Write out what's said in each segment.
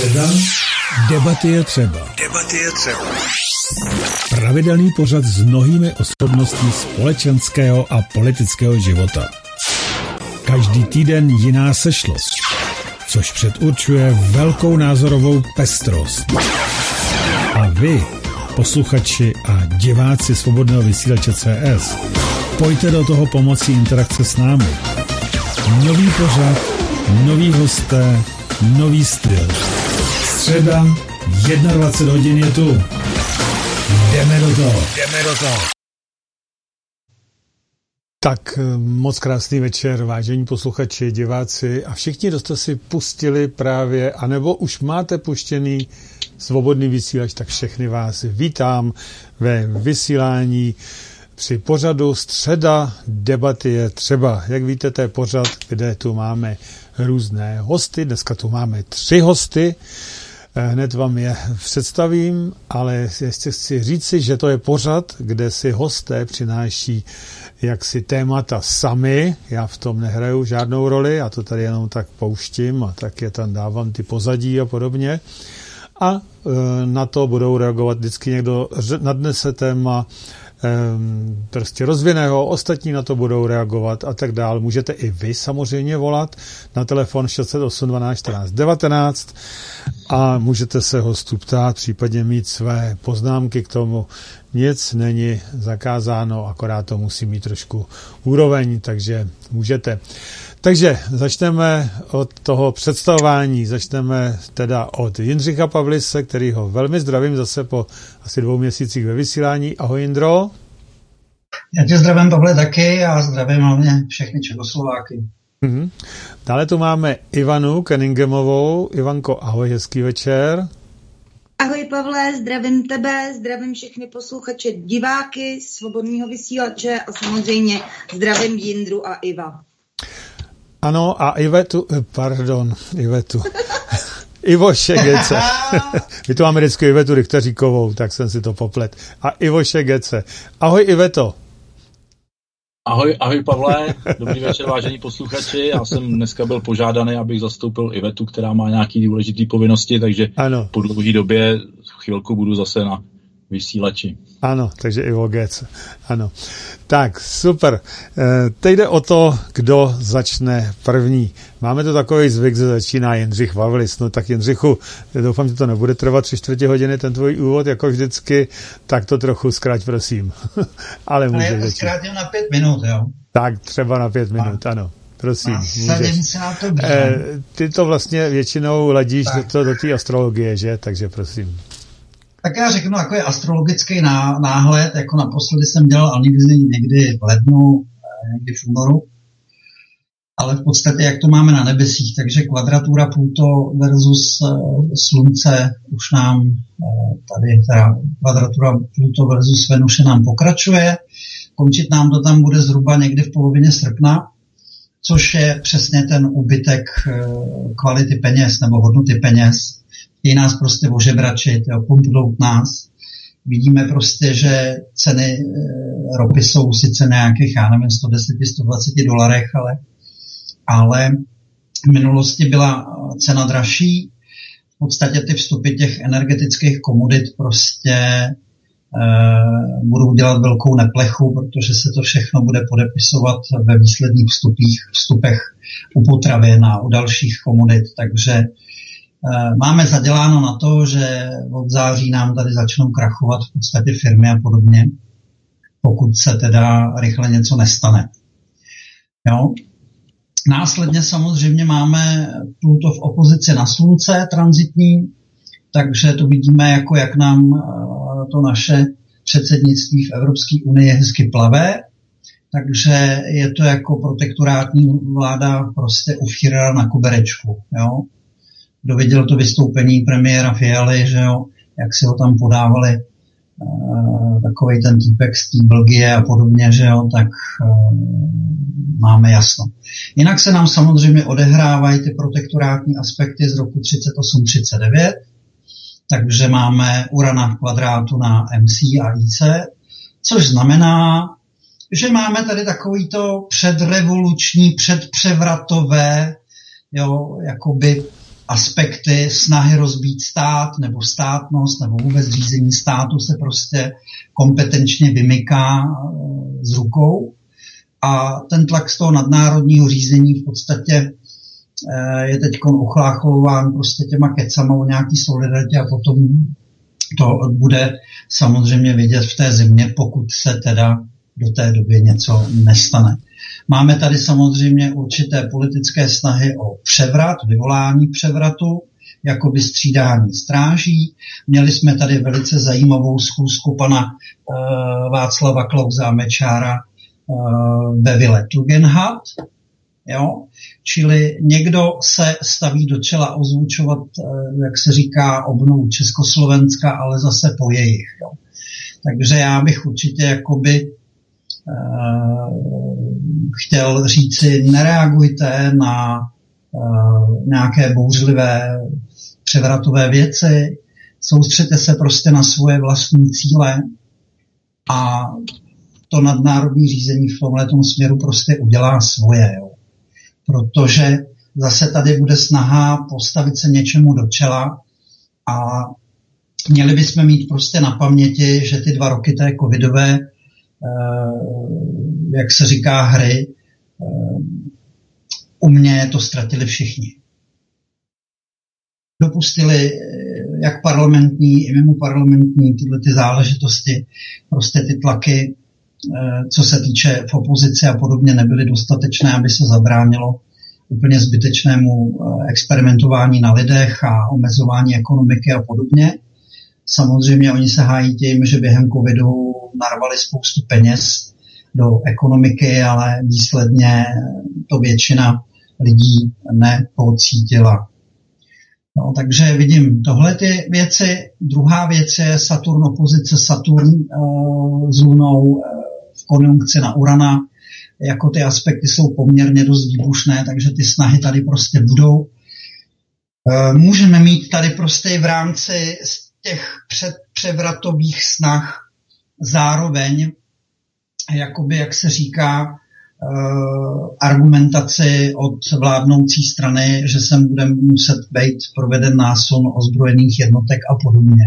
Středa. Debaty je třeba. Debaty je třeba. Pravidelný pořad s mnohými osobnostmi společenského a politického života. Každý týden jiná sešlost, což předurčuje velkou názorovou pestrost. A vy, posluchači a diváci Svobodného vysílače CS, pojďte do toho pomocí interakce s námi. Nový pořad, noví hosté, nový styl. Středa, 21 hodin je tu. Jdeme do toho. Tak moc krásný večer, vážení posluchači, diváci a všichni, kdo jste si pustili právě, anebo už máte puštěný Svobodný vysílač, tak všechny vás vítám ve vysílání při pořadu Středa, debaty je třeba. Jak víte, to je pořad, kde tu máme různé hosty. Dneska tu máme 3 hosty. Hned vám je představím, ale ještě chci říci, že to je pořad, kde si hosté přináší jaksi témata sami. Já v tom nehraju žádnou roli, já to tady jenom tak pouštím a tak je tam dávám ty pozadí a podobně. A na to budou reagovat vždycky někdo, nadnese téma prostě rozviného, ostatní na to budou reagovat a tak dál. Můžete i vy samozřejmě volat na telefon 608 12 14 19 a můžete se hostů ptát, případně mít své poznámky k tomu. Nic není zakázáno, akorát to musí mít trošku úroveň, takže můžete. Takže začneme od toho představování, začneme teda od Jindřicha Pavlise, kterýho velmi zdravím zase po asi 2 měsících ve vysílání. Ahoj Jindro. Já tě zdravím, Pavle, taky a zdravím hlavně všechny Čechoslováky. Dále tu máme Ivanu Kenningemovou. Ivanko, ahoj, hezký večer. Ahoj Pavle, zdravím tebe, zdravím všechny posluchače, diváky Svobodného vysílače a samozřejmě zdravím Jindru a Iva. Ano, a Ivetu. Ivoše Gece. My tu máme vždycky Ivetu Richteříkovou, tak jsem si to poplet. A Ivoše Gece. Ahoj Iveto. Ahoj Pavle, dobrý večer vážení posluchači. Já jsem dneska byl požádaný, abych zastoupil Ivetu, která má nějaký důležitý povinnosti, takže ano. Po dlouhé době chvilku budu zase na vysílači. Ano, takže Ivo Gec. Ano. Tak, super. Teď jde o to, kdo začne první. Máme tu takový zvyk, že začíná Jindřich Pavlis. No tak Jindřichu, doufám, že to nebude trvat 3/4 hodiny, ten tvůj úvod, jako vždycky, tak to trochu zkrať, prosím. Ale můžeš začít. Zkrátím na 5 minut, jo? Tak, třeba na 5 minut, ano. Prosím, můžeš. Ty to vlastně většinou ladíš do té astrologie, že? Takže prosím. Tak já řeknu, jako je astrologický náhled, jako naposledy jsem dělal někdy v lednu, někdy v únoru, ale v podstatě, jak to máme na nebesích, takže kvadratura Pluto versus Slunce už nám tady, teda kvadratura Pluto versus Venuše nám pokračuje, končit nám to tam bude zhruba někdy v polovině srpna, což je přesně ten úbytek kvality peněz nebo hodnoty peněz. Chtějí nás prostě ožebračit, pumpnout nás. Vidíme prostě, že ceny ropy jsou sice nějakých, já nevím, 110-120 dolarech, ale v minulosti byla cena dražší. V podstatě ty vstupy těch energetických komodit prostě budou dělat velkou neplechu, protože se to všechno bude podepisovat ve výsledných vstupech u potravin a u dalších komodit, takže máme zaděláno na to, že od září nám tady začnou krachovat v podstatě firmy a podobně, pokud se teda rychle něco nestane. Jo? Následně samozřejmě máme Pluto v opozici na Slunce tranzitní, takže to vidíme, jako jak nám to naše předsednictví v Evropské unii hezky plave, takže je to jako protektorátní vláda prostě u Führera na koberečku, jo. Kdo viděl to vystoupení premiéra Fialy, že jo, jak si ho tam podávali takovej ten týpek z té Belgie a podobně, že jo, tak máme jasno. Jinak se nám samozřejmě odehrávají ty protektorátní aspekty z roku 38-39, takže máme Urana v kvadrátu na MC a IC, což znamená, že máme tady takovýto předrevoluční, předpřevratové, jo, jakoby aspekty snahy rozbít stát nebo státnost nebo vůbec řízení státu se prostě kompetenčně vymyká z rukou a ten tlak z toho nadnárodního řízení v podstatě je teď uchlácholován prostě těma kecama o nějaký solidaritě a potom to bude samozřejmě vidět v té zimě, pokud se teda do té doby něco nestane. Máme tady samozřejmě určité politické snahy o převrat, vyvolání převratu, jakoby střídání stráží. Měli jsme tady velice zajímavou schůzku pana Václava Klause a Mečára ve vile Tugendhat. Jo? Čili někdo se staví do čela ozvučovat, jak se říká, obnovu Československa, ale zase po jejich. Jo? Takže já bych určitě jakoby chtěl říci, nereagujte na nějaké bouřlivé převratové věci, soustřeďte se prostě na svoje vlastní cíle a to nadnárodní řízení v tomhletom směru prostě udělá svoje. Jo. Protože zase tady bude snaha postavit se něčemu do čela a měli bychom mít prostě na paměti, že ty 2 roky té covidové jak se říká, hry, u mě to ztratili všichni. Dopustili jak parlamentní, i mimo parlamentní tyhle ty záležitosti, prostě ty tlaky, co se týče v opozici a podobně, nebyly dostatečné, aby se zabránilo úplně zbytečnému experimentování na lidech a omezování ekonomiky a podobně. Samozřejmě oni se hájí tím, že během covidu narvali spoustu peněz do ekonomiky, ale výsledně to většina lidí nepocítila. No, takže vidím tohle ty věci. Druhá věc je Saturn opozice Saturn s Lunou v konjunkci na Urana. Jako ty aspekty jsou poměrně dost výbušné, takže ty snahy tady prostě budou. Můžeme mít tady prostě v rámci těch předpřevratových snah zároveň, jakoby, jak se říká, argumentaci od vládnoucí strany, že sem bude muset být proveden násun ozbrojených jednotek a podobně.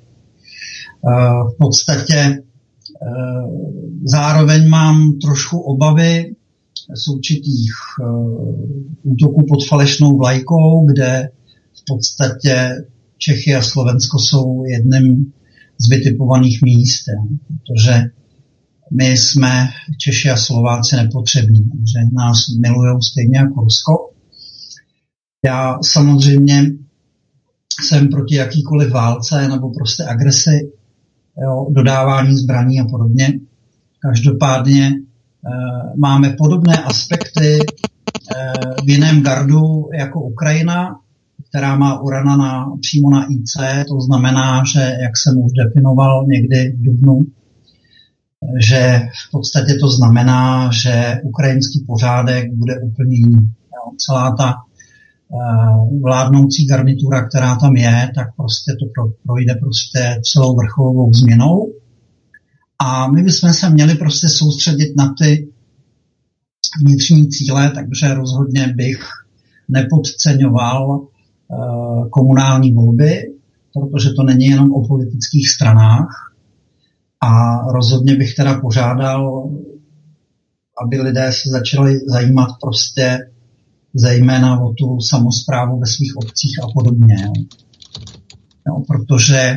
V podstatě zároveň mám trošku obavy z určitých útoků pod falešnou vlajkou, kde v podstatě Čechy a Slovensko jsou jedním z vytipovaných míst, protože my jsme Češi a Slováci nepotřební, že nás milujou stejně jako Rusko. Já samozřejmě jsem proti jakýkoliv válce nebo prostě agresi, jo, dodávání zbraní a podobně. Každopádně máme podobné aspekty v jiném gardu jako Ukrajina, která má Urana přímo na IC, to znamená, že, jak jsem už definoval někdy v dubnu, že v podstatě to znamená, že ukrajinský pořádek bude úplně jiný. Celá ta vládnoucí garnitura, která tam je, tak prostě to projde prostě celou vrcholovou změnou. A my bychom se měli prostě soustředit na ty vnitřní cíle, takže rozhodně bych nepodceňoval komunální volby, protože to není jenom o politických stranách. A rozhodně bych teda požádal, aby lidé se začali zajímat prostě zejména o tu samosprávu ve svých obcích a podobně. Jo, protože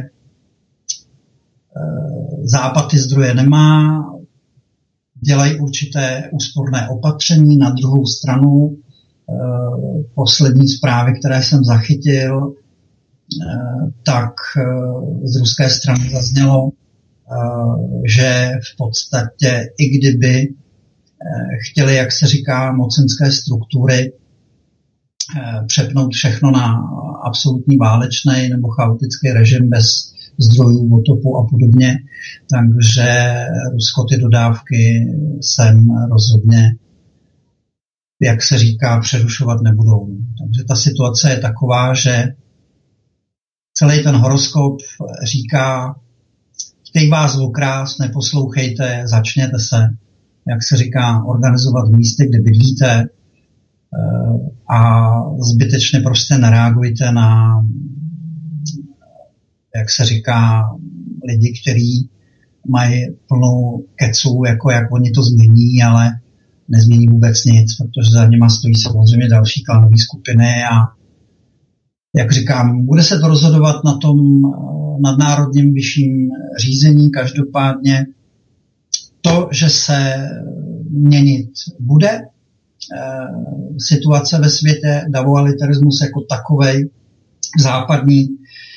Západ ty zdroje nemá, dělají určité úsporné opatření, na druhou stranu poslední zprávy, které jsem zachytil, tak z ruské strany zaznělo, že v podstatě i kdyby chtěli, jak se říká, mocenské struktury přepnout všechno na absolutní válečný nebo chaotický režim bez zdrojů, otopu a podobně, takže Rusko ty dodávky sem rozhodně, jak se říká, přerušovat nebudou. Takže ta situace je taková, že celý ten horoskop říká: chtějí vás okrást, neposlouchejte, začněte se, jak se říká, organizovat v místě, kde bydlíte, a zbytečně prostě nereagujte na, jak se říká, lidi, kteří mají plnou keců, jako jak oni to změní, ale nezmění vůbec nic, protože za nima stojí samozřejmě další klanové skupiny a jak říkám, bude se to rozhodovat na tom nadnárodním vyšším řízení. Každopádně to, že se měnit bude situace ve světě, davoalitarismus jako takovej v západní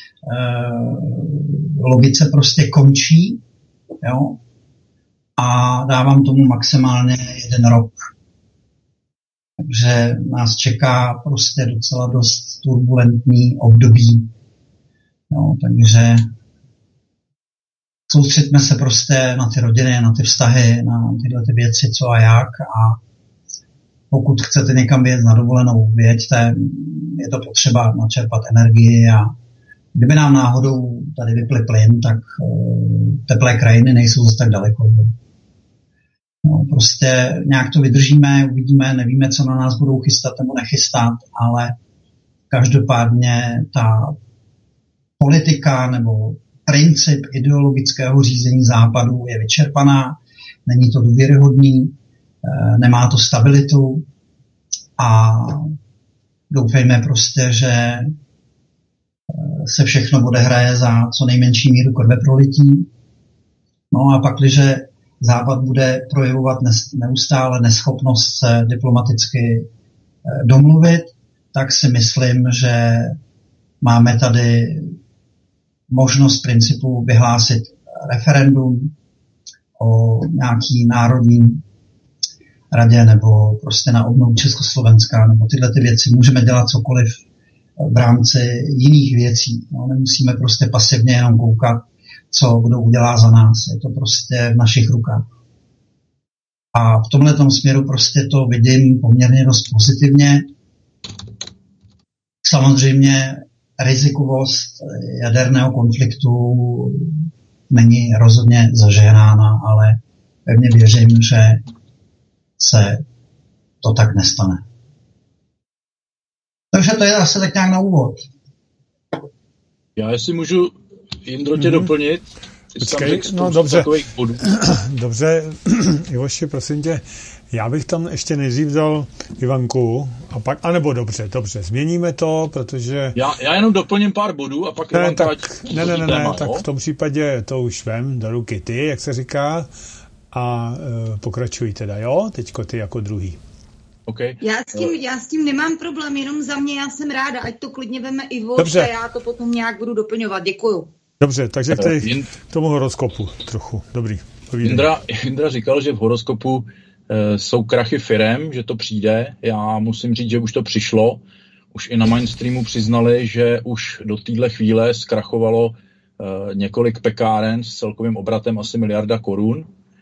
logice prostě končí, jo? A dávám tomu maximálně 1 rok. Takže nás čeká prostě docela dost turbulentní období. Jo, takže soustřeďme se prostě na ty rodiny, na ty vztahy, na tyhle ty věci, co a jak. A pokud chcete někam vyjet na dovolenou, vyjeďte, je to potřeba načerpat energii a kdyby nám náhodou tady vyply plyn, tak teplé krajiny nejsou zase tak daleko. No, prostě nějak to vydržíme, uvidíme, nevíme, co na nás budou chystat nebo nechystat, ale každopádně ta politika nebo princip ideologického řízení západu je vyčerpaná, není to důvěryhodný, nemá to stabilitu a doufejme prostě, že se všechno odehraje za co nejmenší míru krveprolití. No a pak, když Západ bude projevovat neustále neschopnost se diplomaticky domluvit, tak si myslím, že máme tady možnost principu vyhlásit referendum o nějaký národní radě nebo prostě na obnovu Československa nebo tyhle ty věci. Můžeme dělat cokoliv v rámci jiných věcí. No, nemusíme prostě pasivně jenom koukat, co kdo udělá za nás. Je to prostě v našich rukách. A v tomhletom směru prostě to vidím poměrně dost pozitivně. Samozřejmě rizikovost jaderného konfliktu není rozhodně zažehnána, ale pevně věřím, že se to tak nestane. Takže to je asi tak nějak na úvod. Já jestli můžu, Jindro, tě doplnit. Počkej, no dobře. Dobře, Ivoši, prosím tě, já bych tam ještě nejdřív dal Ivanku a pak, anebo dobře, změníme to, protože... Já jenom doplním pár bodů a pak Ivanka... Tak v tom případě to už vem do ruky ty, jak se říká, a pokračuj teda, jo? Teďko ty jako druhý. Okay. Já s tím nemám problém, jenom za mě, já jsem ráda, ať to klidně veme Ivo, dobře. A já to potom nějak budu doplňovat, děkuju. Dobře, takže k tomu horoskopu trochu, dobrý. Jindra říkal, že v horoskopu jsou krachy firem, že to přijde, já musím říct, že už to přišlo, už i na mainstreamu přiznali, že už do téhle chvíle zkrachovalo několik pekáren s celkovým obratem asi 1 miliarda korun.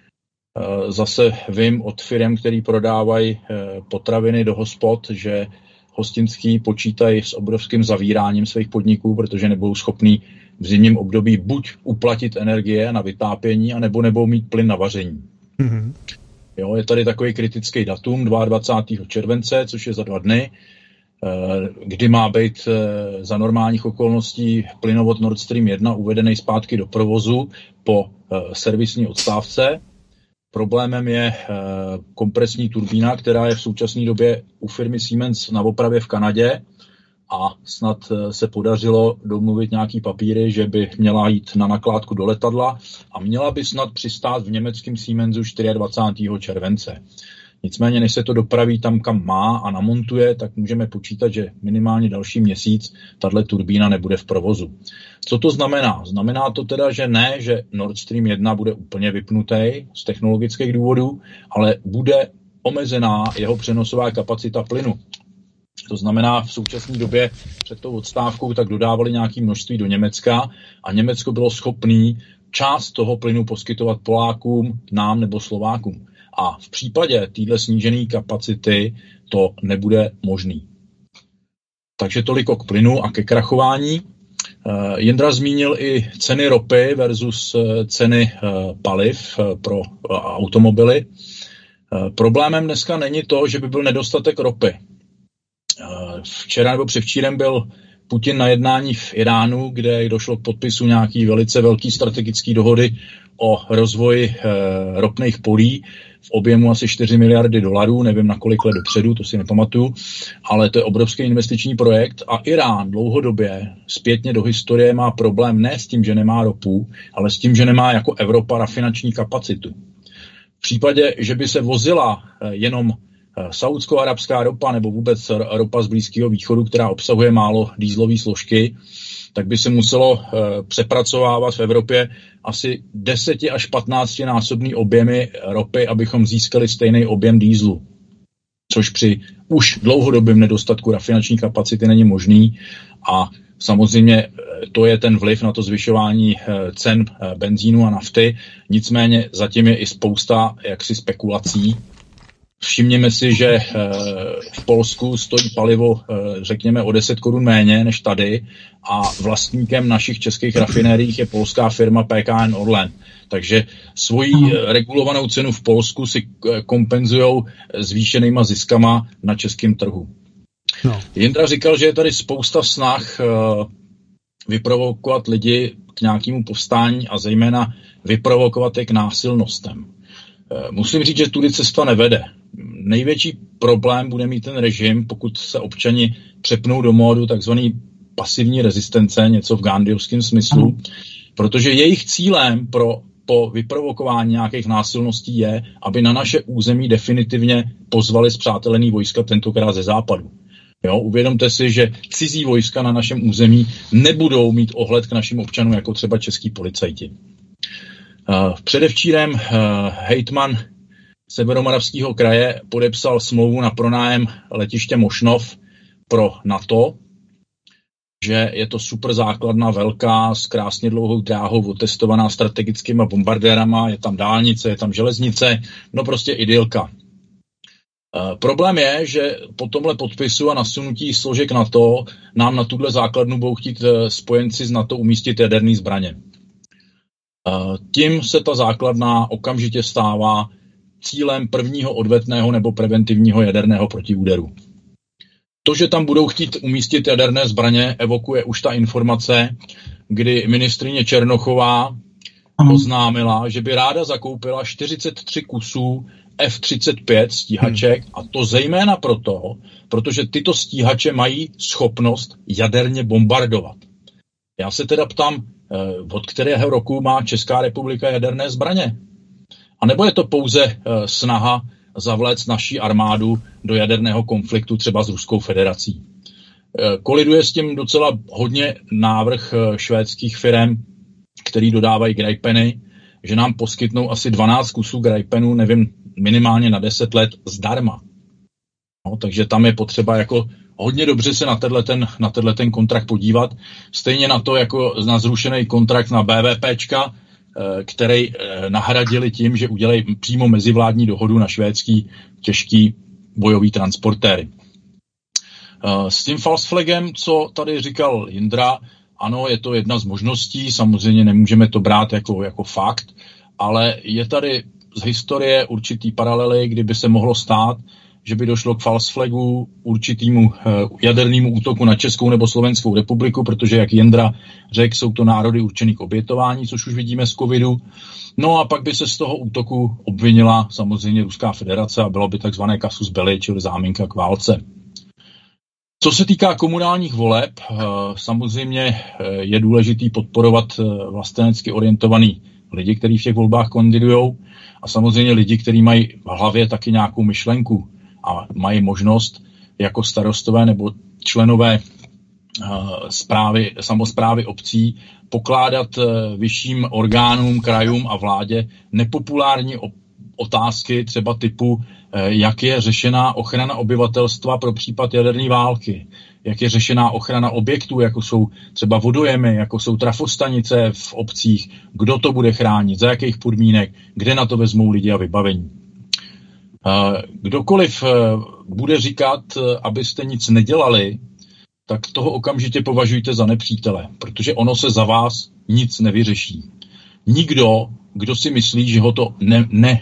Zase vím od firem, který prodávají potraviny do hospod, že hostinský počítají s obrovským zavíráním svých podniků, protože nebudou schopní v zimním období buď uplatit energie na vytápění, anebo nebudou mít plyn na vaření. Mm-hmm. Jo, je tady takový kritický datum 22. července, což je za 2 dny, kdy má být za normálních okolností plynovod Nord Stream 1 uvedený zpátky do provozu po servisní odstávce. Problémem je kompresní turbína, která je v současné době u firmy Siemens na opravě v Kanadě a snad se podařilo domluvit nějaký papíry, že by měla jít na nakládku do letadla a měla by snad přistát v německém Siemensu 24. července. Nicméně, než se to dopraví tam, kam má a namontuje, tak můžeme počítat, že minimálně další měsíc tahle turbína nebude v provozu. Co to znamená? Znamená to teda, že ne, že Nord Stream 1 bude úplně vypnutý z technologických důvodů, ale bude omezená jeho přenosová kapacita plynu. To znamená, v současné době před tou odstávkou tak dodávali nějaké množství do Německa a Německo bylo schopné část toho plynu poskytovat Polákům, nám nebo Slovákům. A v případě téhle snížené kapacity to nebude možný. Takže toliko k plynu a ke krachování. Jindra zmínil i ceny ropy versus ceny paliv pro automobily. Problémem dneska není to, že by byl nedostatek ropy. Včera nebo předevčírem byl Putin na jednání v Iránu, kde došlo k podpisu nějaký velice velký strategický dohody o rozvoji ropných polí v objemu asi 4 miliardy dolarů, nevím na kolik let dopředu, to si nepamatuju, ale to je obrovský investiční projekt a Irán dlouhodobě zpětně do historie má problém ne s tím, že nemá ropu, ale s tím, že nemá jako Evropa rafinační kapacitu. V případě, že by se vozila jenom saúdsko-arabská ropa nebo vůbec ropa z Blízkého východu, která obsahuje málo dieselové složky, tak by se muselo přepracovávat v Evropě asi 10 až 15 násobný objemy ropy, abychom získali stejný objem dieselu. Což při už dlouhodobém nedostatku rafinační kapacity není možný a samozřejmě to je ten vliv na to zvyšování cen benzínu a nafty. Nicméně zatím je i spousta jaksi spekulací. Všimněme si, že v Polsku stojí palivo, řekněme, o 10 korun méně než tady a vlastníkem našich českých rafinérií je polská firma PKN Orlen. Takže svoji regulovanou cenu v Polsku si kompenzujou zvýšenýma ziskama na českém trhu. No. Jindra říkal, že je tady spousta snah vyprovokovat lidi k nějakému povstání a zejména vyprovokovat je k násilnostem. Musím říct, že tudy cesta nevede. Největší problém bude mít ten režim, pokud se občani přepnou do módu takzvaný pasivní rezistence, něco v gandhiovském smyslu, protože jejich cílem po vyprovokování nějakých násilností je, aby na naše území definitivně pozvali spřátelený vojska, tentokrát ze západu. Jo, uvědomte si, že cizí vojska na našem území nebudou mít ohled k našim občanům, jako třeba český policajti. Předevčírem hejtman Severomoravského kraje podepsal smlouvu na pronájem letiště Mošnov pro NATO, že je to super základna velká s krásně dlouhou dráhou otestovaná strategickýma bombardérama, je tam dálnice, je tam železnice, no prostě idylka. Problém je, že po tomhle podpisu a nasunutí složek NATO nám na tuhle základnu budou chtít spojenci z NATO umístit jaderné zbraně. Tím se ta základna okamžitě stává cílem prvního odvetného nebo preventivního jaderného protiúderu. To, že tam budou chtít umístit jaderné zbraně, evokuje už ta informace, kdy ministryně Černochová oznámila, že by ráda zakoupila 43 kusů F-35 stíhaček a to zejména proto, protože tyto stíhače mají schopnost jaderně bombardovat. Já se teda ptám, od kterého roku má Česká republika jaderné zbraně? A nebo je to pouze snaha zavléct naší armádu do jaderného konfliktu třeba s Ruskou federací? Koliduje s tím docela hodně návrh švédských firem, který dodávají Gripeny, že nám poskytnou asi 12 kusů Gripenů, nevím, minimálně na 10 let zdarma. No, takže tam je potřeba jako hodně dobře se na tenhle kontrakt podívat. Stejně na to, jako na zrušený kontrakt na BVPčka, který nahradili tím, že udělají přímo mezivládní dohodu na švédský těžký bojový transportéry. S tím false flagem, co tady říkal Jindra, ano, je to jedna z možností, samozřejmě nemůžeme to brát jako fakt, ale je tady z historie určitý paralely, kdyby se mohlo stát, že by došlo k false flagu určitýmu jadernému útoku na Českou nebo Slovenskou republiku, protože, jak Jindra řekl, jsou to národy určený k obětování, což už vidíme z covidu. No a pak by se z toho útoku obvinila samozřejmě Ruská federace a bylo by takzvané casus belli, čili záminka k válce. Co se týká komunálních voleb, samozřejmě je důležitý podporovat vlastenecky orientovaný lidi, kteří v těch volbách kandidujou a samozřejmě lidi, kteří mají v hlavě taky nějakou myšlenku a mají možnost jako starostové nebo členové samosprávy obcí pokládat vyšším orgánům, krajům a vládě nepopulární otázky třeba typu, jak je řešená ochrana obyvatelstva pro případ jaderné války, jak je řešená ochrana objektů, jako jsou třeba vodojemy, jako jsou trafostanice v obcích, kdo to bude chránit, za jakých podmínek, kde na to vezmou lidi a vybavení. Kdokoliv bude říkat, abyste nic nedělali, tak toho okamžitě považujte za nepřítele, protože ono se za vás nic nevyřeší. Nikdo, kdo si myslí, že ho to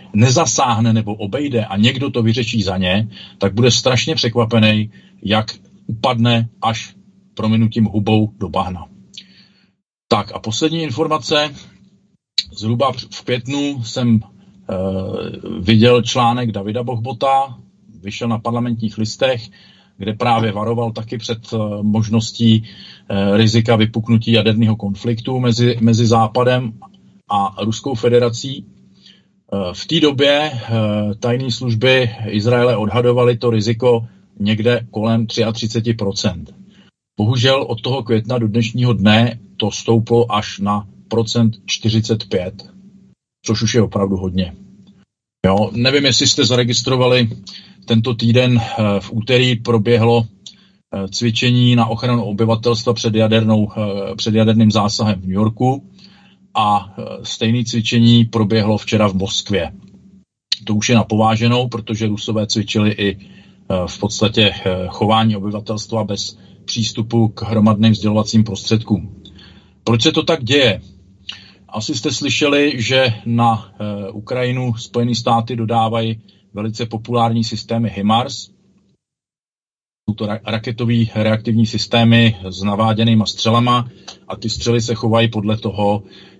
nezasáhne nebo obejde a někdo to vyřeší za ně, tak bude strašně překvapený, jak upadne až prominutím hubou do bahna. Tak a poslední informace. Zhruba v květnu jsem viděl článek Davida Bohbota, vyšel na Parlamentních listech, kde právě varoval taky před možností rizika vypuknutí jaderného konfliktu mezi Západem a Ruskou federací. V té době tajné služby Izraele odhadovaly to riziko někde kolem 33%. Bohužel od toho května do dnešního dne to stouplo až na 45%, což už je opravdu hodně. Jo, nevím, jestli jste zaregistrovali, tento týden v úterý proběhlo cvičení na ochranu obyvatelstva před jaderným zásahem v New Yorku a stejné cvičení proběhlo včera v Moskvě. To už je napováženou, protože Rusové cvičili i v podstatě chování obyvatelstva bez přístupu k hromadným sdělovacím prostředkům. Proč se to tak děje? Asi jste slyšeli, že na Ukrajinu Spojené státy dodávají velice populární systémy HIMARS. Jsou to raketový reaktivní systémy s naváděnýma střelama a ty střely se chovají podle toho,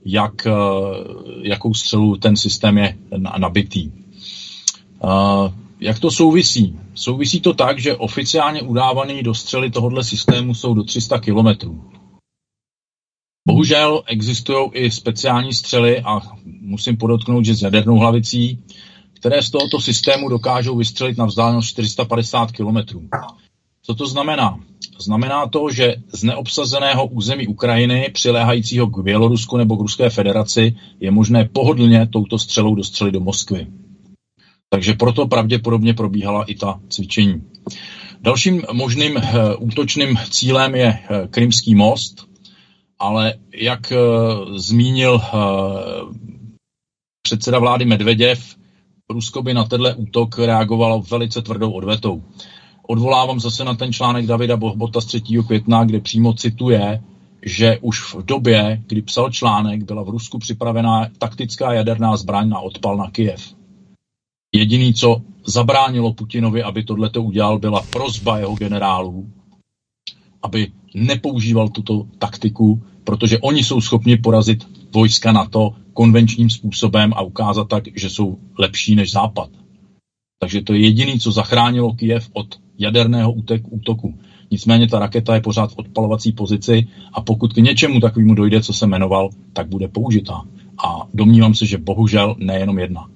jakou střelu ten systém je nabitý. Jak to souvisí? Souvisí to tak, že oficiálně udávaný dostřely tohoto systému jsou do 300 kilometrů. Bohužel existují i speciální střely a musím podotknout, že s jadernou hlavicí, které z tohoto systému dokážou vystřelit na vzdálenost 450 kilometrů. Co to znamená? Znamená to, že z neobsazeného území Ukrajiny, přiléhajícího k Bělorusku nebo k Ruské federaci, je možné pohodlně touto střelou dostřelit do Moskvy. Takže proto pravděpodobně probíhala i ta cvičení. Dalším možným útočným cílem je Krymský most, ale jak zmínil předseda vlády Medveděv, Rusko by na tenhle útok reagovalo velice tvrdou odvetou. Odvolávám zase na ten článek Davida Bohbota z 3. května, kde přímo cituje, že už v době, kdy psal článek, byla v Rusku připravená taktická jaderná zbraň na odpal na Kyjev. Jediný, co zabránilo Putinovi, aby tohleto udělal, byla prosba jeho generálů, aby nepoužíval tuto taktiku, protože oni jsou schopni porazit vojska NATO konvenčním způsobem a ukázat tak, že jsou lepší než Západ. Takže to je jediný, co zachránilo Kyjev od jaderného útoku. Nicméně ta raketa je pořád v odpalovací pozici a pokud k něčemu takovému dojde, co jsem jmenoval, tak bude použitá. A domnívám se, že bohužel nejenom jedna.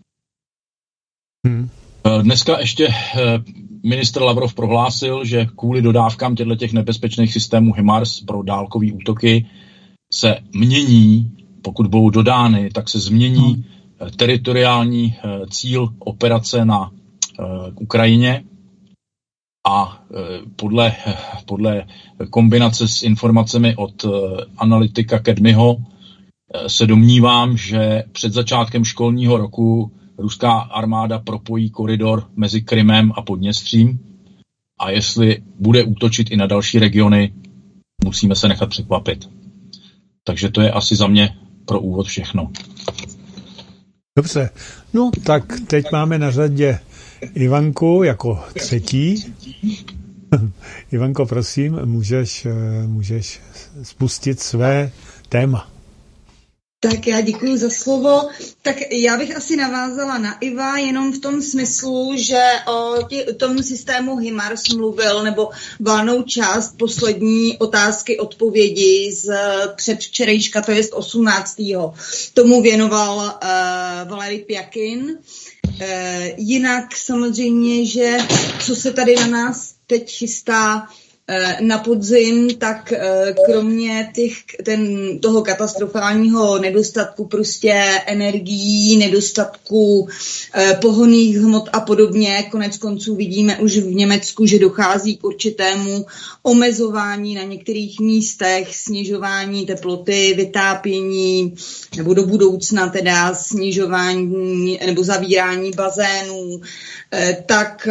Dneska ještě ministr Lavrov prohlásil, že kvůli dodávkám těchto nebezpečných systémů HIMARS pro dálkové útoky se mění, pokud budou dodány, tak se změní teritoriální cíl operace na Ukrajině a podle kombinace s informacemi od analytika Kedmiho se domnívám, že před začátkem školního roku ruská armáda propojí koridor mezi Krymem a Podněstřím a jestli bude útočit i na další regiony, musíme se nechat překvapit. Takže to je asi za mě pro úvod všechno. Dobře, no tak teď máme na řadě Ivanku jako třetí. Ivanko, prosím, můžeš spustit své téma. Tak já děkuji za slovo. Tak já bych asi navázala na Iva jenom v tom smyslu, že o tom systému HIMARS mluvil, nebo valnou část poslední otázky odpovědi z předvčerejška, to je z 18. Tomu věnoval Valery Pjakin. Jinak samozřejmě, že co se tady na nás teď chystá na podzim, tak kromě toho katastrofálního nedostatku prostě energií, nedostatku pohonných hmot a podobně, konec konců vidíme už v Německu, že dochází k určitému omezování na některých místech, snižování teploty, vytápění, nebo do budoucna teda snižování nebo zavírání bazénů, tak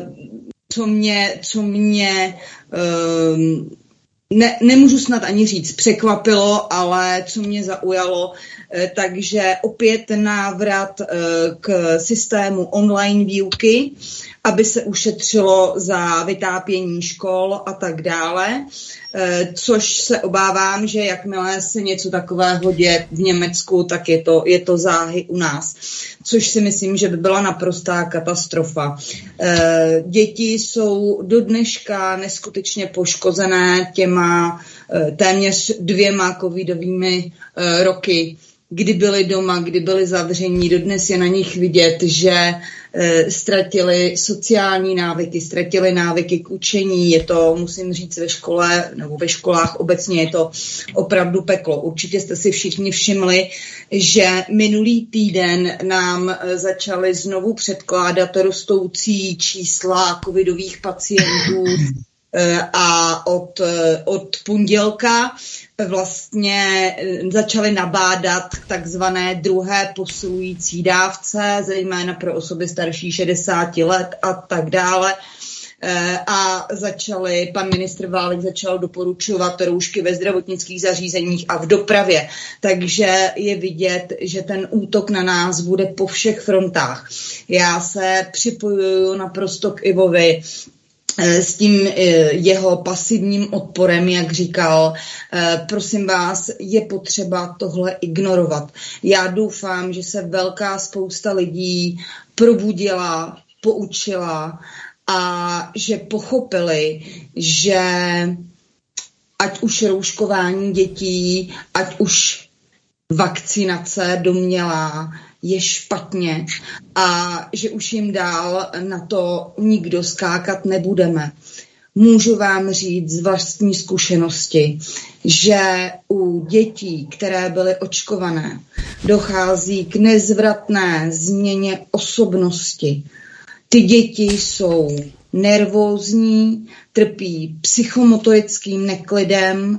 co mě nemůžu snad ani říct překvapilo, ale co mě zaujalo, takže opět návrat k systému online výuky aby se ušetřilo za vytápění škol a tak dále, což se obávám, že jakmile se něco takového děje v Německu, tak je to záhy u nás, což si myslím, že by byla naprostá katastrofa. Děti jsou do dneška neskutečně poškozené těma téměř 2 covidovými roky, kdy byli doma, kdy byli zavření. Dodnes je na nich vidět, že ztratili sociální návyky, ztratili návyky k učení. Je to, musím říct, ve škole nebo ve školách obecně je to opravdu peklo. Určitě jste si všichni všimli, že minulý týden nám začaly znovu předkládat rostoucí čísla covidových pacientů a od pondělka vlastně začali nabádat k takzvané druhé posilující dávce, zejména pro osoby starší 60 let a tak dále. A pan ministr Válek začal doporučovat roušky ve zdravotnických zařízeních a v dopravě. Takže je vidět, že ten útok na nás bude po všech frontách. Já se připojuju naprosto k Ivovi s tím jeho pasivním odporem, jak říkal. Prosím vás, je potřeba tohle ignorovat. Já doufám, že se velká spousta lidí probudila, poučila a že pochopili, že ať už rouškování dětí, ať už vakcinace domělá je špatně a že už jim dál na to nikdo skákat nebudeme. Můžu vám říct z vlastní zkušenosti, že u dětí, které byly očkované, dochází k nezvratné změně osobnosti. Ty děti jsou nervózní, trpí psychomotorickým neklidem,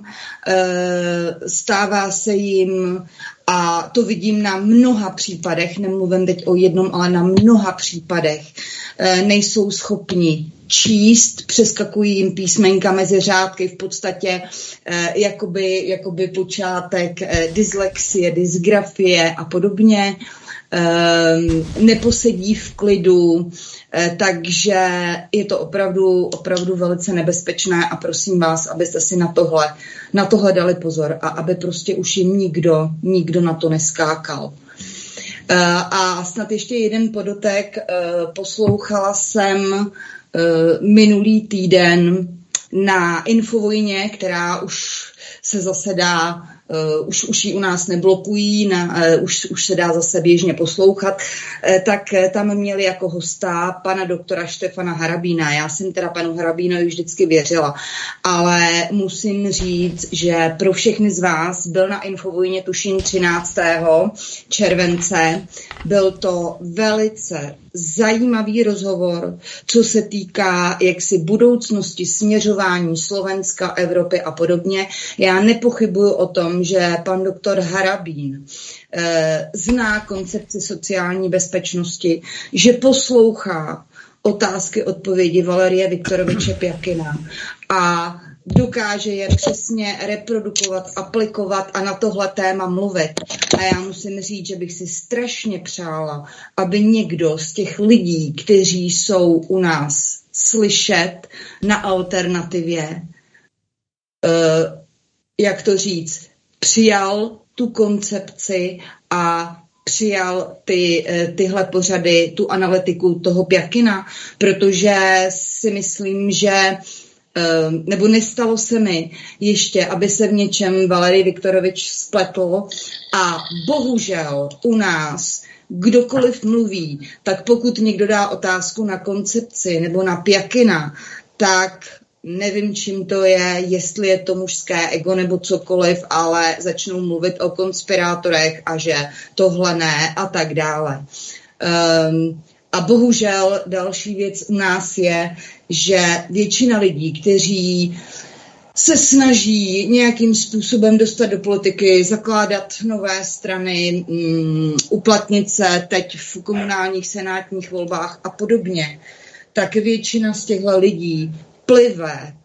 stává se jim, a to vidím na mnoha případech, nemluvím teď o jednom, ale na mnoha případech, nejsou schopni číst, přeskakují jim písmenka mezi řádky, v podstatě jakoby počátek dyslexie, dysgrafie a podobně, neposedí v klidu, takže je to opravdu velice nebezpečné a prosím vás, abyste si na tohle dali pozor a aby prostě už jim nikdo na to neskákal. A snad ještě jeden podotek. Poslouchala jsem minulý týden na Infovojně, která už se zase dá, už ji u nás neblokují, už se dá zase běžně poslouchat, tak tam měli jako hosta pana doktora Štefana Harabína. Já jsem teda panu Harabínovi vždycky věřila, ale musím říct, že pro všechny z vás byl na Infovojně tuším 13. července. Byl to velice zajímavý rozhovor, co se týká jaksi budoucnosti, směřování Slovenska, Evropy a podobně. Já nepochybuju o tom, že pan doktor Harabín zná koncepci sociální bezpečnosti, že poslouchá otázky, odpovědi Valerie Viktoroviče Pjakina a dokáže je přesně reprodukovat, aplikovat a na tohle téma mluvit. A já musím říct, že bych si strašně přála, aby někdo z těch lidí, kteří jsou u nás slyšet na Alternativě, jak to říct, přijal tu koncepci a přijal tyhle pořady, tu analytiku toho Pjakina, protože si myslím, že nebo nestalo se mi ještě, aby se v něčem Valerij Viktorovič spletl a bohužel u nás kdokoliv mluví, tak pokud někdo dá otázku na koncepci nebo na Pjakina, tak nevím, čím to je, jestli je to mužské ego nebo cokoliv, ale začnou mluvit o konspirátorech a že tohle ne a tak dále. A bohužel další věc u nás je, že většina lidí, kteří se snaží nějakým způsobem dostat do politiky, zakládat nové strany, uplatnit se teď v komunálních, senátních volbách a podobně, tak většina z těchto lidí plive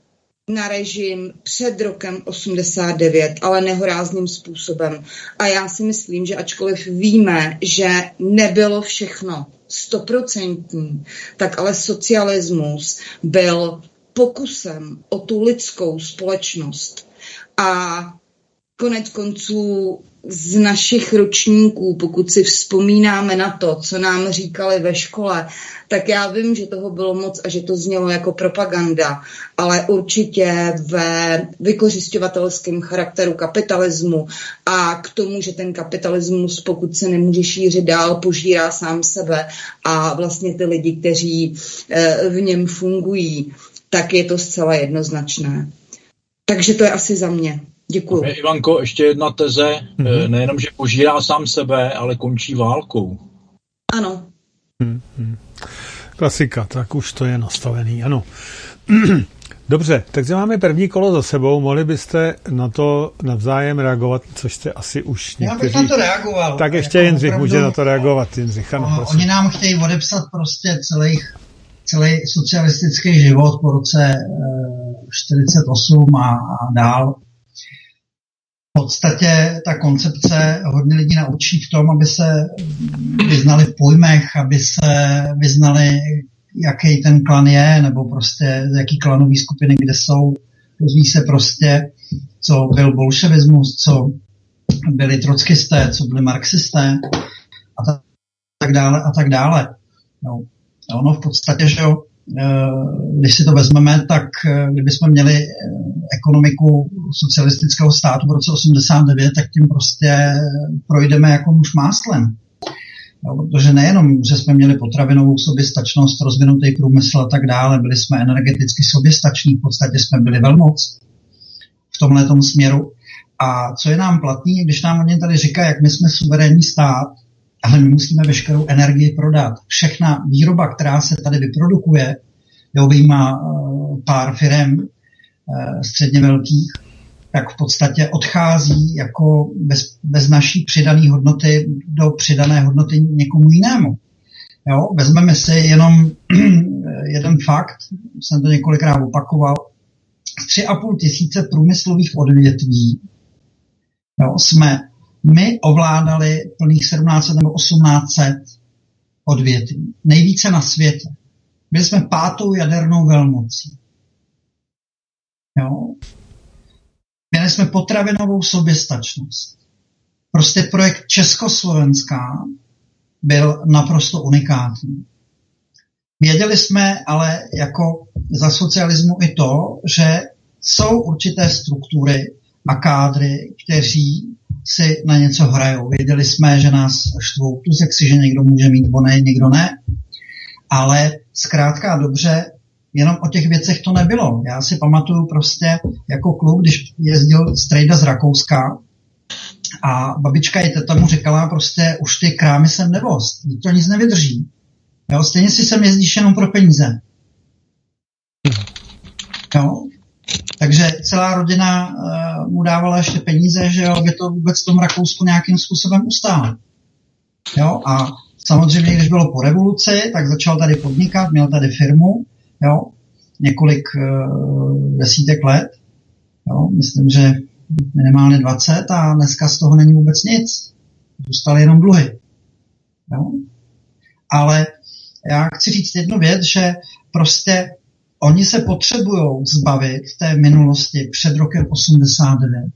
na režim před rokem 89, ale nehorázným způsobem. A já si myslím, že ačkoliv víme, že nebylo všechno 100%, tak ale socialismus byl pokusem o tu lidskou společnost. A konec konců z našich ročníků, pokud si vzpomínáme na to, co nám říkali ve škole, tak já vím, že toho bylo moc a že to znělo jako propaganda, ale určitě ve vykořisťovatelském charakteru kapitalismu a k tomu, že ten kapitalismus, pokud se nemůže šířit dál, požírá sám sebe a vlastně ty lidi, kteří v něm fungují, tak je to zcela jednoznačné. Takže to je asi za mě. Děkuju. Ivanko, ještě jedna teze. Nejenom, že požírá sám sebe, ale končí válkou. Ano. Klasika, tak už to je nastavený, ano. Dobře, takže máme první kolo za sebou. Mohli byste na to navzájem reagovat, což jste asi už někteří... Já bych na to reagoval. Tak ještě jako Jindřich může na to reagovat. Jindřich, ano, oni nám chtějí odepsat prostě celý socialistický život po roce 48 a dál. V podstatě ta koncepce hodně lidí naučí v tom, aby se vyznali v pojmech, aby se vyznali, jaký ten klan je, nebo prostě z jaký klanový skupiny kde jsou. Dozví se prostě, co byl bolševismus, co byli trockisté, co byli marxisté a tak dále. No. Ono v podstatě, že jo, když si to vezmeme, tak kdybychom měli ekonomiku socialistického státu v roce 89, tak tím prostě projdeme jako muž máslem. No, protože nejenom, že jsme měli potravinovou soběstačnost, rozvinutý průmysl a tak dále, byli jsme energeticky soběstační, v podstatě jsme byli velmoc v tomhletom směru. A co je nám platný, když nám oni tady říkají, jak my jsme suverénní stát, ale my musíme veškerou energii prodat. Všechna výroba, která se tady vyprodukuje, jo, vyjma pár firem středně velkých, tak v podstatě odchází jako bez naší přidané hodnoty do přidané hodnoty někomu jinému. Jo, vezmeme si jenom jeden fakt, jsem to několikrát opakoval, z 3,5 tisíce průmyslových odvětví jsme my ovládali plných 1700 nebo 1800 odvětví. Nejvíce na světě. Byli jsme 5. jadernou velmocí. Jo. Měli jsme potravinovou soběstačnost. Prostě projekt Československá byl naprosto unikátní. Věděli jsme ale jako za socialismu i to, že jsou určité struktury a kádry, kteří si na něco hrajou. Věděli jsme, že nás štvou tuzexi, že někdo může mít bony, někdo ne. Ale zkrátka dobře, jenom o těch věcech to nebylo. Já si pamatuju prostě jako kluk, když jezdil strejda z Rakouska a babička i teta mu říkala prostě už ty krámy sem nevoz, to nic nevydrží. Jo, stejně si sem jezdíš jenom pro peníze. Jo. Takže celá rodina mu dávala ještě peníze, že jo, aby to vůbec v tom Rakousku nějakým způsobem ustálo. Jo, a samozřejmě, když bylo po revoluci, tak začal tady podnikat, měl tady firmu, jo, několik desítek let, jo, myslím, že minimálně 20 a dneska z toho není vůbec nic. Zůstaly jenom dluhy. Jo. Ale já chci říct jednu věc, že prostě oni se potřebují zbavit té minulosti před rokem 89.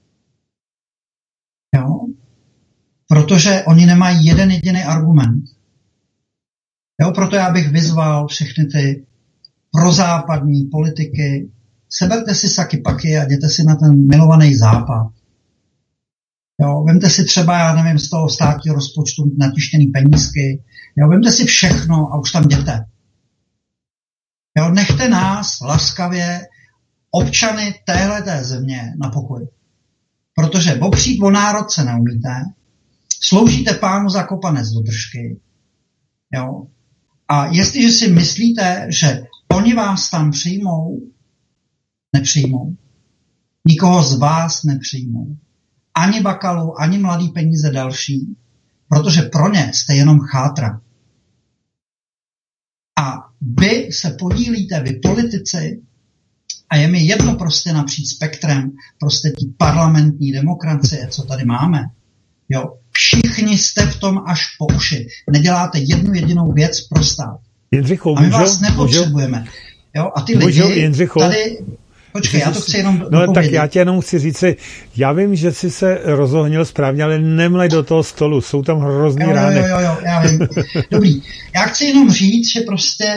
Jo? Protože oni nemají jeden jediný argument. Jo? Proto já bych vyzval všechny ty prozápadní politiky, seberte si saky paky a jděte si na ten milovaný západ. Jo? Vemte si třeba, já nevím, z toho státního rozpočtu natištěný penízky. Jo? Vemte si všechno a už tam jděte. Jo, nechte nás laskavě, občany téhleté země, na pokoj. Protože opřít o národ se neumíte, sloužíte pánu za kopanec do držky. Jo. A jestliže si myslíte, že oni vás tam přijmou, nepřijmou. Nikoho z vás nepřijmou. Ani Bakalu, ani mladý peníze další, protože pro ně jste jenom chátra. A vy se podílíte, vy politici, A je mi jedno prostě napříč spektrem, prostě tí parlamentní demokracie, co tady máme. Jo, všichni jste v tom až po uši. Neděláte jednu jedinou věc pro stát. Jindřichu, a my vás nepotřebujeme. Jo, a ty lidi tady... Počkej, já to chci jenom dopovědět. Tak já tě jenom chci říct, já vím, že jsi se rozohnil správně, ale nemlej do toho stolu, jsou tam hrozný rány. Jo, já vím. Dobrý, já chci jenom říct, že prostě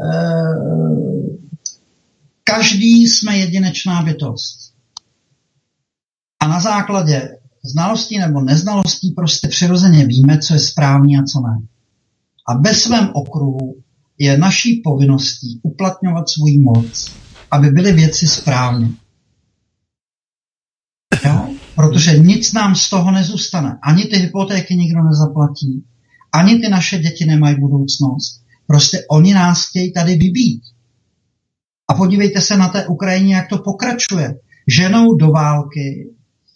každý jsme jedinečná bytost. A na základě znalostí nebo neznalostí prostě přirozeně víme, co je správný a co ne. A ve svém okruhu je naší povinností uplatňovat svou moc, aby byly věci správně. Jo? Protože nic nám z toho nezůstane. Ani ty hypotéky nikdo nezaplatí, ani ty naše děti nemají budoucnost. Prostě oni nás chtějí tady vybít. A podívejte se na té Ukrajině, jak to pokračuje. Ženou do války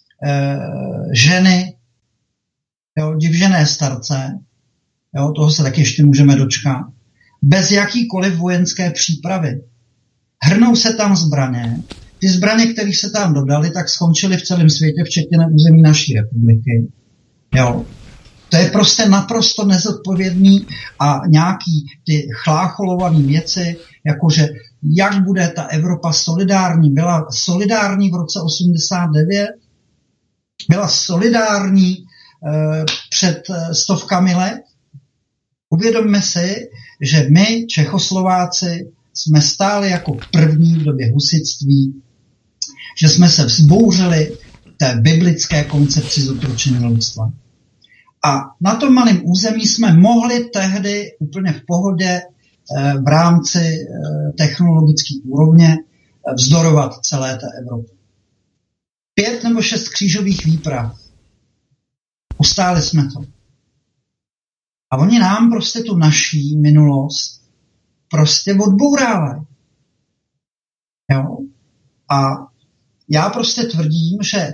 ženy, jo, divžené starce, jo, toho se taky ještě můžeme dočkat, bez jakýkoliv vojenské přípravy. Hrnou se tam zbraně. Ty zbraně, které se tam dodaly, tak skončily v celém světě, včetně na území naší republiky. Jo. To je prostě naprosto nezodpovědný a nějaký ty chlácholované věci, jakože jak bude ta Evropa solidární. Byla solidární v roce 89, byla solidární před stovkami let. Uvědomme si, že my, Čechoslováci, jsme stáli jako první v době husitství, že jsme se vzbouřili té biblické koncepci zotročení lidstva. A na tom malém území jsme mohli tehdy úplně v pohodě v rámci technologické úrovně vzdorovat celé té Evropě. 5 nebo 6 křížových výprav. Ustáli jsme to. A oni nám prostě tu naší minulost prostě odbourávají. Jo? A já prostě tvrdím, že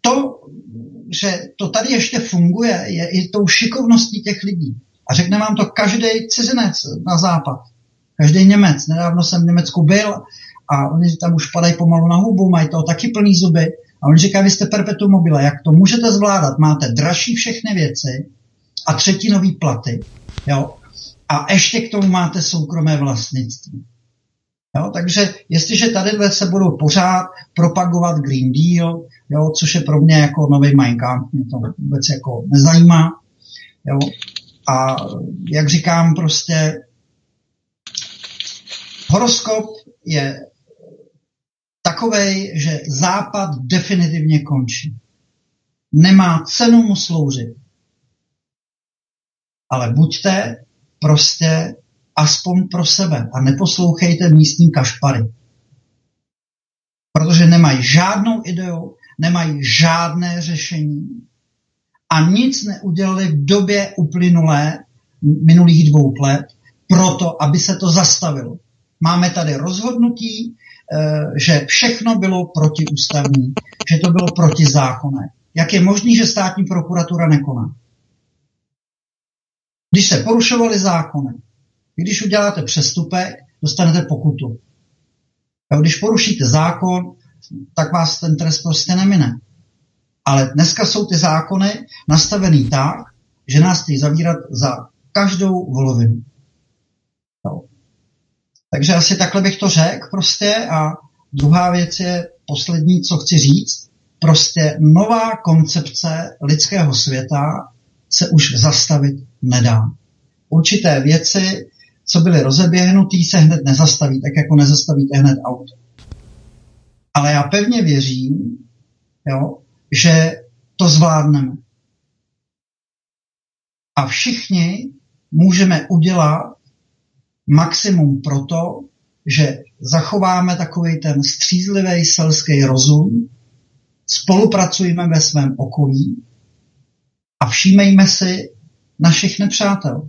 to tady ještě funguje, je i tou šikovností těch lidí. A řekne vám to každý cizinec na západ. Každý Němec. Nedávno jsem v Německu byl a oni tam už padají pomalu na hubu, mají toho taky plný zuby. A oni říkají, vy jste perpetuum mobile, jak to můžete zvládat? Máte dražší všechny věci a třetinový platy. Jo? A ještě k tomu máte soukromé vlastnictví. Jo? Takže jestliže tady se budou pořád propagovat Green Deal, jo, což je pro mě jako nový Mein Kampf, mě to vůbec jako nezajímá. Jo? A jak říkám, prostě horoskop je takovej, že Západ definitivně končí. Nemá cenu mu sloužit. Ale buďte prostě aspoň pro sebe a neposlouchejte místní kašpary. Protože nemají žádnou ideu, nemají žádné řešení a nic neudělali v době uplynulé minulých 2 let proto, aby se to zastavilo. Máme tady rozhodnutí, že všechno bylo protiústavní, že to bylo protizákonné. Jak je možné, že státní prokuratura nekoná? Když se porušovaly zákony, když uděláte přestupek, dostanete pokutu. A když porušíte zákon, tak vás ten trest prostě nemine. Ale dneska jsou ty zákony nastavený tak, že nás chtějí zavírat za každou volovinu. No. Takže asi takhle bych to řekl prostě. A druhá věc je poslední, co chci říct. Prostě nová koncepce lidského světa se už zastavit nedá. Určité věci, co byly rozeběhnutý, se hned nezastaví, tak jako nezastavíte hned auto. Ale já pevně věřím, jo, že to zvládneme. A všichni můžeme udělat maximum pro to, že zachováme takový ten střízlivý selský rozum, spolupracujeme ve svém okolí a všímejme si našich nepřátel.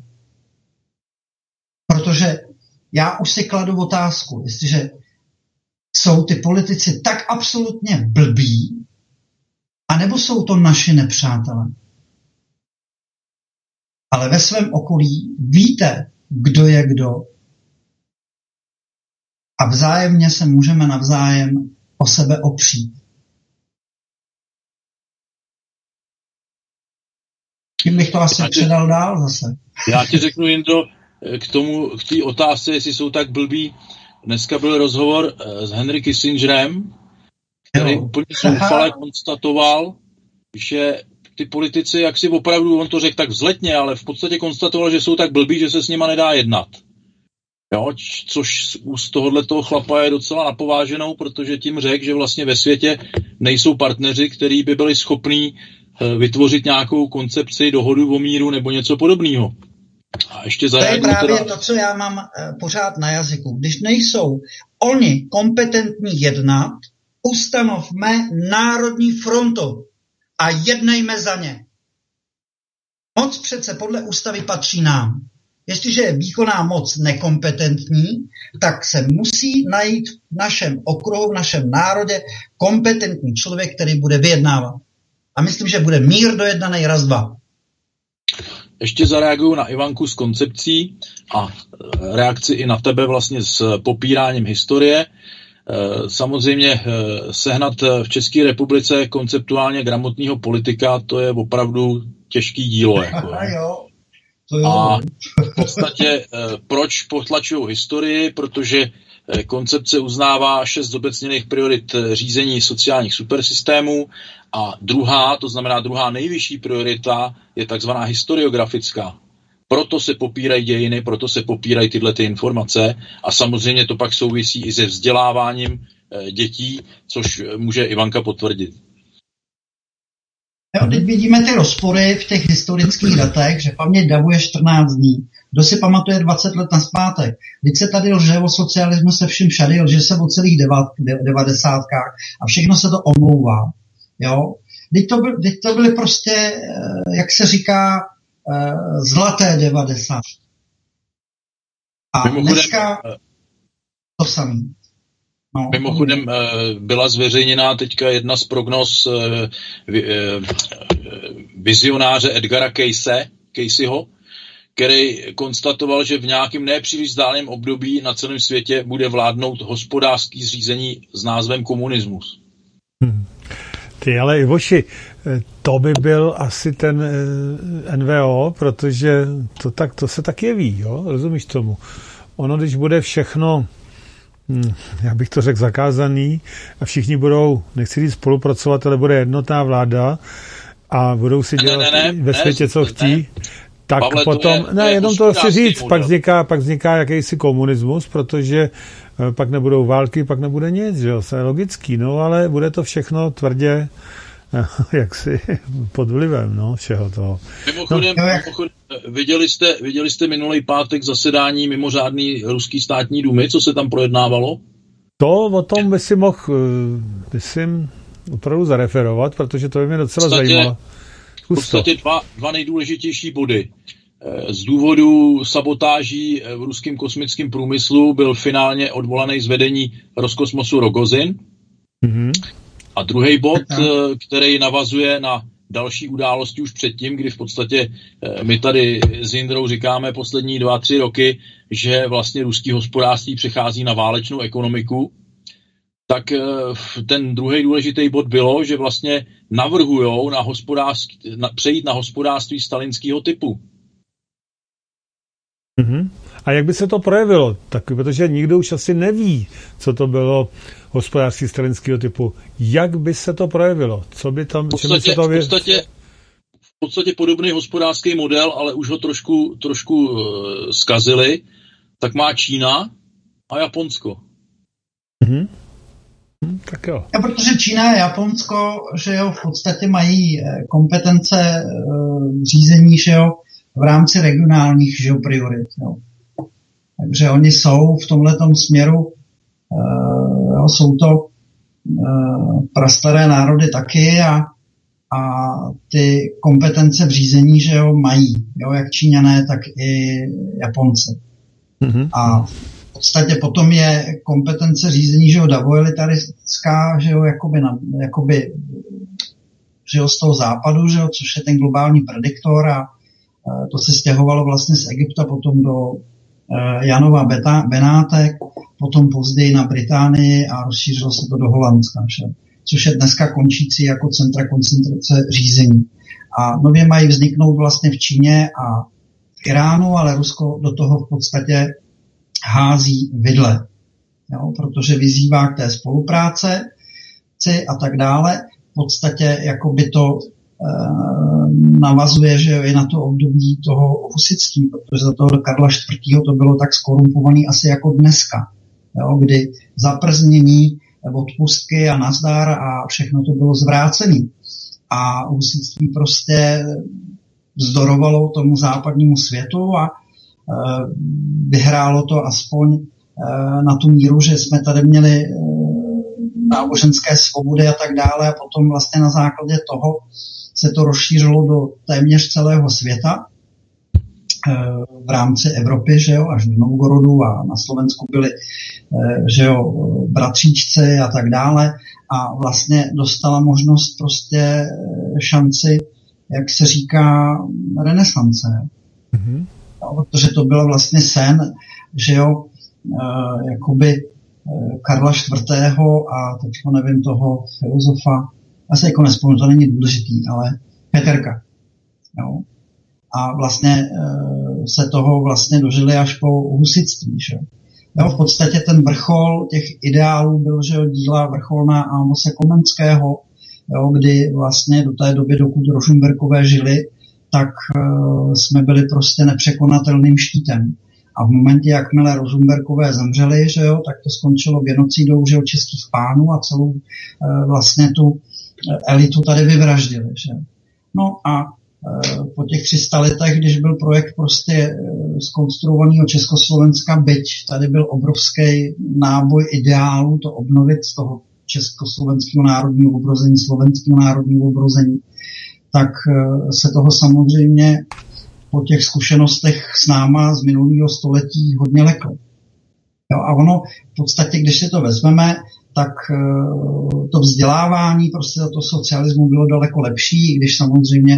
Protože já už si kladu otázku, jestliže jsou ty politici tak absolutně blbí, anebo jsou to naši nepřátelé. Ale ve svém okolí víte, kdo je kdo. a vzájemně se můžeme navzájem o sebe opřít. Tím bych to asi předal dál zase. Já ti řeknu, Jindro, k té otázce, jestli jsou tak blbí. Dneska byl rozhovor s Henry Kissingerem, který úplně zoufale konstatoval, že ty politici, jak si opravdu, on to řekl tak vzletně, ale v podstatě konstatoval, že jsou tak blbí, že se s nima nedá jednat. Jo, což z tohohletoho chlapa je docela napováženou, protože tím řekl, že vlastně ve světě nejsou partneři, kteří by byli schopní vytvořit nějakou koncepci, dohodu o míru nebo něco podobného. A ještě to je právě to, co já mám pořád na jazyku. Když nejsou oni kompetentní jednat, ustanovme Národní frontu a jednejme za ně. Moc přece podle ústavy patří nám. Jestliže je výkonná moc nekompetentní, tak se musí najít v našem okruhu, v našem národě kompetentní člověk, který bude vyjednávat. A myslím, že bude mír dojednaný raz, dva. Ještě zareaguju na Ivanku s koncepcí a reakci i na tebe vlastně s popíráním historie. Samozřejmě sehnat v České republice konceptuálně gramotného politika, to je opravdu těžký dílo. A v podstatě proč potlačují historii? Protože koncepce uznává 6 zobecněných priorit řízení sociálních supersystémů a druhá nejvyšší priorita je takzvaná historiografická. Proto se popírají dějiny, proto se popírají tyhle ty informace a samozřejmě to pak souvisí i se vzděláváním dětí, což může Ivanka potvrdit. Jo, teď vidíme ty rozpory v těch historických datech, že paměť davu je 14 dní. Kdo si pamatuje 20 let nazpátek? Teď se tady lže o socialismu se vším všady, lže se o celých 90. a všechno se to omlouvá. Jo? Teď to byly prostě, jak se říká, zlaté 90. A dneska to samý. No, mimochodem byla zveřejněná teďka jedna z prognóz vizionáře Edgara Caseyho, který konstatoval, že v nějakém nepříliš vzdáleném období na celém světě bude vládnout hospodářské zřízení s názvem komunismus. Ty ale Ivoši, to by byl asi ten NVO, protože to se tak jeví, jo? Rozumíš tomu? Ono, když bude všechno, já bych to řekl, zakázaný a všichni budou, nechci říct spolupracovat, ale bude jednotná vláda a budou si dělat ve světě, co chtí, tak Pavle, potom, jenom to chci říct, pak vzniká jakýsi komunismus, protože pak nebudou války, pak nebude nic, že jo, to je logický, no, ale bude to všechno tvrdě, jaksi pod vlivem, no, všeho toho. Mimochodem, viděli jste minulý pátek zasedání mimořádný ruský státní dumy, co se tam projednávalo? O tom by si mohl, myslím, opravdu zareferovat, protože to by mě docela zajímalo. V podstatě dva nejdůležitější body. Z důvodu sabotáží v ruském kosmickém průmyslu byl finálně odvolaný z vedení Roskosmosu Rogozin. Mm-hmm. A druhý bod, který navazuje na další události už předtím, kdy v podstatě my tady s Jindrou říkáme poslední 2-3 roky, že vlastně ruský hospodářství přechází na válečnou ekonomiku, tak ten druhý důležitý bod bylo, že vlastně navrhujou přejít na hospodářství stalinského typu. Mm-hmm. A jak by se to projevilo? Tak, protože nikdo už asi neví, co to bylo hospodářství stalinského typu. Jak by se to projevilo? Co by tam... V podstatě podobný hospodářský model, ale už ho trošku zkazili, tak má Čína a Japonsko. Mm-hmm. Tak jo. A protože Čína a Japonsko, že jo, v podstatě mají kompetence řízení, že jo, v rámci regionálních, že jo, priorit, jo. Takže oni jsou v tomhletom směru, jsou to prastaré národy taky a ty kompetence v řízení, že jo, mají, jo, jak Číňané, tak i Japonci. Mm-hmm. A v podstatě potom je kompetence řízení, že jo, davoelitaristická, že jo, jakoby že jo, z toho západu, že jo, což je ten globální prediktor a to se stěhovalo vlastně z Egypta potom Janova Benátek, potom později na Británii a rozšířilo se to do Holandska, což je dneska končící jako centra koncentrace řízení. A nově mají vzniknout vlastně v Číně a v Iránu, ale Rusko do toho v podstatě hází vidle, protože vyzývá k té spolupráce a tak dále. V podstatě jako by to navazuje, že i na to období toho husitství, protože za toho Karla IV. To bylo tak skorumpovaný asi jako dneska, kdy zaprznění, odpustky a nazdar a všechno to bylo zvrácený. A husitství prostě vzdorovalo tomu západnímu světu a vyhrálo to aspoň na tu míru, že jsme tady měli náboženské svobody a tak dále a potom vlastně na základě toho se to rozšířilo do téměř celého světa v rámci Evropy, že jo, až do Novgorodu a na Slovensku byli, že jo, bratříčci a tak dále a vlastně dostala možnost prostě šanci, jak se říká, renesance. Mm-hmm. Protože to byl vlastně sen, že jo, jakoby Karla IV. A teďko nevím toho filozofa, asi jako nespomínám, to není důležitý, ale Peterka. Jo. A vlastně se toho vlastně dožili až po husitství. Že? Jo, v podstatě ten vrchol těch ideálů byl, že díla vrcholná Amose Komenského, jo, kdy vlastně do té doby, dokud Rožmberkové žili, tak jsme byli prostě nepřekonatelným štítem. A v momentě, jakmile Rožmberkové zemřeli, že jo, tak to skončilo genocidou, že jo, českých pánů a celou vlastně tu elitu tady vyvraždili. Že? No a po těch 300 letech, když byl projekt prostě zkonstruovaného Československa, byť tady byl obrovský náboj ideálů to obnovit z toho československého národního obrození, slovenského národního obrození, tak se toho samozřejmě po těch zkušenostech s náma z minulého století hodně leklo. Jo, a ono v podstatě, když si to vezmeme, tak to vzdělávání prostě za to socialismu bylo daleko lepší, když samozřejmě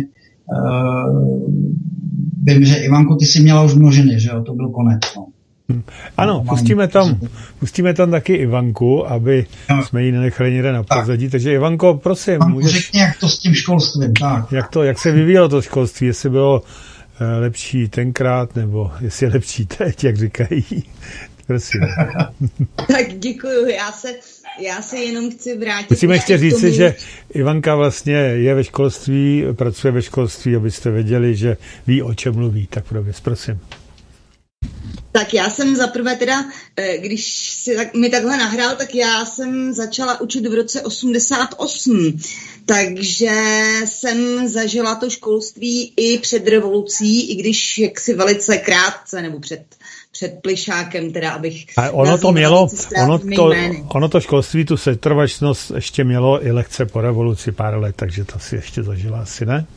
vím, že Ivanko, ty jsi měla už množiny, že jo, to byl konec. No. Ano, pustíme tam taky Ivanku, aby jsme ji nenechali někde na pozadí. Takže Ivanko, prosím. Řekni, jak to s tím školstvím. Tak. Jak se vyvíjelo to školství, jestli bylo lepší tenkrát, nebo jestli je lepší teď, jak říkají. Prosím. Tak děkuju, já se jenom chci vrátit. Musíme ještě říci, že Ivanka vlastně je ve školství, pracuje ve školství, abyste věděli, že ví, o čem mluví. Tak prosím. Tak já jsem zaprvé teda, když si mi takhle nahrál, tak já jsem začala učit v roce 88. Takže jsem zažila to školství i před revolucí, i když jaksi velice krátce, nebo před Plišákem, teda abych... A ono to školství, tu setrvačnost ještě mělo i lehce po revoluci pár let, takže to si ještě zažila asi, ne?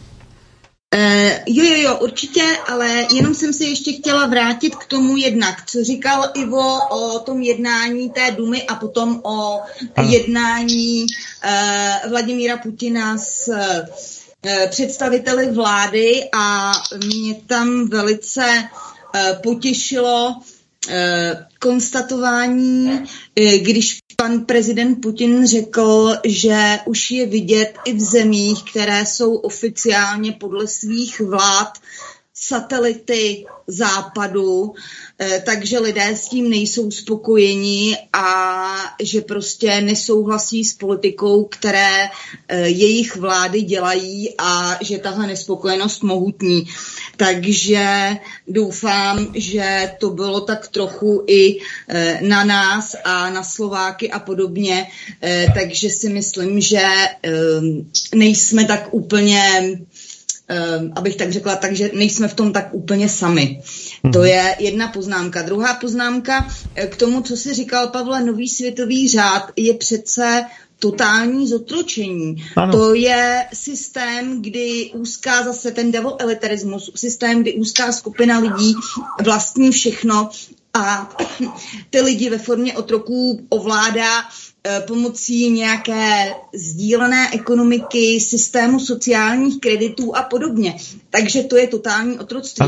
Jo, určitě, ale jenom jsem si ještě chtěla vrátit k tomu jednak, co říkal Ivo o tom jednání té Dumy a potom o jednání Vladimíra Putina s představiteli vlády a mě tam velice potěšilo konstatování, když pan prezident Putin řekl, že už je vidět i v zemích, které jsou oficiálně podle svých vlád satelity západu, takže lidé s tím nejsou spokojeni a že prostě nesouhlasí s politikou, které jejich vlády dělají a že tahle nespokojenost mohutní. Takže doufám, že to bylo tak trochu i na nás a na Slováky a podobně, takže si myslím, že nejsme tak úplně... abych tak řekla, takže nejsme v tom tak úplně sami. To je jedna poznámka. Druhá poznámka k tomu, co si říkal, Pavle, nový světový řád je přece totální zotročení. Ano. To je systém, kdy úzká zase ten devoelitarismus, systém, kdy úzká skupina lidí vlastní všechno a ty lidi ve formě otroků ovládá pomocí nějaké sdílené ekonomiky, systému sociálních kreditů a podobně. Takže to je totální otroctví. Ano.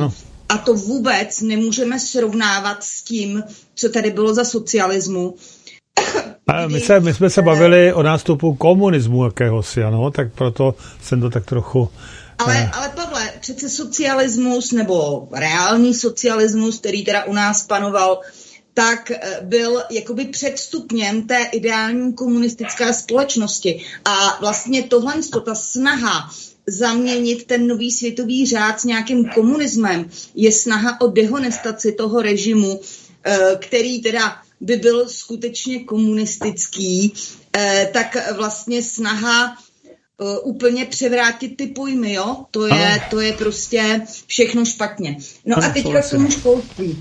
A to vůbec nemůžeme srovnávat s tím, co tady bylo za socialismu. My jsme se bavili o nástupu komunismu jakéhosi, ano, tak proto jsem to tak trochu... Ale Pavle, přece socialismus, nebo reálný socialismus, který teda u nás panoval, tak byl jakoby předstupněm té ideální komunistické společnosti. A vlastně tohle, ta snaha zaměnit ten nový světový řád s nějakým komunismem, je snaha o dehonestaci toho režimu, který teda by byl skutečně komunistický, tak vlastně snaha úplně převrátit ty pojmy, jo? To je prostě všechno špatně. No a teďka k tomu školství.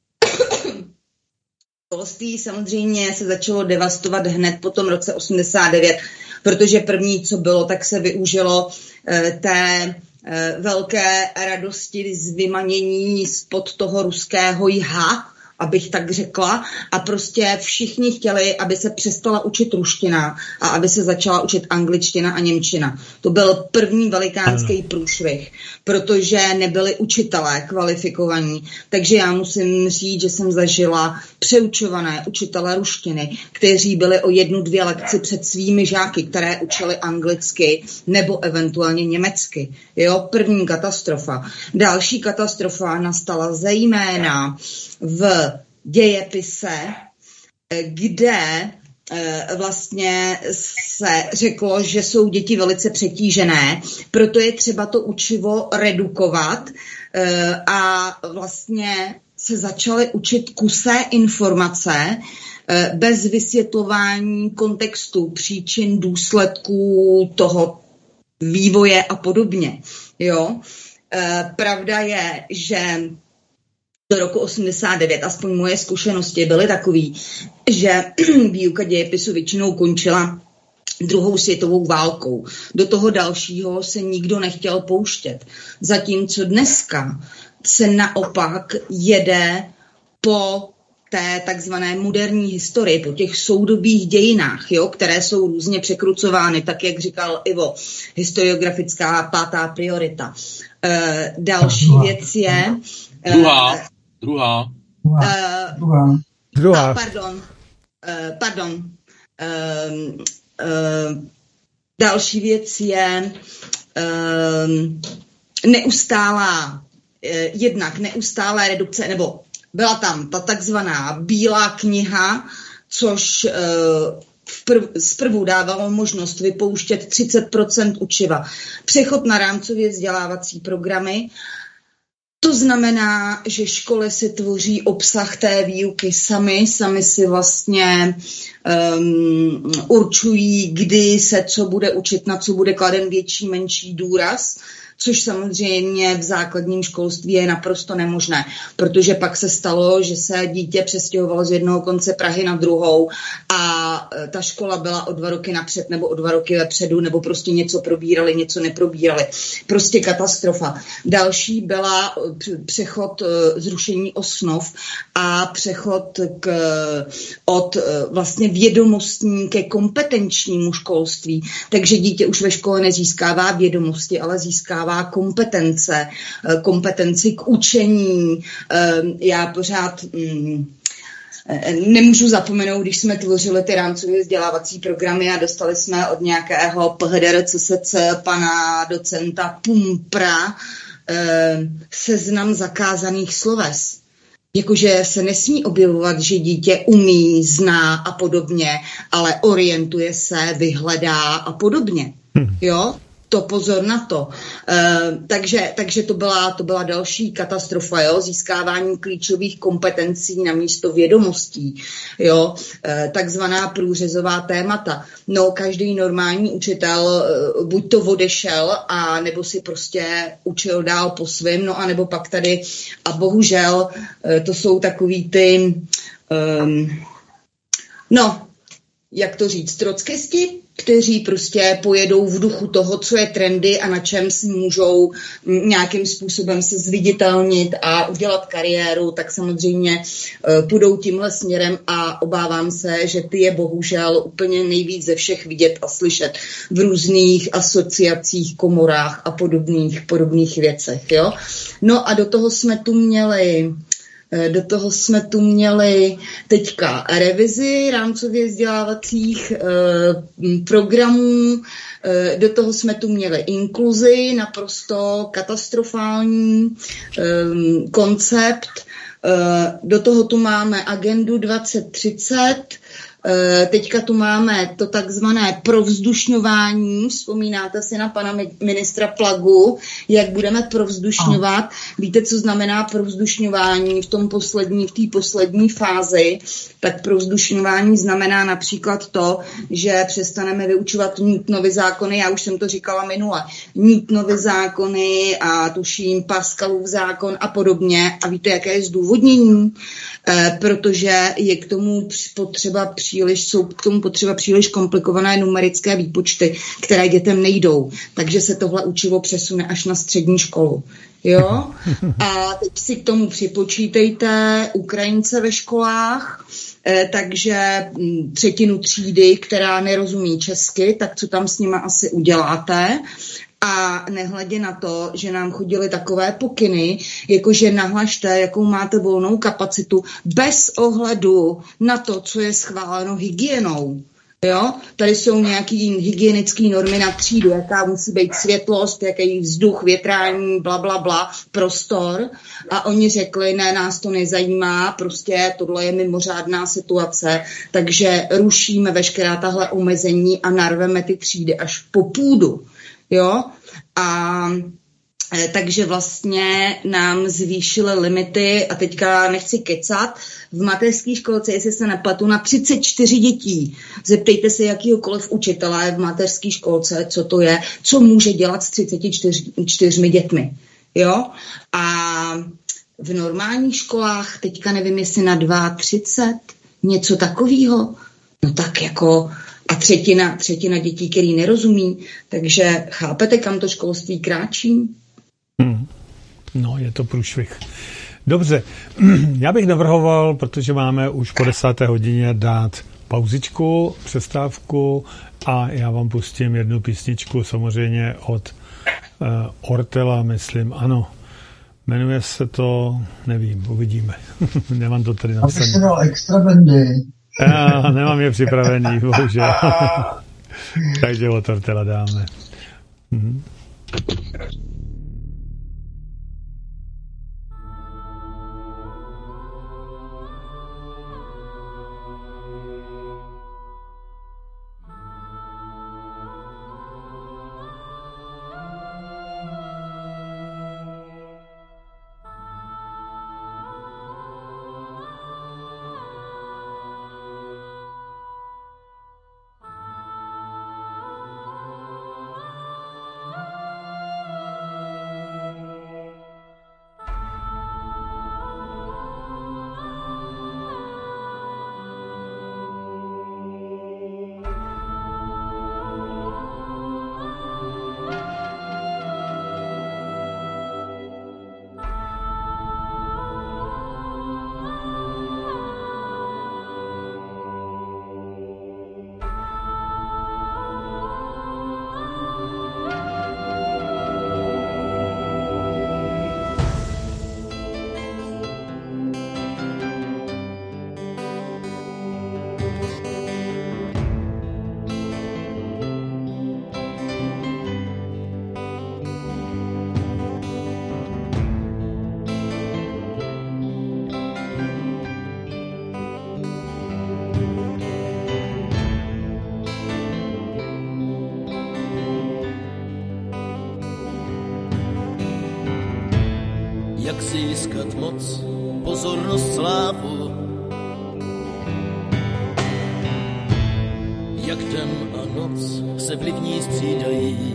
Školství samozřejmě se začalo devastovat hned po tom roce 89, protože první, co bylo, tak se využilo té velké radosti z vymanění spod toho ruského jha, abych tak řekla, a prostě všichni chtěli, aby se přestala učit ruština a aby se začala učit angličtina a němčina. To byl první velikánský průšvih, protože nebyli učitelé kvalifikovaní. Takže já musím říct, že jsem zažila přeučované učitele ruštiny, kteří byli o 1-2 lekci před svými žáky, které učili anglicky nebo eventuálně německy. Jo, první katastrofa. Další katastrofa nastala zejména v dějepise, kde vlastně se řeklo, že jsou děti velice přetížené, proto je třeba to učivo redukovat a vlastně se začaly učit kusé informace bez vysvětlování kontextu, příčin, důsledků toho vývoje a podobně. Jo? Pravda je, že do roku 89, aspoň moje zkušenosti byly takový, že výuka dějepisu většinou končila 2. světovou válkou. Do toho dalšího se nikdo nechtěl pouštět. Zatímco dneska se naopak jede po té takzvané moderní historii, po těch soudobých dějinách, jo, které jsou různě překrucovány, tak jak říkal Ivo, historiografická 5. priorita. Další věc je... Druhá. Pardon. Další věc je neustálá redukce, nebo byla tam ta takzvaná bílá kniha, což zprvu dávalo možnost vypouštět 30% učiva. Přechod na rámcově vzdělávací programy. To znamená, že školy si tvoří obsah té výuky sami si vlastně určují, kdy se co bude učit, na co bude kladen větší, menší důraz, což samozřejmě v základním školství je naprosto nemožné, protože pak se stalo, že se dítě přestěhovalo z jednoho konce Prahy na druhou a ta škola byla o 2 roky napřed nebo o 2 roky vepředu, nebo prostě něco probírali, něco neprobírali. Prostě katastrofa. Další byla přechod zrušení osnov a přechod od vlastně vědomostní ke kompetenčnímu školství. Takže dítě už ve škole nezískává vědomosti, ale získává kompetenci k učení. Já pořád nemůžu zapomenout, když jsme tvořili ty rámcové vzdělávací programy a dostali jsme od nějakého PHDRCSC pana docenta Pumpra seznam zakázaných sloves. Jakože se nesmí objevovat, že dítě umí, zná a podobně, ale orientuje se, vyhledá a podobně. Jo? To pozor na to. Takže to byla další katastrofa, jo? Získávání klíčových kompetencí na místo vědomostí, jo? Takzvaná průřezová témata. No, každý normální učitel buď to odešel, a nebo si prostě učil dál po svém, no a nebo pak tady, a bohužel, to jsou takový ty, jak to říct, trockisti, kteří prostě pojedou v duchu toho, co je trendy a na čem si můžou nějakým způsobem se zviditelnit a udělat kariéru, tak samozřejmě půjdou tímhle směrem a obávám se, že ty je bohužel úplně nejvíc ze všech vidět a slyšet v různých asociacích, komorách a podobných věcech. Jo? No a do toho jsme tu měli teďka revizi rámcově vzdělávacích programů, do toho jsme tu měli inkluzi, naprosto katastrofální koncept, do toho tu máme agendu 2030, teďka tu máme to takzvané provzdušňování. Vzpomínáte si na pana ministra Plagu, jak budeme provzdušňovat. Víte, co znamená provzdušňování v té poslední fázi? Tak provzdušňování znamená například to, že přestaneme vyučovat Newtonovy zákony, já už jsem to říkala minule, Newtonovy zákony a tuším Pascalův zákon a podobně. A víte, jaké je zdůvodnění? Protože je k tomu potřeba příliš komplikované numerické výpočty, které dětem nejdou. Takže se tohle učivo přesune až na střední školu. Jo? A teď si k tomu připočítejte Ukrajince ve školách, takže 1/3 třídy, která nerozumí česky, tak co tam s nima asi uděláte? A nehledě na to, že nám chodily takové pokyny, jakože nahlašte, jakou máte volnou kapacitu, bez ohledu na to, co je schváleno hygienou. Jo? Tady jsou nějaké hygienické normy na třídu, jaká musí být světlost, jaký vzduch, větrání, bla, prostor. A oni řekli, ne, nás to nezajímá, prostě tohle je mimořádná situace, takže rušíme veškerá tahle omezení a narveme ty třídy až po půdu. Jo? A takže vlastně nám zvýšily limity a teďka nechci kecat, v mateřské školce, jestli se nepletu, na 34 dětí. Zeptejte se jakýhokoliv učitele v mateřské školce, co to je, co může dělat s 34 dětmi. Jo? A v normálních školách, teďka nevím, jestli na 32, něco takového, no tak jako a třetina dětí, který nerozumí. Takže chápete, kam to školství kráčí? No, je to průšvih. Dobře, já bych navrhoval, protože máme už po 10. hodině, dát pauzičku, přestávku a já vám pustím jednu písničku, samozřejmě od Ortela, myslím, ano. Jmenuje se to, nevím, uvidíme. Nemám to tady napsané. Aby se dal extra bandy. Já nemám je připravený, bohužel. Takže od Ortela dáme. Jak získat moc, pozornost, slávu, jak den a noc se vlivní střídají,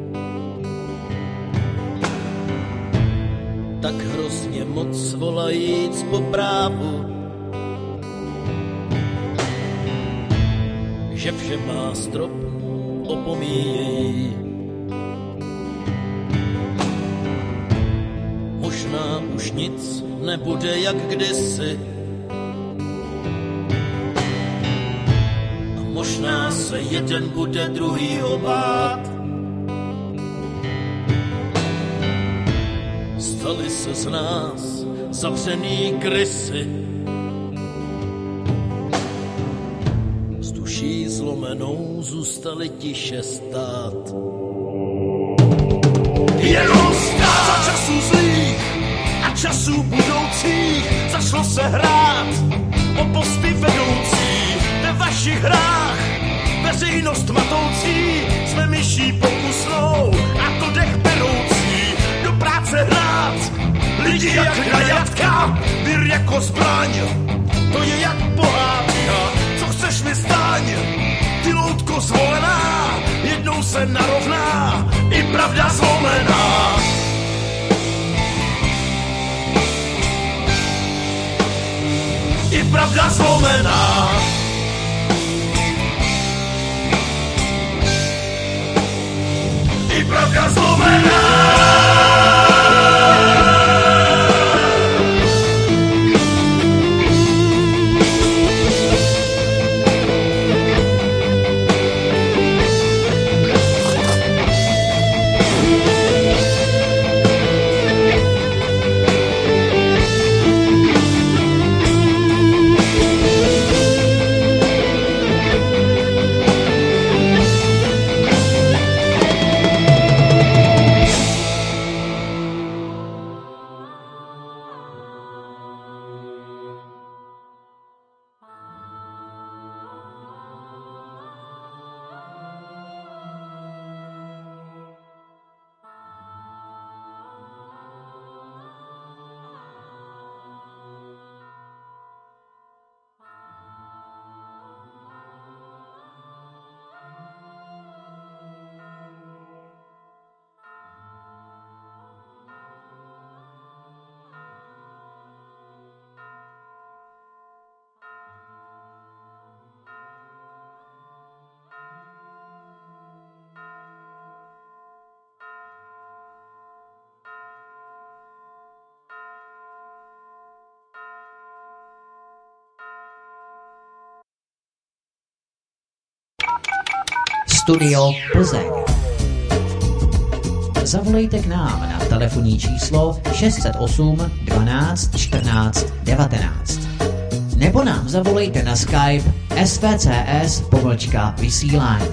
tak hrozně moc volajíc po právu, že vše má strop, opomíjejí. Možná už nic nebude jak kdysi. A možná se jeden bude druhýho bát. Stali se z nás zavřený krysy. S duší zlomenou zůstali tiše stát. Jenom stát za časů zlých a časů budoucích. Zašlo se hrát o posty vedoucí ve vašich hrách. Veřejnost matoucí, jsme myší pokusnou a to dech beroucí. Do práce hrát, lidi jak na jatka, vír jako zbraň. To je jak pohádka, co chceš mi staň. Ty loutko zvolená, jednou se narovná, i pravda zlomená. I pravda zlomená. I pravda zlomená. Studio Plzeň. Zavolejte k nám na telefonní číslo 608 12 14 19. Nebo nám zavolejte na Skype svcs_vysílání.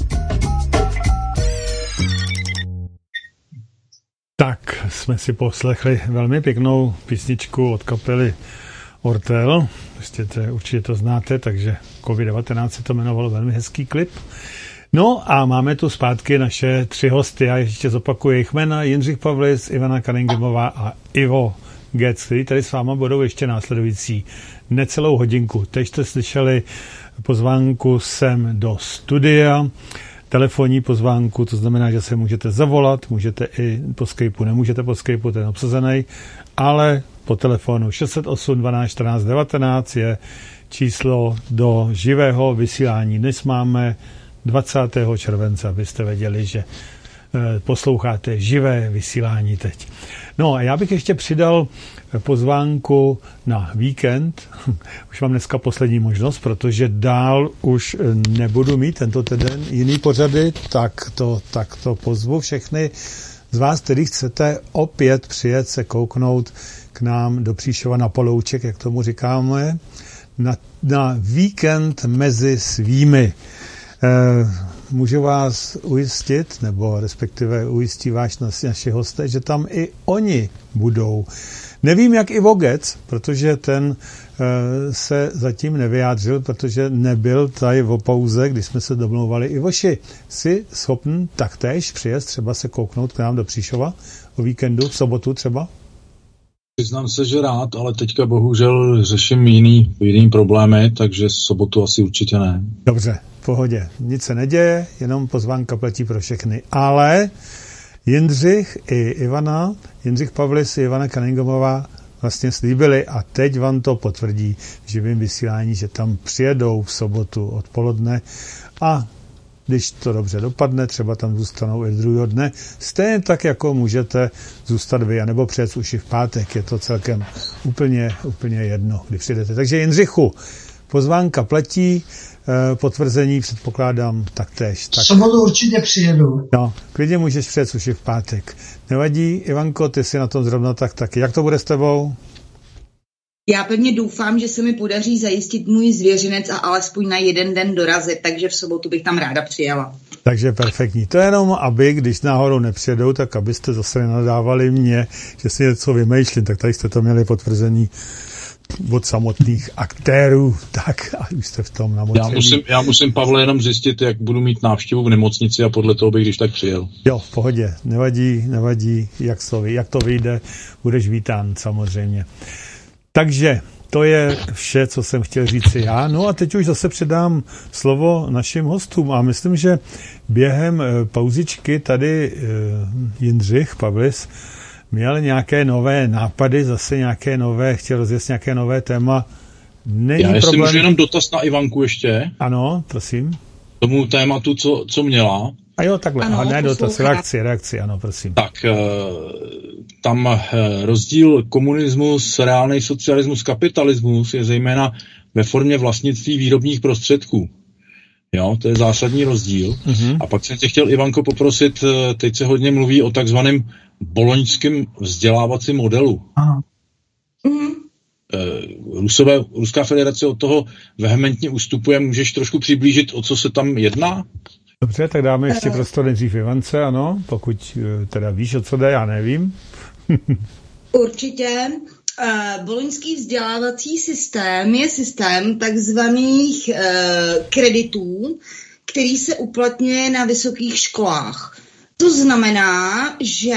Tak jsme si poslechli velmi pěknou písničku od kapely Ortel. Určitě to znáte, takže COVID-19 se to jmenovalo, velmi hezký klip. No a máme tu zpátky naše 3 hosty. Já ještě zopakuju jejich jména. Jindřich Pavlis, Ivana Kaningemová a Ivo Gec, který tady s váma budou ještě následující necelou hodinku. Teď jste slyšeli pozvánku sem do studia, telefonní pozvánku, to znamená, že se můžete zavolat, můžete i po Skypeu, nemůžete po Skypeu, ten je obsazený, ale po telefonu 608 12 14 19 je číslo do živého vysílání. Dnes máme 20. července, abyste věděli, že posloucháte živé vysílání teď. No a já bych ještě přidal pozvánku na víkend. Už mám dneska poslední možnost, protože dál už nebudu mít tento týden jiný pořady, tak to pozvu všechny z vás, kteří chcete opět přijet se kouknout k nám do Příšova na Polouček, jak tomu říkáme, na víkend mezi svými. Můžu vás ujistit, nebo respektive ujistí váš naši hosté, že tam i oni budou. Nevím, jak Ivo Gec, protože ten se zatím nevyjádřil, protože nebyl tady v pauze, když jsme se domlouvali. Ivoši, jsi schopen taktéž přijet, třeba se kouknout k nám do Příšova o víkendu, v sobotu třeba? Přiznám se, že rád, ale teďka bohužel řeším jiný problémy, takže sobotu asi určitě ne. Dobře, v pohodě. Nic se neděje, jenom pozvánka platí pro všechny. Ale Jindřich i Ivana, Jindřich Pavlis i Ivana Kaningemová vlastně slíbili a teď vám to potvrdí v živém vysílání, že tam přijedou v sobotu odpoledne a když to dobře dopadne, třeba tam zůstanou i druhého dne, stejně tak, jako můžete zůstat vy, anebo přijet už i v pátek, je to celkem úplně jedno, kdy přijdete. Takže Jindřichu, pozvánka platí, potvrzení předpokládám taktéž. Tak. V sobotu určitě přijedu. No, klidně můžeš přijet už i v pátek. Nevadí, Ivanko, ty jsi na tom zrovna taky. Jak to bude s tebou? Já pevně doufám, že se mi podaří zajistit můj zvěřinec a alespoň na jeden den dorazit, takže v sobotu bych tam ráda přijela. Takže perfektní. To je jenom, aby, když náhodou nepřijedou, tak abyste zase nenadávali mě, že si něco vymýšlím, tak tady jste to měli potvrzení od samotných aktérů, tak a už jste v tom namočení. Já musím, Pavle, jenom zjistit, jak budu mít návštěvu v nemocnici a podle toho bych když tak přijel. Jo, v pohodě, nevadí, jak to vyjde, budeš vítán samozřejmě. Takže to je vše, co jsem chtěl říct já. No a teď už zase předám slovo našim hostům a myslím, že během pauzičky tady Jindřich Pavlis měl nějaké nové nápady, zase nějaké nové, chtěl rozjet nějaké nové téma. Není já problém. můžu jenom dotaz na Ivanku ještě. Ano, prosím. Tomu tématu, co měla. A jo, takhle, ano, ne dotaz, reakci, ano, prosím. Tak, tam rozdíl komunismus, reálný socialismus, kapitalismus je zejména ve formě vlastnictví výrobních prostředků. Jo, to je zásadní rozdíl. Mm-hmm. A pak jsem tě chtěl, Ivanko, poprosit, teď se hodně mluví o takzvaném boloňském vzdělávacím modelu. Aha. Mm-hmm. Ruská federace od toho vehementně ustupuje. Můžeš trošku přiblížit, o co se tam jedná? Dobře, tak dáme ještě prostor nejdřív Ivance, ano, pokud teda víš, o co jde, já nevím. Určitě. Boloňský vzdělávací systém je systém takzvaných kreditů, který se uplatňuje na vysokých školách. To znamená, že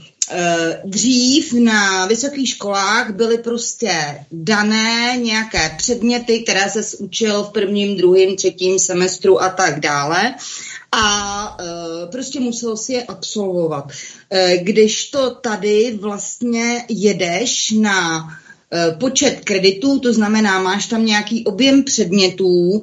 dřív na vysokých školách byly prostě dané nějaké předměty, které se učil v prvním, druhém, třetím semestru a tak dále. A prostě musel si je absolvovat. Když to tady vlastně jedeš na počet kreditů, to znamená, máš tam nějaký objem předmětů,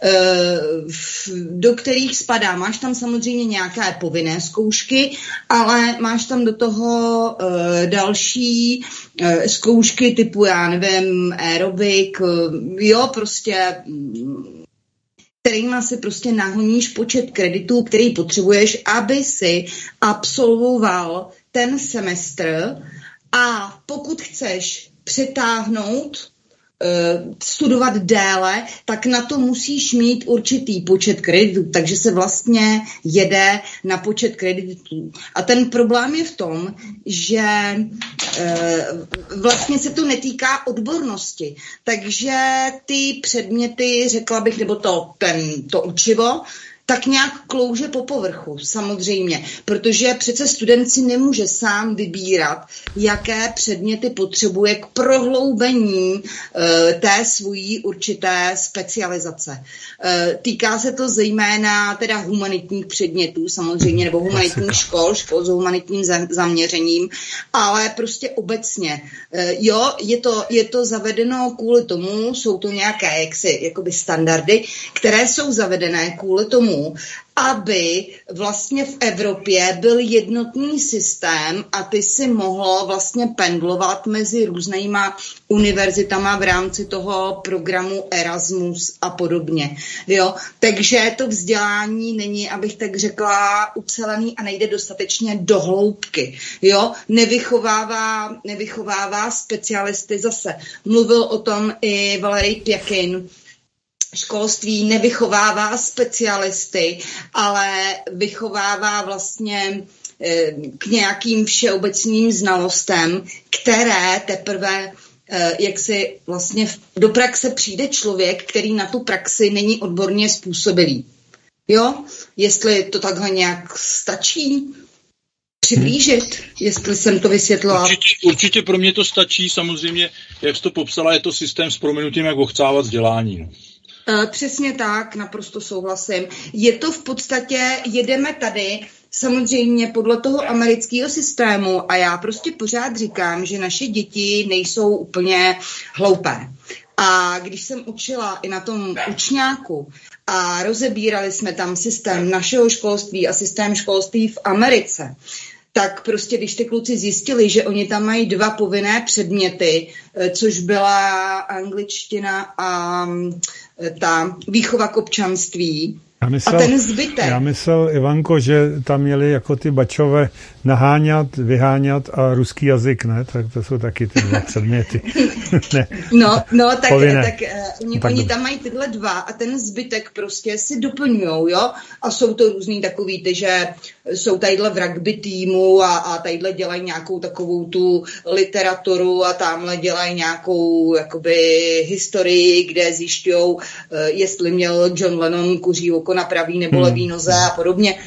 do kterých spadá. Máš tam samozřejmě nějaké povinné zkoušky, ale máš tam do toho další zkoušky typu, já nevím, aerobik, jo, prostě kterýma si prostě nahoníš počet kreditů, který potřebuješ, aby si absolvoval ten semestr a pokud chceš přetáhnout, studovat déle, tak na to musíš mít určitý počet kreditů, takže se vlastně jede na počet kreditů. A ten problém je v tom, že vlastně se to netýká odbornosti, takže ty předměty, řekla bych, nebo to učivo, tak nějak klouže po povrchu, samozřejmě, protože přece student si nemůže sám vybírat, jaké předměty potřebuje k prohloubení té svojí určité specializace. Týká se to zejména teda humanitních předmětů, samozřejmě, nebo humanitních škol s humanitním zaměřením, ale prostě obecně. Jo, je to zavedeno kvůli tomu, jsou to nějaké jakoby standardy, které jsou zavedené kvůli tomu, aby vlastně v Evropě byl jednotný systém a ty si mohlo vlastně pendlovat mezi různýma univerzitama v rámci toho programu Erasmus a podobně. Jo? Takže to vzdělání není, abych tak řekla, ucelený a nejde dostatečně do hloubky. Jo? Nevychovává specialisty zase. Mluvil o tom i Valerij Pěkin. Školství nevychovává specialisty, ale vychovává vlastně k nějakým všeobecným znalostem, které teprve jak si vlastně do praxe přijde člověk, který na tu praxi není odborně způsobilý. Jo? Jestli to takhle nějak stačí přiblížit, jestli jsem to vysvětlila. Určitě pro mě to stačí, samozřejmě, jak jsi to popsala, je to systém s prominutím, jak ochcávat vzdělání. No. Přesně tak, naprosto souhlasím. Je to v podstatě, jedeme tady samozřejmě podle toho amerického systému a já prostě pořád říkám, že naše děti nejsou úplně hloupé. A když jsem učila i na tom učňáku a rozebírali jsme tam systém našeho školství a systém školství v Americe, tak prostě když ty kluci zjistili, že oni tam mají 2 povinné předměty, což byla angličtina a ta výchova k občanství, a ten zbytek. Já myslel, Ivanko, že tam měli jako ty bačové naháňat, vyháňat a ruský jazyk, ne? Tak to jsou taky ty 2 předměty. Ne. No, tak oni tam mají tyhle 2 a ten zbytek prostě si doplňujou, jo? A jsou to různý takový ty, že jsou tadyhle v rugby týmu a tadyhle dělají nějakou takovou tu literaturu a tamhle dělají nějakou jakoby historii, kde zjišťujou, jestli měl John Lennon kuří oko na pravý nebo levý noze a podobně.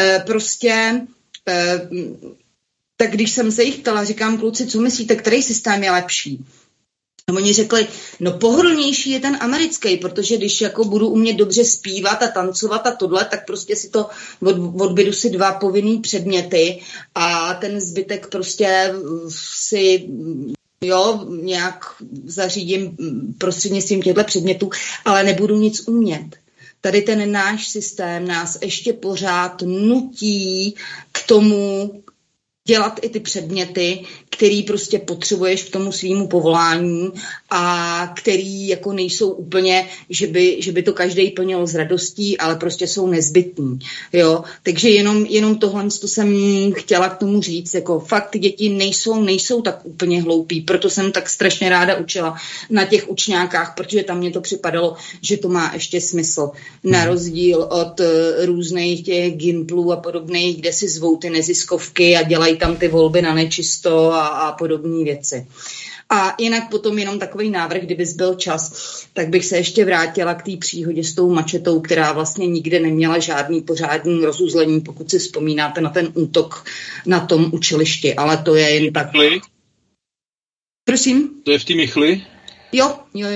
Tak když jsem se jich ptala, říkám, kluci, co myslíte, který systém je lepší? A oni řekli, no pohodlnější je ten americký, protože když jako budu umět dobře zpívat a tancovat a tohle, tak prostě si to odbydu si 2 povinný předměty a ten zbytek prostě si nějak zařídím prostřednictvím těchto předmětů, ale nebudu nic umět. Tady ten náš systém nás ještě pořád nutí k tomu dělat i ty předměty, který prostě potřebuješ k tomu svýmu povolání a který jako nejsou úplně, že by to každý plnil s radostí, ale prostě jsou nezbytní. Jo? Takže jenom tohle jsem chtěla k tomu říct, jako fakt ty děti nejsou tak úplně hloupí, proto jsem tak strašně ráda učila na těch učňákách, protože tam mě to připadalo, že to má ještě smysl. Na rozdíl od různých těch gimplů a podobných, kde si zvou ty neziskovky a dělají tam ty volby na nečisto a podobné věci. A jinak potom jenom takový návrh, kdyby byl čas, tak bych se ještě vrátila k té příhodě s tou mačetou, která vlastně nikde neměla žádný pořádný rozuzlení, pokud si vzpomínáte na ten útok na tom učilišti, ale to je jen tak. Prosím? To je v té Michli? Jo.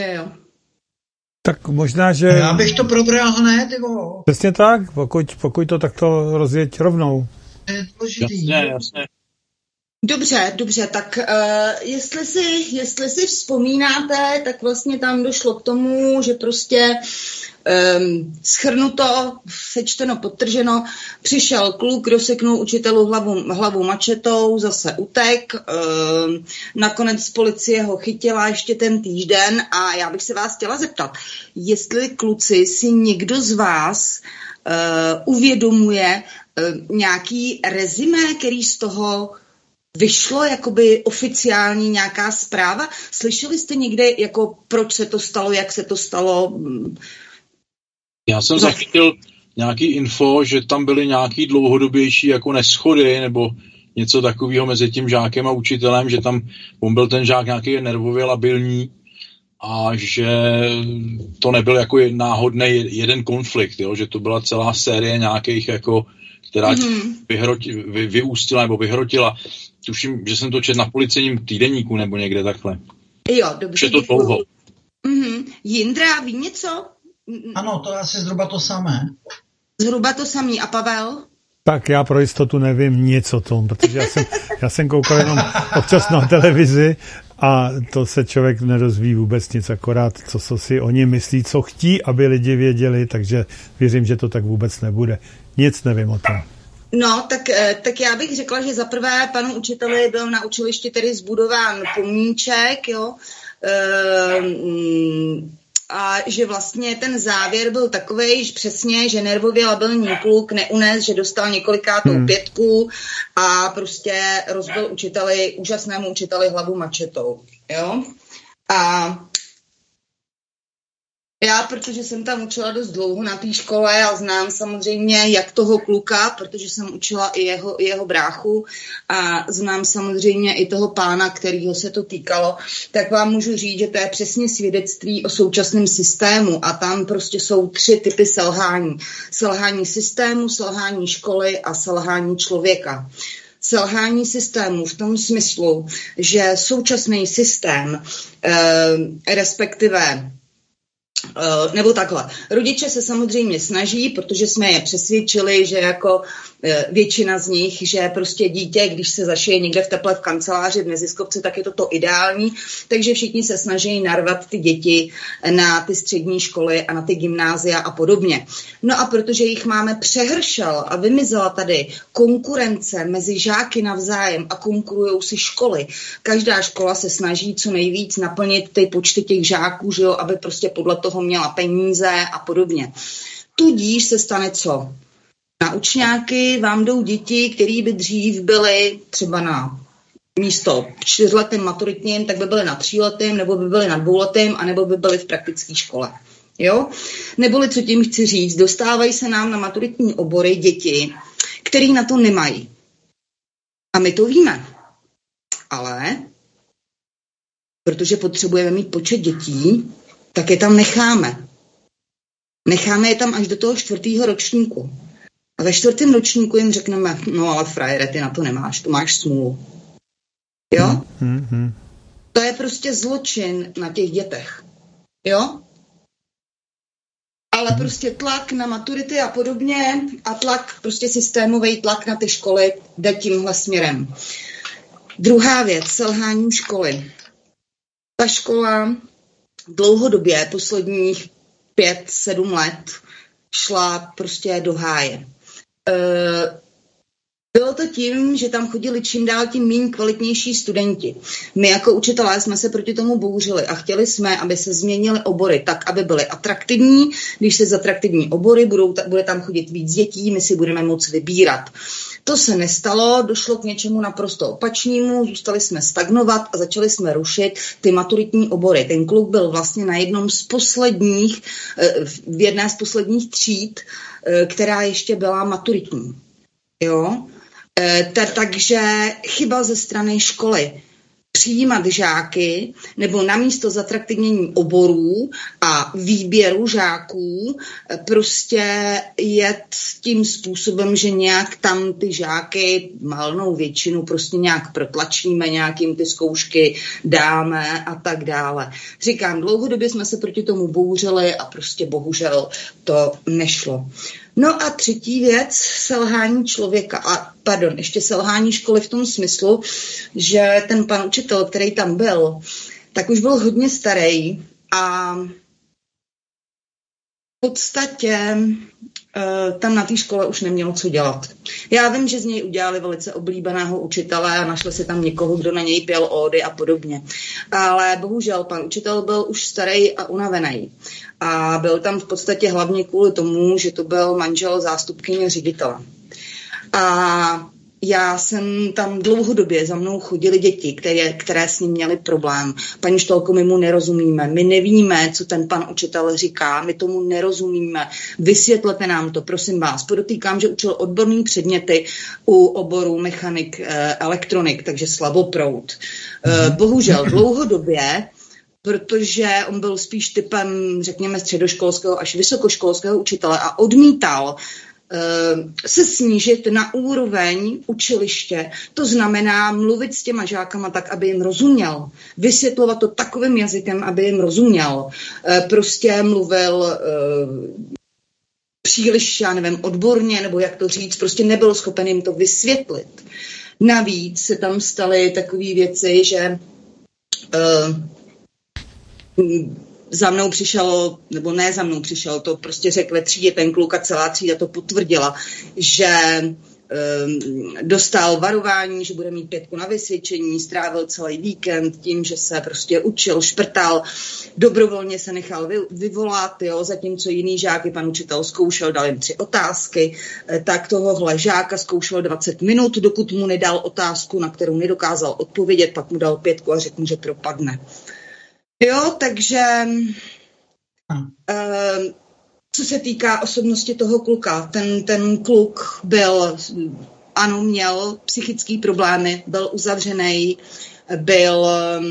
Tak možná, že... Já bych to probral hned, jo. Přesně tak, pokud to takto rozjeď rovnou. To je důležitý. Jasně. Dobře, tak jestli si vzpomínáte, tak vlastně tam došlo k tomu, že prostě shrnuto, sečteno, podtrženo, přišel kluk, rozseknul učitelu hlavu mačetou, zase utek, nakonec policie ho chytila ještě ten týden a já bych se vás chtěla zeptat, jestli kluci si někdo z vás uvědomuje nějaký rezimé, který z toho vyšlo, jakoby oficiální nějaká zpráva? Slyšeli jste někde, jako proč se to stalo, jak se to stalo? Já jsem zachytil nějaký info, že tam byly nějaký dlouhodobější jako neschody nebo něco takového mezi tím žákem a učitelem, že tam on byl ten žák nějaký nervově labilní a že to nebyl jako náhodný jeden konflikt, jo? Že to byla celá série nějakých, jako, která vyústila nebo vyhrotila. Tuším, že jsem to četl na policejním týdeníku nebo někde takhle. Jo, dobře. Je to dlouho. Jindra, ví něco? Ano, to je asi zhruba to samé. Zhruba to samý. A Pavel? Tak já pro jistotu nevím nic o tom, protože já jsem koukal jenom občas na televizi a to se člověk nedozví vůbec nic, akorát co si oni myslí, co chtí, aby lidi věděli, takže věřím, že to tak vůbec nebude. Nic nevím o tom. No, tak já bych řekla, že zaprvé panu učiteli byl na učilišti tedy zbudován pomníček, jo, a že vlastně ten závěr byl takovej, že přesně, že nervově labilní kluk neunes, že dostal několikátou 5 a prostě rozbil úžasnému učiteli hlavu mačetou, jo. A já, protože jsem tam učila dost dlouho na té škole a znám samozřejmě jak toho kluka, protože jsem učila i jeho bráchu a znám samozřejmě i toho pána, kterýho se to týkalo, tak vám můžu říct, že to je přesně svědectví o současném systému a tam prostě jsou 3 typy selhání. Selhání systému, selhání školy a selhání člověka. Selhání systému v tom smyslu, že současný systém, respektive nebo takhle. Rodiče se samozřejmě snaží, protože jsme je přesvědčili, že jako většina z nich, že prostě dítě, když se zašije někde v teple v kanceláři v neziskovce, tak je to ideální, takže všichni se snaží narvat ty děti na ty střední školy a na ty gymnázia a podobně. No a protože jich máme přehršel a vymizela tady konkurence mezi žáky navzájem a konkurujou si školy. Každá škola se snaží co nejvíc naplnit ty počty těch žáků, že jo, aby prostě podle toho měla peníze a podobně. Tudíž se stane co? Na učňáky vám jdou děti, které by dřív byly třeba na místo 4letým maturitním, tak by byly na 3letým, nebo by byly na 2letým, anebo by byly v praktické škole. Jo? Neboli, co tím chci říct, dostávají se nám na maturitní obory děti, který na to nemají. A my to víme. Ale protože potřebujeme mít počet dětí, tak je tam necháme. Necháme je tam až do toho 4. ročníku. A ve 4. ročníku jim řekneme, no ale frajere, ty na to nemáš, to máš smůlu. Jo? To je prostě zločin na těch dětech. Jo? Ale prostě tlak na maturity a podobně a tlak, prostě systémový tlak na ty školy jde tímhle směrem. Druhá věc, selhání školy. Ta škola dlouhodobě, posledních 5-7 let, šla prostě do háje. Bylo to tím, že tam chodili čím dál tím méně kvalitnější studenti. My jako učitelé jsme se proti tomu bouřili a chtěli jsme, aby se změnily obory tak, aby byly atraktivní. Když se zatraktivní obory, bude tam chodit víc dětí, my si budeme moci vybírat. To se nestalo, došlo k něčemu naprosto opačnému, zůstali jsme stagnovat a začali jsme rušit ty maturitní obory. Ten kluk byl vlastně na jednom z posledních, v jedné z posledních tříd, která ještě byla maturitní. Jo? Takže chyba ze strany školy. Přijímat žáky nebo namísto zatraktivnění oborů a výběru žáků prostě jet tím způsobem, že nějak tam ty žáky, malnou většinu prostě nějak protlačíme, nějakým ty zkoušky dáme a tak dále. Říkám, dlouhodobě jsme se proti tomu bouřili a prostě bohužel to nešlo. No a třetí věc, selhání člověka, ještě selhání školy v tom smyslu, že ten pan učitel, který tam byl, tak už byl hodně starý a v podstatě tam na té škole už nemělo co dělat. Já vím, že z něj udělali velice oblíbeného učitele a našli si tam někoho, kdo na něj pěl ódy a podobně. Ale bohužel pan učitel byl už starý a unavený. A byl tam v podstatě hlavně kvůli tomu, že to byl manžel zástupkyně ředitele. A já jsem tam dlouhodobě, za mnou chodili děti, které s ním měly problém. Paní Štolko, my mu nerozumíme, my nevíme, co ten pan učitel říká, my tomu nerozumíme, vysvětlete nám to, prosím vás. Podotýkám, že učil odborný předměty u oboru mechanik, elektronik, takže slaboproud. Bohužel dlouhodobě, protože on byl spíš typem, řekněme, středoškolského až vysokoškolského učitele a odmítal se snížit na úroveň učiliště. To znamená mluvit s těma žákama tak, aby jim rozuměl. Vysvětlovat to takovým jazykem, aby jim rozuměl. Prostě mluvil příliš, já nevím, odborně, nebo jak to říct, prostě nebyl schopen jim to vysvětlit. Navíc se tam staly takové věci, že za mnou přišel, nebo ne za mnou přišel, to prostě řekl ve třídě ten kluk a celá třída to potvrdila, že dostal varování, že bude mít 5 na vysvědčení, strávil celý víkend tím, že se prostě učil, šprtal, dobrovolně se nechal vyvolat, jo, zatímco jiný žáky pan učitel zkoušel, dal jim 3 otázky, tak tohohle žáka zkoušel 20 minut, dokud mu nedal otázku, na kterou nedokázal odpovědět, pak mu dal 5 a řekl mu, že propadne. Jo, takže co se týká osobnosti toho kluka, ten kluk byl, ano, měl psychické problémy, byl uzavřený, byl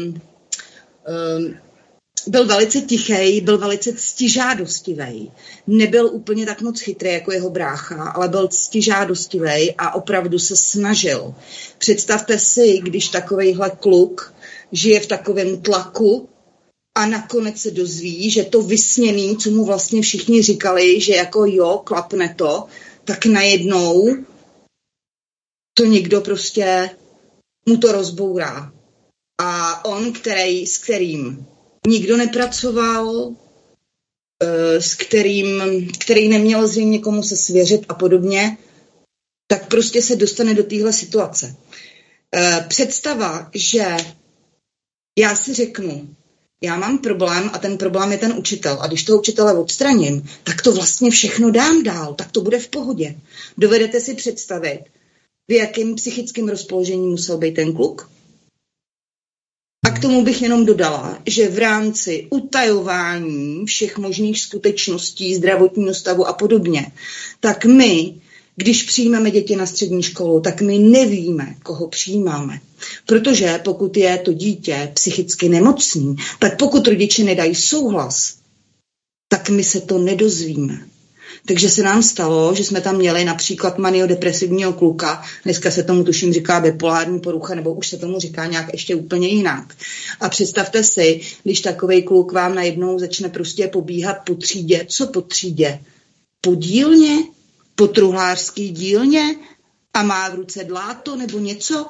velice tichý, byl velice ctižádostivý. Nebyl úplně tak moc chytrý jako jeho brácha, ale byl ctižádostivý a opravdu se snažil. Představte si, když takovejhle kluk žije v takovém tlaku, a nakonec se dozví, že to vysněný, co mu vlastně všichni říkali, že jako jo, klapne to, tak najednou to někdo prostě mu to rozbourá. A on, s kterým nikdo nepracoval, který neměl zřejmě komu se svěřit a podobně, tak prostě se dostane do téhle situace. Představa, že já si řeknu, já mám problém a ten problém je ten učitel. A když toho učitele odstraním, tak to vlastně všechno dám dál, tak to bude v pohodě. Dovedete si představit, v jakém psychickém rozpoložení musel být ten kluk? A k tomu bych jenom dodala, že v rámci utajování všech možných skutečností, zdravotního stavu a podobně, tak my, když přijmeme děti na střední školu, tak my nevíme, koho přijímáme. Protože pokud je to dítě psychicky nemocný, tak pokud rodiče nedají souhlas, tak my se to nedozvíme. Takže se nám stalo, že jsme tam měli například maniodepresivního kluka, dneska se tomu tuším říká bipolární porucha, nebo už se tomu říká nějak ještě úplně jinak. A představte si, když takovej kluk vám najednou začne prostě pobíhat po třídě. Co po třídě? Po dílně? Po truhlářský dílně? A má v ruce dláto nebo něco?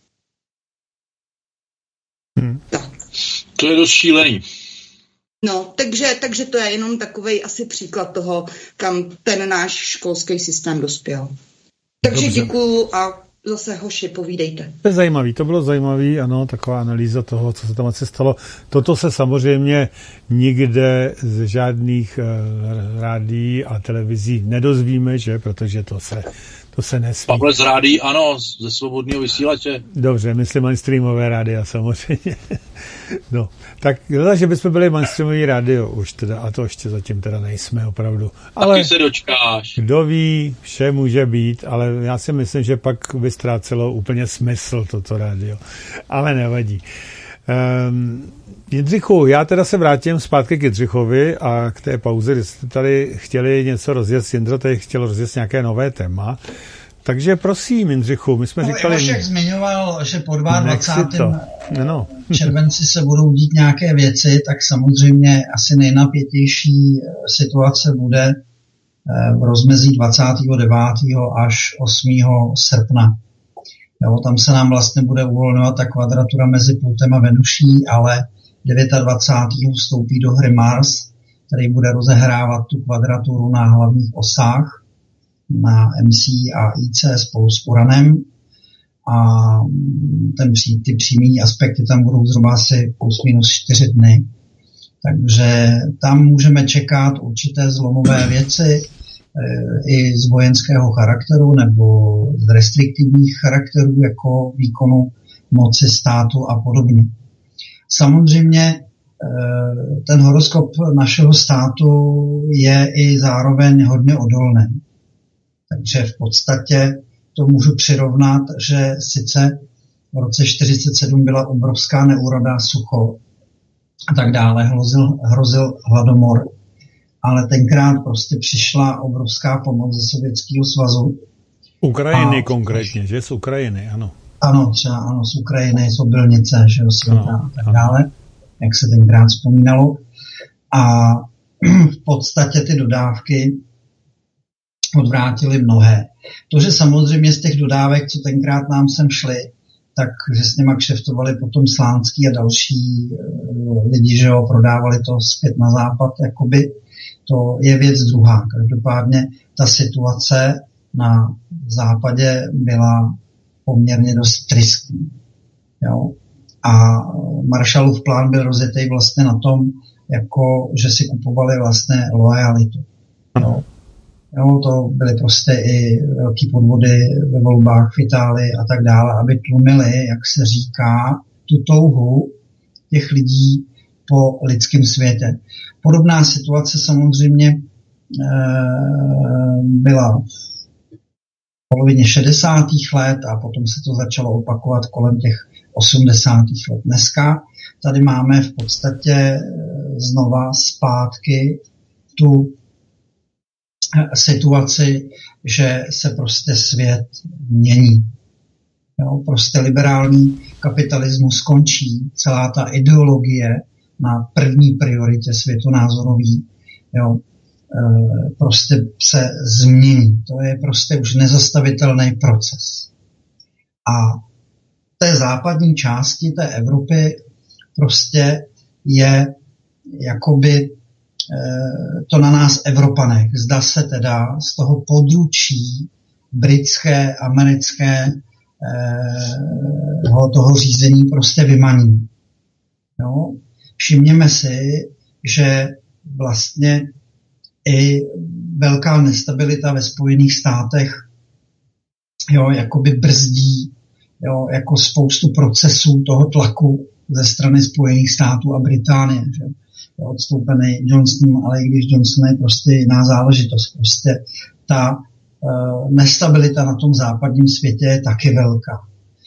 Tak. To je dost šílený. No, takže to je jenom takovej asi příklad toho, kam ten náš školský systém dospěl. Takže děkuju a zase hoši, povídejte. To je zajímavý, to bylo zajímavý, ano, taková analýza toho, co se tam asi stalo. Toto se samozřejmě nikde z žádných rádií a televizí nedozvíme, že, protože to se nesmí. Pavle z rádií, ano, ze svobodného vysílače. Dobře, myslím mainstreamové rádia samozřejmě. No, tak že bychom byli mainstreamový rádio už teda, a to ještě zatím teda nejsme opravdu. Ale taky se dočkáš. Kdo ví, vše může být, ale já si myslím, že pak by ztrácelo úplně smysl toto rádio. Ale nevadí. Jindřichu, já teda se vrátím zpátky k Jindřichovi a k té pauze, kdy jste tady chtěli něco rozjet. Jindra tady chtěl rozjet nějaké nové téma. Takže prosím, Jindřichu, my jsme říkali... Ivošek zmiňoval, že po 22. červenci se budou dít nějaké věci, tak samozřejmě asi nejnapětější situace bude v rozmezí 29. až 8. srpna. Jo, tam se nám vlastně bude uvolňovat ta kvadratura mezi Plutem a Venuší, ale 29. vstoupí do hry Mars, který bude rozehrávat tu kvadraturu na hlavních osách, na MC a IC spolu s Uranem a ty přímý aspekty tam budou zhruba asi plus minus 4 dny. Takže tam můžeme čekat určité zlomové věci i z vojenského charakteru nebo z restriktivních charakterů jako výkonu moci státu a podobně. Samozřejmě ten horoskop našeho státu je i zároveň hodně odolný. Takže v podstatě to můžu přirovnat, že sice v roce 1947 byla obrovská neúroda, sucho a tak dále, hrozil hladomor, ale tenkrát prostě přišla obrovská pomoc ze Sovětského svazu. Ukrajiny konkrétně, že? Z Ukrajiny, ano. Ano, třeba ano, z Ukrajiny, z obilnice, že jo, světa a tak dále, jak se tenkrát vzpomínalo. A v podstatě ty dodávky odvrátili mnohé. To, že samozřejmě z těch dodávek, co tenkrát nám sem šly, tak že s něma kšeftovali potom Slánský a další lidi, že jo, prodávali to zpět na západ, jakoby, to je věc druhá. Každopádně ta situace na západě byla poměrně dost tristní. Jo. A Marshallův plán byl rozjetý vlastně na tom, jako, že si kupovali vlastně loajalitu. Jo. Jo, to byly prostě i velký podvody ve volbách v Itálii a tak dále, aby tlumili, jak se říká, tu touhu těch lidí po lidském světě. Podobná situace samozřejmě byla v polovině 60. let a potom se to začalo opakovat kolem těch 80. let. Dneska tady máme v podstatě znova zpátky tu situaci, že se prostě svět mění. Jo, prostě liberální kapitalismus skončí, celá ta ideologie na první prioritě světonázorový, jo, prostě se změní. To je prostě už nezastavitelný proces. A v té západní části té Evropy prostě je jakoby to na nás Evropanech. Zda se teda z toho područí britské, americké toho řízení prostě vymaníme. Jo? Všimněme si, že vlastně i velká nestabilita ve Spojených státech, jo, jakoby brzdí, jo, jako spoustu procesů toho tlaku ze strany Spojených států a Británie. Že? Je odstoupený Johnson, ale i když Johnson je prostě jiná záležitost. Prostě ta nestabilita na tom západním světě je taky velká.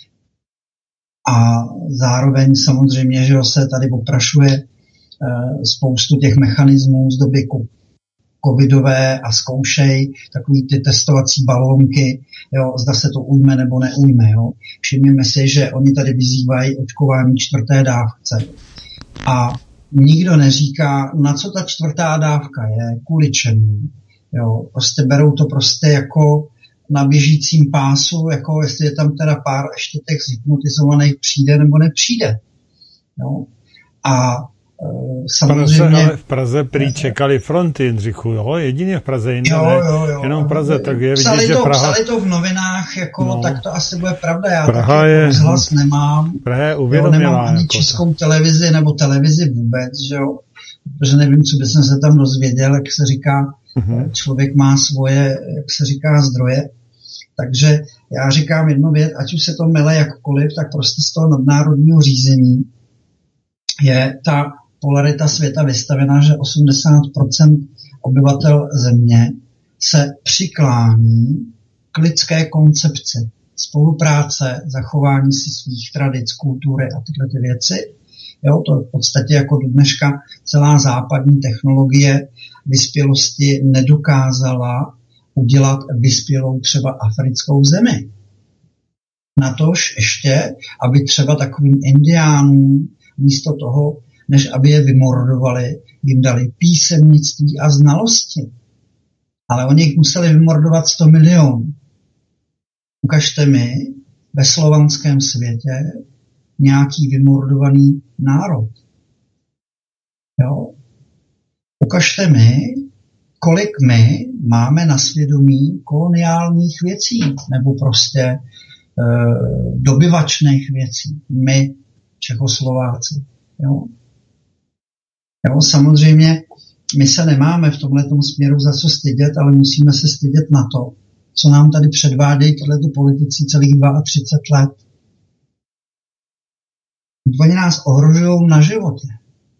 A zároveň samozřejmě, že se tady oprašuje spoustu těch mechanismů z doby covidové a zkoušej takový ty testovací balónky, jo, zda se to ujme nebo neujme. Jo. Všimněme si, že oni tady vyzývají očkování 4. dávce. A nikdo neříká, na co ta 4. dávka je, kvůli čemu. Jo. Prostě berou to prostě jako na běžícím pásu, jako jestli je tam teda pár ještě těch zhypnotizovaných přijde nebo nepřijde. Jo. A samozřejmě... V Praze prý čekali fronty, Jindřichu, jo? Jedině v Praze, jinde jenom v Praze, tak je vidět, že Praha... Psali to v novinách, jako, no, tak to asi bude pravda, já taky rozhlas nemám. Praha je uvědomělá. Nemám ani českou televizi, nebo televizi vůbec, že jo, protože nevím, co bych se tam dozvěděl, jak se říká, člověk má svoje, jak se říká, zdroje. Takže já říkám jednu věc, ať už se to mele jakkoliv, tak prostě z toho nadnárodního řízení je ta polarita světa vystavena, že 80% obyvatel země se přiklání k lidské koncepci spolupráce, zachování si svých tradic, kultury a tyhle ty věci. Jo, to v podstatě jako do dneška celá západní technologie vyspělosti nedokázala udělat vyspělou třeba africkou zemi. Natož ještě, aby třeba takovým indiánům místo toho, než aby je vymordovali, jim dali písemnictví a znalosti. Ale oni jich museli vymordovat 100 milionů. Ukažte mi ve slovanském světě nějaký vymordovaný národ. Jo? Ukažte mi, kolik my máme na svědomí koloniálních věcí, nebo prostě dobyvačných věcí. My, Čechoslováci. Jo? Jo, samozřejmě my se nemáme v tomhletom směru za co stydět, ale musíme se stydět na to, co nám tady předvádějí tyhlety politici celých 32 let. Oni nás ohrožují na životě.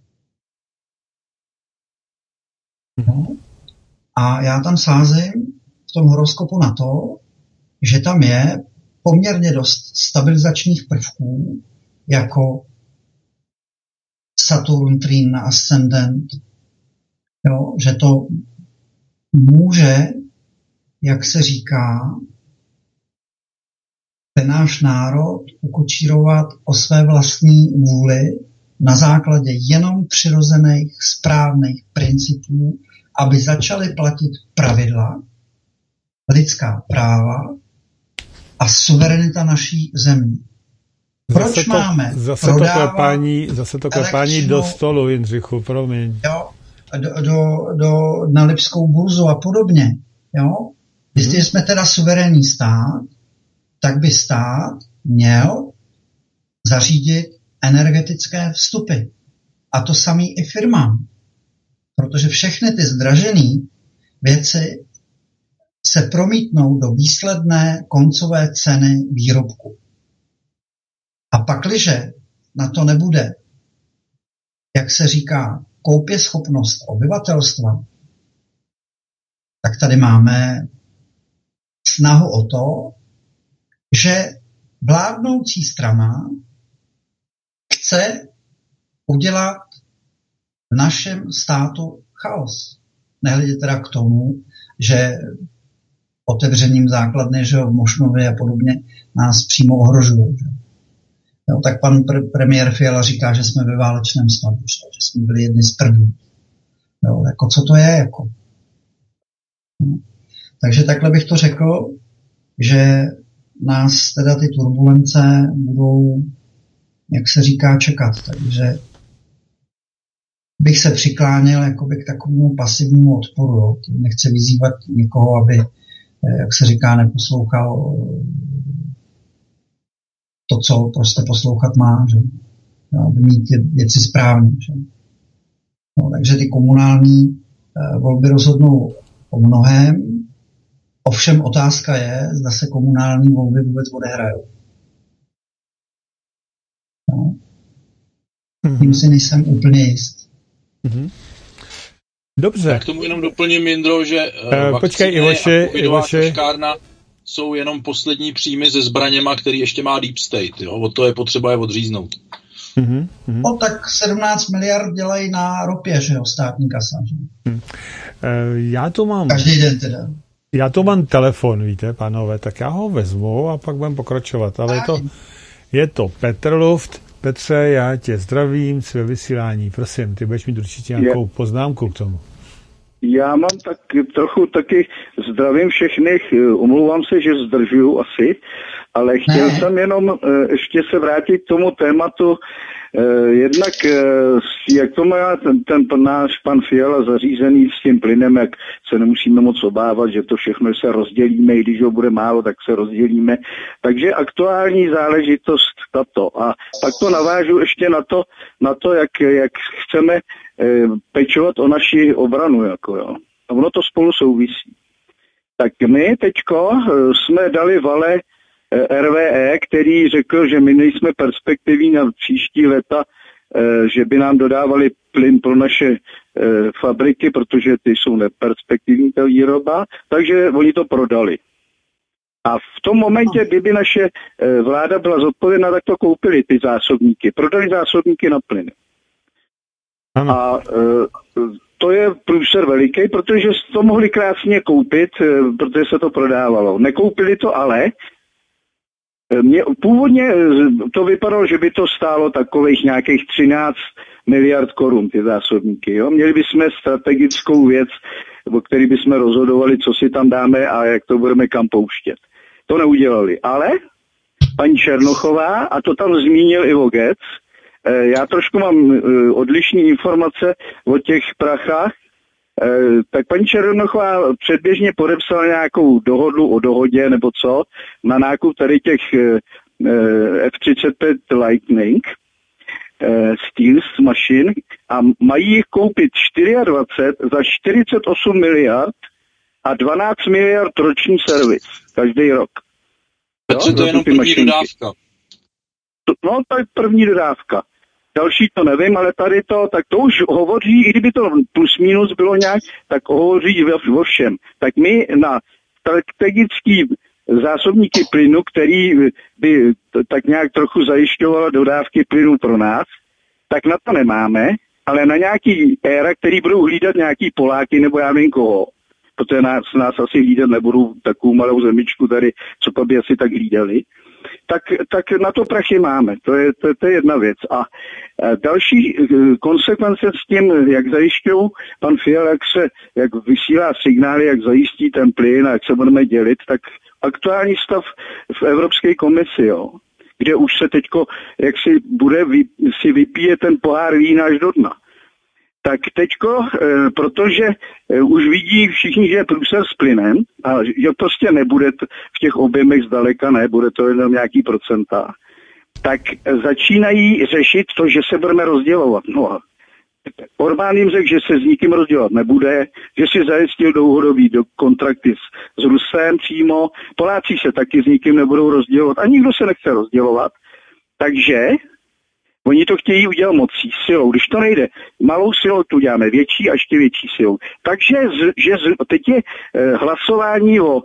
Jo? A já tam sázím v tom horoskopu na to, že tam je poměrně dost stabilizačních prvků, jako Saturn, Trín na ascendent, jo, že to může, jak se říká, ten náš národ ukočírovat o své vlastní vůli na základě jenom přirozených, správných principů, aby začaly platit pravidla, lidská práva a suverenita naší země. Proč máme zase to klepání do stolu, Jindřichu, promiň. Jo, na Lipskou burzu a podobně. Jo? Jestli jsme teda suverénní stát, tak by stát měl zařídit energetické vstupy. A to samý i firmám. Protože všechny ty zdražené věci se promítnou do výsledné koncové ceny výrobku. A pakliže na to nebude, jak se říká, koupěschopnost obyvatelstva, tak tady máme snahu o to, že vládnoucí strana chce udělat v našem státu chaos. Nehledě teda k tomu, že otevřením základny, že v Mošnově a podobně nás přímo ohrožují. Jo, tak pan premiér Fiala říká, že jsme ve válečném stavu, že jsme byli jedni z prvních. Jo, jako co to je? Jako? No. Takže takhle bych to řekl, že nás teda ty turbulence budou, jak se říká, čekat. Takže bych se přikláněl jakoby k takovému pasivnímu odporu. Jo. Nechci vyzývat někoho, aby, jak se říká, neposlouchal to, co prostě poslouchat má, že? Aby mít ty věci správně. Že? No, takže ty komunální volby rozhodnou o mnohém. Ovšem otázka je, zda se komunální volby vůbec odehrajou. No. Tím si nejsem úplně jist. Dobře. Tak tomu jenom doplním, Jindro, že počkej, Ivoše. Kaškárna jsou jenom poslední příjmy se zbraněma, který ještě má Deep State. Jo? O to je potřeba je odříznout. No tak 17 miliard dělají na ropě, že jo, státní kasa. Že? Já to mám... Každý den teda. Já to mám telefon, víte, pánové, tak já ho vezmu a pak budeme pokračovat. Ale je to Petr Luft. Petře, já tě zdravím, své vysílání. Prosím, ty budeš mít určitě nějakou poznámku k tomu. Já mám tak trochu taky zdravím všechny, omlouvám se, že zdržuju asi, ale chtěl jsem jenom ještě se vrátit k tomu tématu, jednak jak to má ten náš pan Fiala zařízený s tím plynem, jak se nemusíme moc obávat, že to všechno se rozdělíme, i když ho bude málo, tak se rozdělíme. Takže aktuální záležitost tato. A pak to navážu ještě na to jak chceme pečovat o naši obranu. Jako, jo. A ono to spolu souvisí. Tak my teďko jsme dali Vale RWE, který řekl, že my nejsme perspektivní na příští léta, že by nám dodávali plyn pro naše fabriky, protože ty jsou neperspektivní, ta výroba, takže oni to prodali. A v tom momentě, kdyby naše vláda byla zodpovědná, tak to koupili ty zásobníky. Prodali zásobníky na plyn. Ano. A to je průser veliký, protože to mohli krásně koupit, protože se to prodávalo. Nekoupili to ale. Původně to vypadalo, že by to stálo takových nějakých 13 miliard korun, ty zásobníky. Jo? Měli bychom strategickou věc, o který bychom rozhodovali, co si tam dáme a jak to budeme kam pouštět. To neudělali. Ale paní Černochová, a to tam zmínil i Vogec, já trošku mám odlišné informace o těch prachách, tak paní Černochová předběžně podepsala nějakou dohodu o dohodě nebo co na nákup tady těch F-35 Lightning Steels mašin a mají jich koupit 24 za 48 miliard a 12 miliard roční servis každý rok. Petře, to je jenom první dodávka. No, to je první dodávka. Další to nevím, ale tady to, tak to už hovoří, i kdyby to plus minus bylo nějak, tak hovoří o všem. Tak my na strategický zásobníky plynu, který by tak nějak trochu zajišťovala dodávky plynu pro nás, tak na to nemáme, ale na nějaký éra, který budou hlídat nějaký Poláky nebo já nevím koho, protože nás asi hlídat nebudou takovou malou zemičku tady, co by asi tak hlídali, tak na to prachy máme. To je jedna věc. A další konsekvence s tím, jak zajišťují pan Fiala, jak vysílá signály, jak zajistí ten plyn a jak se budeme dělit, tak aktuální stav v Evropské komisi, jo, kde už se teďko, jak si vypije ten pohár vína až do dna. Tak teďko, protože už vidí všichni, že je průser s plynem a že prostě nebude v těch objemech zdaleka, ne, bude to jenom nějaký procenta, tak začínají řešit to, že se budeme rozdělovat. No a Orbán jim řekl, že se s nikým rozdělat nebude, že si zajistil dlouhodobý kontrakty s Rusem přímo, Poláci se taky s nikým nebudou rozdělovat a nikdo se nechce rozdělovat, takže oni to chtějí udělat mocí, silou. Když to nejde, malou silou to děláme, větší a ještě větší silou. Takže teď je hlasování o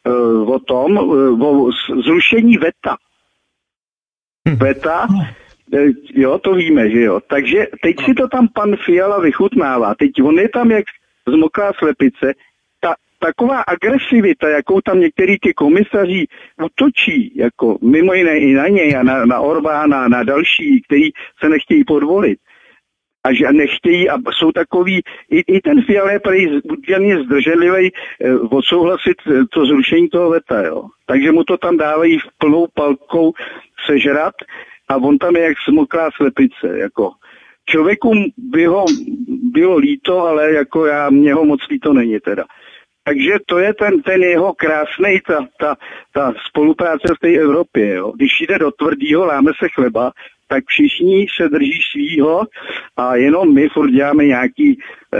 zrušení veta. Veta, jo, to víme, že jo. Takže teď si to tam pan Fiala vychutnává. Teď on je tam jak zmoklá slepice. taková agresivita, jakou tam některý ty komisaři útočí, jako mimo jiné i na něj a na Orbána a na další, který se nechtějí podvolit, a že nechtějí a jsou takový, i ten Fiala je prý údělně zdrženlivý odsouhlasit to zrušení toho veta, jo. Takže mu to tam dávají v plnou palkou sežrat a on tam je jak smoklá slepice, jako. Člověku by ho bylo líto, ale jako mě ho moc líto není teda. Takže to je ten jeho krásnej, ta spolupráce v té Evropě, jo. Když jde do tvrdýho, láme se chleba, tak všichni se drží svýho a jenom my furt děláme nějaký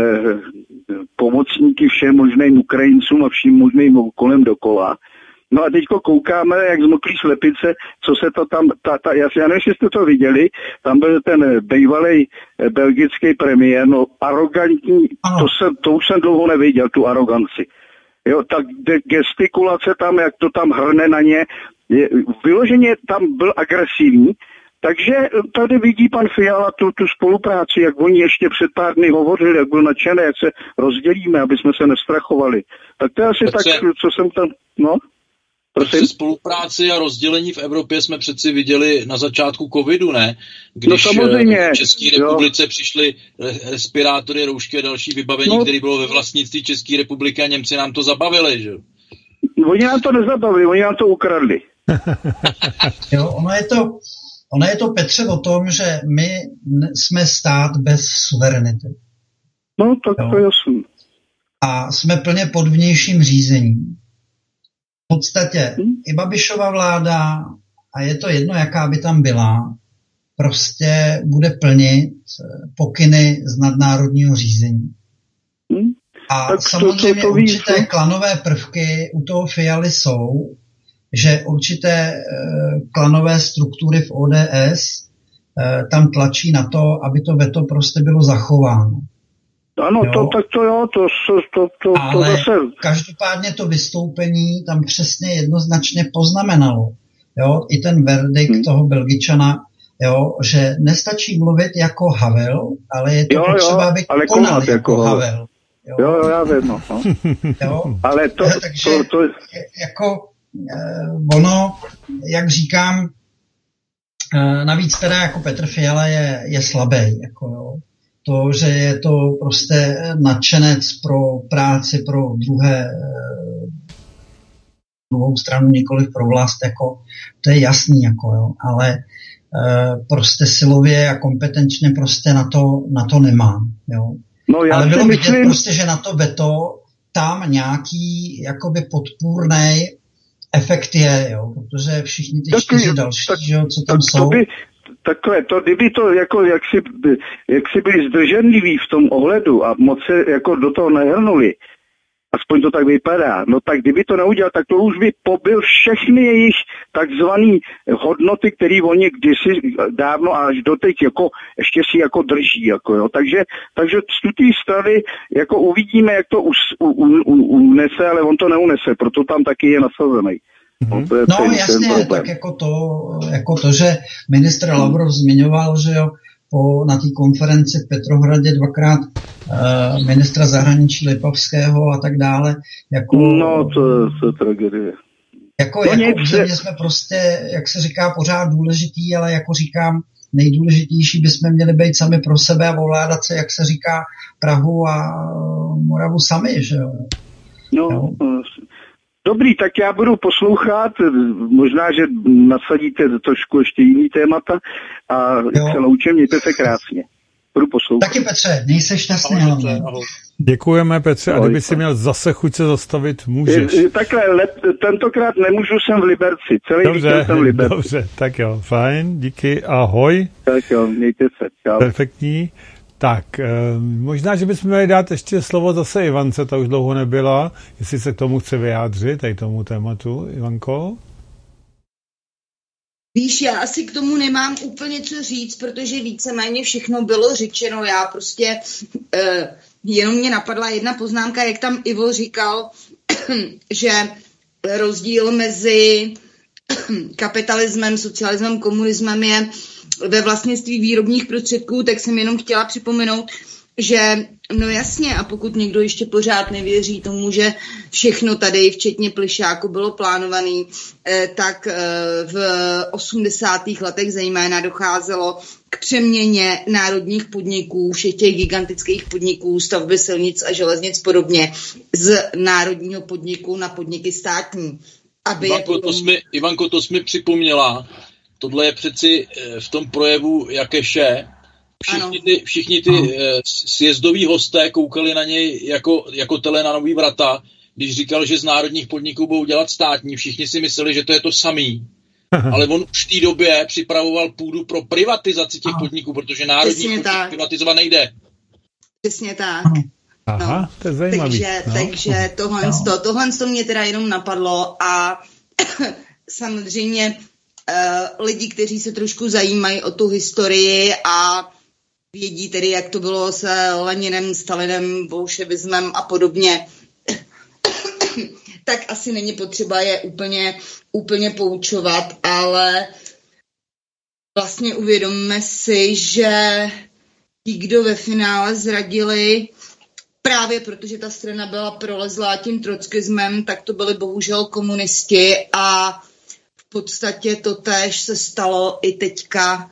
pomocníky všem možným Ukrajincům a vším možným kolem dokola. No a teďko koukáme, jak zmoklí slepice, co se to tam, já nevím, jestli jste to viděli, tam byl ten bývalý belgický premiér, no arrogantní, to už jsem dlouho neviděl, tu aroganci. Jo, tak gestikulace tam, jak to tam hrne na ně, vyloženě tam byl agresivní. Takže tady vidí pan Fiala tu spolupráci, jak oni ještě před pár dny hovořili, jak byl nadšený, jak se rozdělíme, aby jsme se nestrachovali. Tak to je asi tak, co jsem tam, no. Prosím? Spolupráci a rozdělení v Evropě jsme přeci viděli na začátku covidu, ne? Když v České republice přišly respirátory, roušky a další vybavení, které bylo ve vlastnictví České republiky a Němci nám to zabavili, že? Oni nám to nezabavili, oni nám to ukradli. Jo, ono je to, Petře, o tom, že my jsme stát bez suverenity. No, tak to je jasný. A jsme plně pod vnějším řízením. V podstatě i Babišova vláda, a je to jedno, jaká by tam byla, prostě bude plnit pokyny z nadnárodního řízení. A tak samozřejmě to určité klanové prvky u toho Fialy jsou, že určité klanové struktury v ODS tam tlačí na to, aby to veto prostě bylo zachováno. Ano, to zase. Každopádně to vystoupení tam přesně jednoznačně poznamenalo. Jo, i ten verdikt toho Belgičana, jo, že nestačí mluvit jako Havel, ale je to potřeba, aby konal jako Havel. Jo, já vím, no. Jo, ale takže jako ono, jak říkám, navíc teda jako Petr Fiala je slabý, jako jo. To, že je to prostě nadšenec pro práci pro druhou stranu, nikoliv pro vlast, jako, to je jasný, jako, jo, ale prostě silově a kompetenčně prostě na to nemám, jo. No, ale bylo vidět prostě, že na to veto tam nějaký jakoby podpůrnej efekt je, jo, protože všichni ty čtyři další, že jo, co tam jsou. Takhle, kdyby to jako, jak si byli zdrženliví v tom ohledu a moc se jako do toho nehrnuli, aspoň to tak vypadá, no tak kdyby to neudělal, tak to už by pobyl všechny jejich takzvané hodnoty, které oni kdysi dávno až doteď jako ještě si jako drží, jako jo. Takže z té strany jako uvidíme, jak to unese, ale on to neunese, proto tam taky je nasazený. No jasně, tak jako to, že ministr Lavrov zmiňoval, že jo, na té konferenci v Petrohradě dvakrát ministra zahraničí Lipavského a tak dále. Jako, no, to je tragédie. Jako územně jsme prostě, jak se říká, pořád důležitý, ale jako říkám, nejdůležitější bychom měli být sami pro sebe a ovládat se, jak se říká, Prahu a Moravu sami, že jo. No. Dobrý, tak já budu poslouchat, možná, že nasadíte trošku ještě jiný témata a se loučím, mějte se krásně. Budu poslouchat. Taky Petře, měj se šťastně. Děkujeme, Petře, a kdyby si měl zase chuť se zastavit, můžeš. Takhle, tentokrát nemůžu, jsem v Liberci, celý víkend jsem v Liberci. Dobře, tak jo, fajn, díky, ahoj. Tak jo, mějte se, čau. Perfektní. Tak, možná, že bychom měli dát ještě slovo zase Ivance, ta už dlouho nebyla, jestli se k tomu chce vyjádřit, tady tomu tématu, Ivanko? Víš, já asi k tomu nemám úplně co říct, protože víceméně všechno bylo řečeno, já prostě, jenom mě napadla jedna poznámka, jak tam Ivo říkal, že rozdíl mezi kapitalismem, socialismem, komunismem je ve vlastnictví výrobních prostředků, tak jsem jenom chtěla připomenout, že No jasně, a pokud někdo ještě pořád nevěří tomu, že všechno tady, včetně Plyšáku, bylo plánované, tak v 80. letech zejména docházelo k přeměně národních podniků, všech těch gigantických podniků, stavby silnic a železnic podobně, z národního podniku na podniky státní. Aby Ivanko, to jsi mi připomněla. Tohle je přeci v tom projevu Jakeše. Všichni ty sjezdoví hosté koukali na něj jako tele na nový vrata, když říkal, že z národních podniků budou dělat státní. Všichni si mysleli, že to je to samý. Ale on už v té době připravoval půdu pro privatizaci těch podniků, protože národní podnik privatizovat nejde. Přesně tak. Aha, no. To je zajímavý. Takže tohle mě teda jenom napadlo a samozřejmě lidi, kteří se trošku zajímají o tu historii a vědí tedy, jak to bylo s Leninem, Stalinem, bolševismem a podobně, tak asi není potřeba je úplně poučovat, ale vlastně uvědomme si, že ti, kdo ve finále zradili, právě protože ta strana byla prolezlá tím trockismem, tak to byli bohužel komunisti a v podstatě to též se stalo i teďka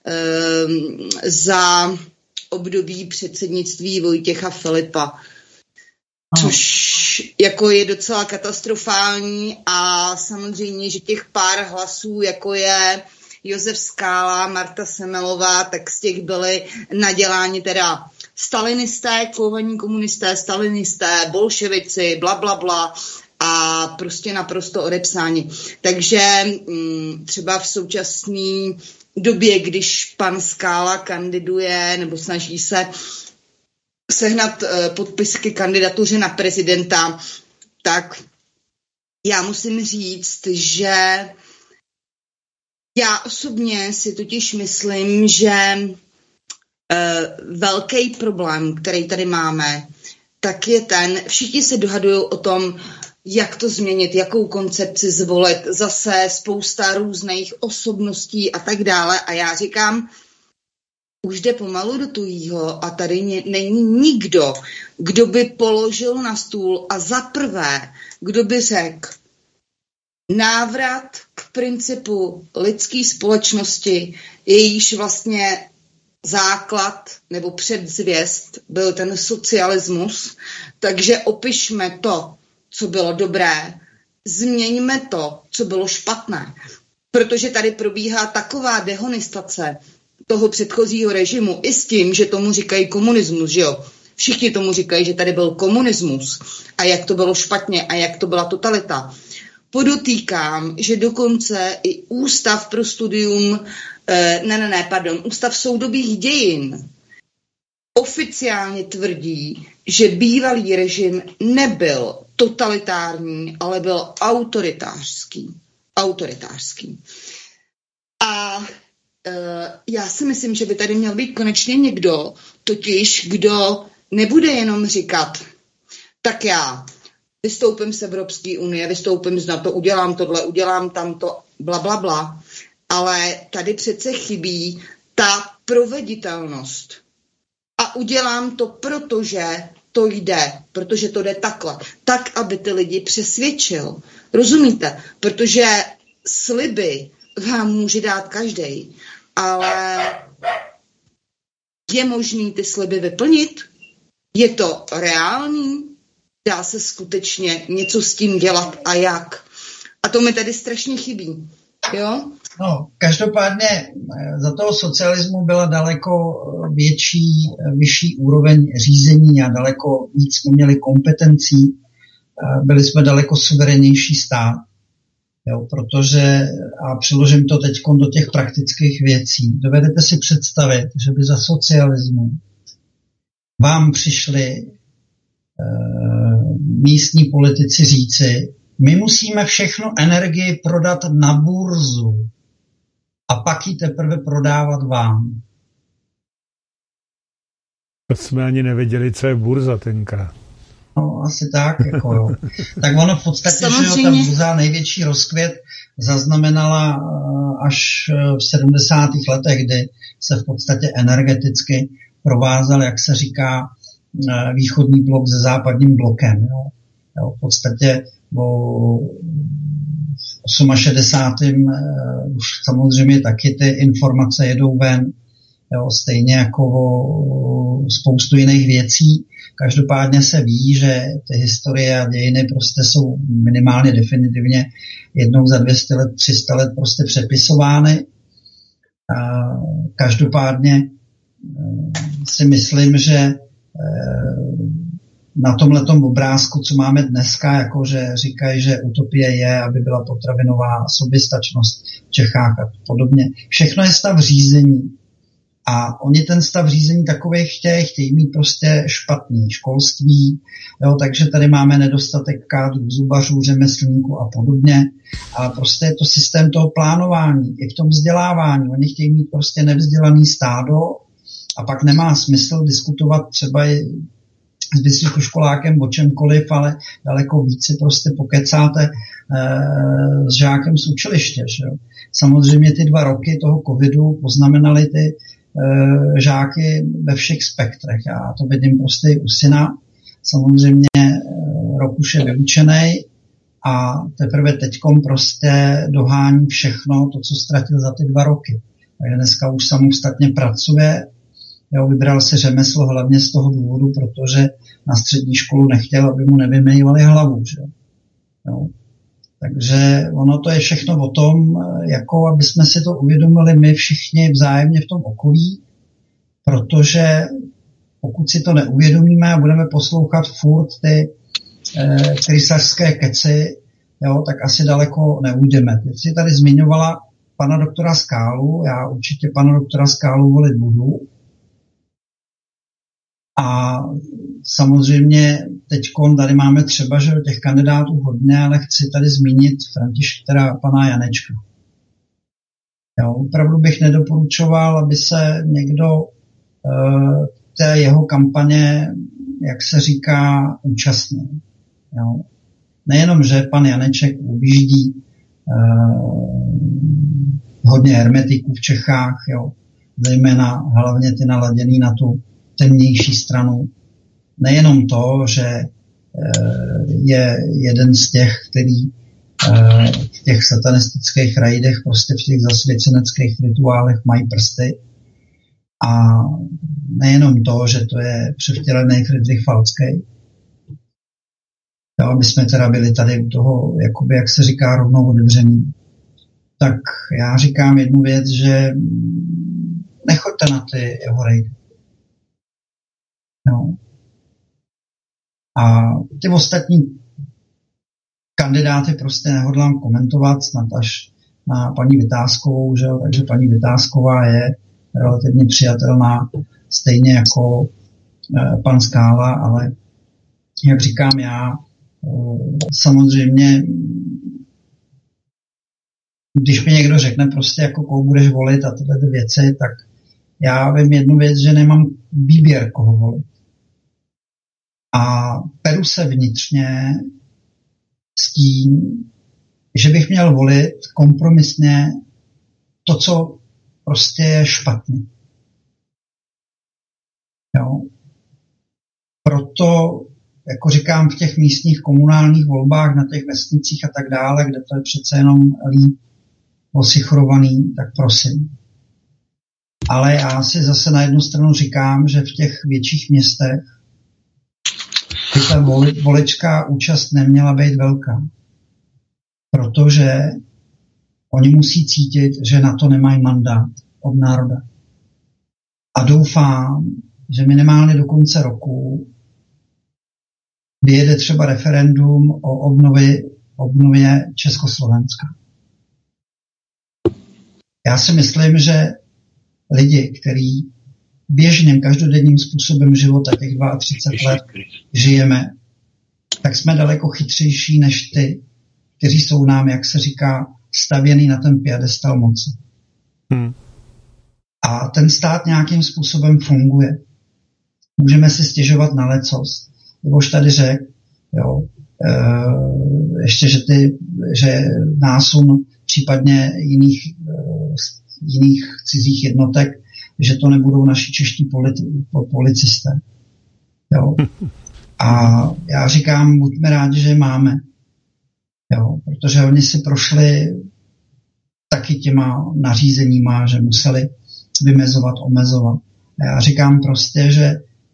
za období předsednictví Vojtěcha Filipa. Což jako je docela katastrofální a samozřejmě, že těch pár hlasů, jako je Josef Skála, Marta Semelová, tak z těch byly naděláni teda stalinisté, kovaní komunisté, stalinisté, bolševici, bla, bla, bla a prostě naprosto odepsáni. Takže třeba v současné době, když pan Skála kandiduje nebo snaží se sehnat podpisky k kandidatuře na prezidenta, tak já musím říct, že já osobně si totiž myslím, že velký problém, který tady máme, tak je ten, všichni se dohadují o tom, jak to změnit, jakou koncepci zvolit, zase spousta různých osobností a tak dále. A já říkám, už jde pomalu do tujího a tady není nikdo, kdo by položil na stůl a za prvé, kdo by řekl, návrat k principu lidské společnosti, jejíž vlastně základ nebo předzvěst byl ten socialismus, takže opišme to, co bylo dobré, změňme to, co bylo špatné, protože tady probíhá taková dehonistace toho předchozího režimu i s tím, že tomu říkají komunismus, že jo? Všichni tomu říkají, že tady byl komunismus a jak to bylo špatně a jak to byla totalita. Podotýkám, že dokonce i Ústav pro studium, Ústav soudobých dějin oficiálně tvrdí, že bývalý režim nebyl totalitární, ale byl autoritářský. A já si myslím, že by tady měl být konečně někdo, totiž kdo nebude jenom říkat, tak já vystoupím z Evropské unie, vystoupím z NATO, udělám tohle, udělám tamto, bla, bla, bla. Ale tady přece chybí ta proveditelnost. A udělám to, protože to jde takhle. Tak, aby ty lidi přesvědčil. Rozumíte? Protože sliby vám může dát každej, ale je možný ty sliby vyplnit? Je to reálný? Dá se skutečně něco s tím dělat a jak? A to mi tady strašně chybí. Jo? No, každopádně za toho socialismu byla daleko vyšší úroveň řízení a daleko víc jsme měli kompetencí. Byli jsme daleko suverénnější stát. Jo, protože, a přeložím to teď do těch praktických věcí, dovedete si představit, že by za socialismu vám přišli místní politici říci, my musíme všechno energii prodat na burzu a pak ji teprve prodávat vám. To jsme ani nevěděli, co je burza tenkrát. No, asi tak, jako jo. Tak ono v podstatě, že ta burza největší rozkvět zaznamenala až v 70. letech, kdy se v podstatě energeticky provázal, jak se říká, východní blok se západním blokem. Jo, v podstatě v 68. Už samozřejmě taky ty informace jedou ven, jo, stejně jako o spoustu jiných věcí. Každopádně se ví, že ty historie a dějiny prostě jsou minimálně definitivně jednou za 200 let, 300 let prostě přepisovány. Každopádně si myslím, že na tomhletom obrázku, co máme dneska, jakože říkají, že utopie je, aby byla potravinová soběstačnost v Čechách a podobně. Všechno je stav řízení. A oni ten stav řízení takový chtějí mít prostě špatný školství, jo, takže tady máme nedostatek kádrů, zubařů, řemeslníků a podobně. A prostě je to systém toho plánování, i v tom vzdělávání. Oni chtějí mít prostě nevzdělaný stádo a pak nemá smysl diskutovat třeba s vysokoškolákem o čemkoliv, ale daleko více prostě pokecáte s žákem z učiliště. Že? Samozřejmě ty 2 roky toho covidu poznamenaly ty žáky ve všech spektrech. Já to vidím prostě u syna. Samozřejmě rok už je vyučenej a teprve teďkom prostě dohání všechno to, co ztratil za ty 2 roky. Takže dneska už samostatně pracuje. Jo, vybral si řemeslo hlavně z toho důvodu, protože na střední školu nechtěl, aby mu nevymývali hlavu. Že? Jo. Takže ono to je všechno o tom, jako aby jsme si to uvědomili my všichni vzájemně v tom okolí, protože pokud si to neuvědomíme a budeme poslouchat furt ty krysařské keci, jo, tak asi daleko neujdeme. Ty jsi tady zmiňovala pana doktora Skálu, já určitě pana doktora Skálu volit budu. A samozřejmě teďkon tady máme třeba, že těch kandidátů hodně, ale chci tady zmínit pana Janečka. Jo, opravdu bych nedoporučoval, aby se někdo té jeho kampaně, jak se říká, účastnil. Jo. Nejenom, že pan Janeček objíždí hodně hermetiků v Čechách, jo, zejména hlavně ty naladěný na tu temnější stranu. Nejenom to, že je jeden z těch, který v těch satanistických rajdech, prostě v těch zasvěceneckých rituálech mají prsty. A nejenom to, že to je převtělený Friedrich Falcký. Jo, aby jsme teda byli tady toho, jakoby, jak se říká, rovnou otevřený. Tak já říkám jednu věc, že nechoďte na ty jeho rejdy. No. A ty ostatní kandidáty prostě nehodlám komentovat, snad až na paní Vitáskovou, že? Takže paní Vitásková je relativně přijatelná, stejně jako pan Skála, ale jak říkám já, samozřejmě, když mi někdo řekne prostě, jako koho budeš volit a tyhle ty věci, tak já vím jednu věc, že nemám výběr, koho volit. A peru se vnitřně s tím, že bych měl volit kompromisně to, co prostě je špatně. Jo. Proto, jako říkám, v těch místních komunálních volbách, na těch vesnicích a tak dále, kde to je přece jenom líp osichrovaný, tak prosím. Ale já si zase na jednu stranu říkám, že v těch větších městech by ta voličská účast neměla být velká. Protože oni musí cítit, že na to nemají mandát od národa. A doufám, že minimálně do konce roku vyjede třeba referendum o obnově Československa. Já si myslím, že lidi, kteří běžným každodenním způsobem života těch 32 let žijeme, tak jsme daleko chytřejší než ty, kteří jsou nám, jak se říká, stavěný na ten piedestal moci. A ten stát nějakým způsobem funguje. Můžeme si stěžovat na lecos. Už tady řekl, jo, ještě, že násun případně jiných cizích jednotek, že to nebudou naši čeští policisté. Jo. A já říkám, buďme rádi, že je máme. Jo, protože oni si prošli taky těma nařízeníma, že museli vymezovat, omezovat. A já říkám prostě, že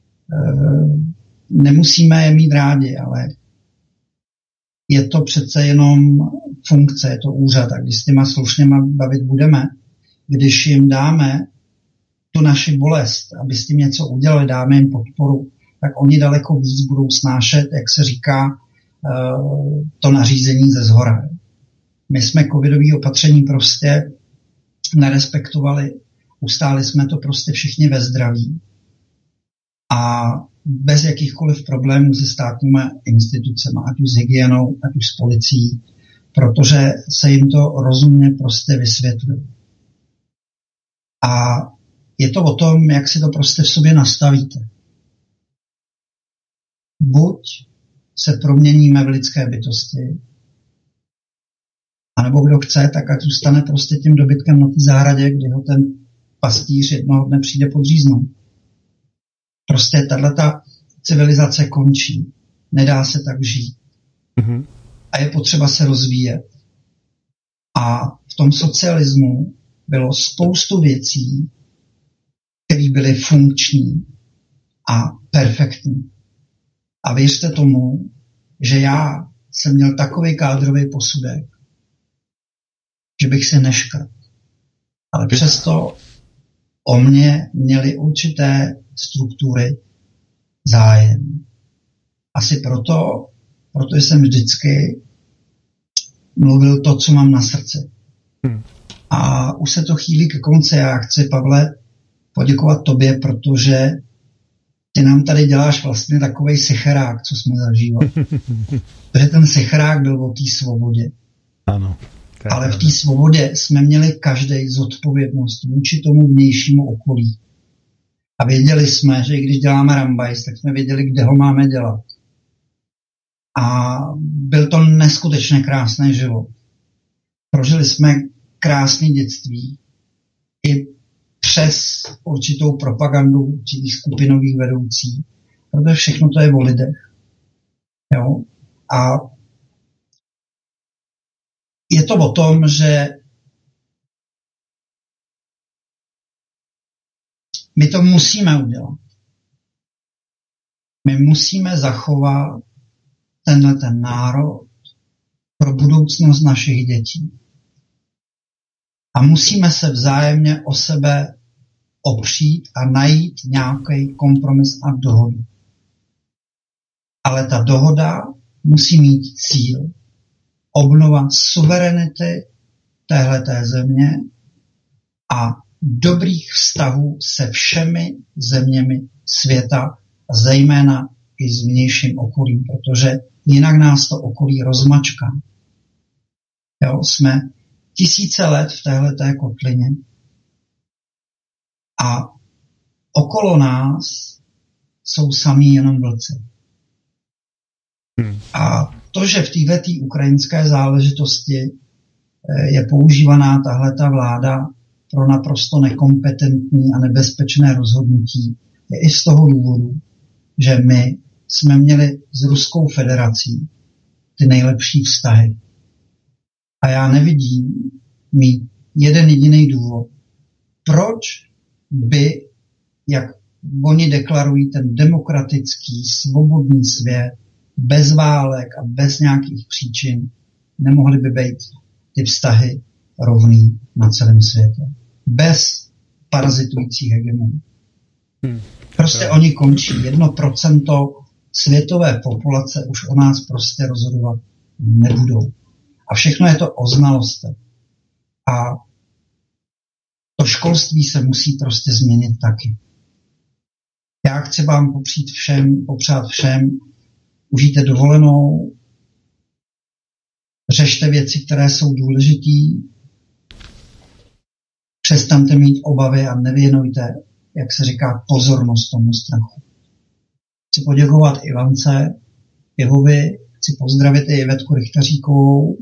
nemusíme je mít rádi, ale je to přece jenom funkce, je to úřad. A když s těma slušněma bavit budeme, když jim dáme tu naši bolest, aby s tím něco udělali, dáme jim podporu, tak oni daleko víc budou snášet, jak se říká, to nařízení ze zhora. My jsme covidové opatření prostě nerespektovali, ustáli jsme to prostě všichni ve zdraví a bez jakýchkoliv problémů se státními institucemi, ať už s hygienou, ať už s policií, protože se jim to rozumně prostě vysvětluje. A je to o tom, jak si to prostě v sobě nastavíte. Buď se proměníme v lidské bytosti, anebo kdo chce, tak ať zůstane prostě tím dobytkem na té zahradě, kdy ho ten pastýř jednoho dne přijde podříznout. Prostě tato civilizace končí. Nedá se tak žít. Mm-hmm. A je potřeba se rozvíjet. A v tom socialismu bylo spoustu věcí, které byly funkční a perfektní. A věřte tomu, že já jsem měl takový kádrový posudek, že bych se neškrt. Ale přesto o mě měly určité struktury zájem. Asi proto jsem vždycky mluvil to, co mám na srdci. A už se to chýlí ke konci. Já chci, Pavle, poděkovat tobě, protože ty nám tady děláš vlastně takovej secherák, co jsme zažívali. Protože ten secherák byl o té svobodě. Ano. Ale v té svobodě jsme měli každý zodpovědnost vůči tomu vnějšímu okolí. A věděli jsme, že i když děláme rambajs, tak jsme věděli, kde ho máme dělat. A byl to neskutečně krásný život. Prožili jsme krásné dětství i přes určitou propagandu určitých skupinových vedoucí. Protože všechno to je o lidech. Jo? A je to o tom, že my to musíme udělat. My musíme zachovat ten národ pro budoucnost našich dětí. A musíme se vzájemně o sebe opřít a najít nějaký kompromis a dohodu. Ale ta dohoda musí mít cíl obnova suverenity téhleté země a dobrých vztahů se všemi zeměmi světa, zejména i s vnějším okolím, protože jinak nás to okolí rozmačká. Jo, jsme tisíce let v téhleté kotlině a okolo nás jsou samí jenom vlci. A to, že v této ukrajinské záležitosti je používaná tahleta vláda pro naprosto nekompetentní a nebezpečné rozhodnutí, je i z toho důvodu, že my jsme měli s Ruskou federací ty nejlepší vztahy. A já nevidím mít jeden jediný důvod, proč by, jak oni deklarují ten demokratický, svobodný svět, bez válek a bez nějakých příčin, nemohly by být ty vztahy rovný na celém světě. Bez parazitujících hegemonů. Prostě oni končí. 1% světové populace už o nás prostě rozhodovat nebudou. A všechno je to o znalostech. A to školství se musí prostě změnit taky. Já chci vám popřát všem, užijte dovolenou, řešte věci, které jsou důležitý, přestaňte mít obavy a nevěnujte, jak se říká, pozornost tomu strachu. Chci poděkovat Ivance, Jehovi, chci pozdravit i Ivetku Richtaříkovou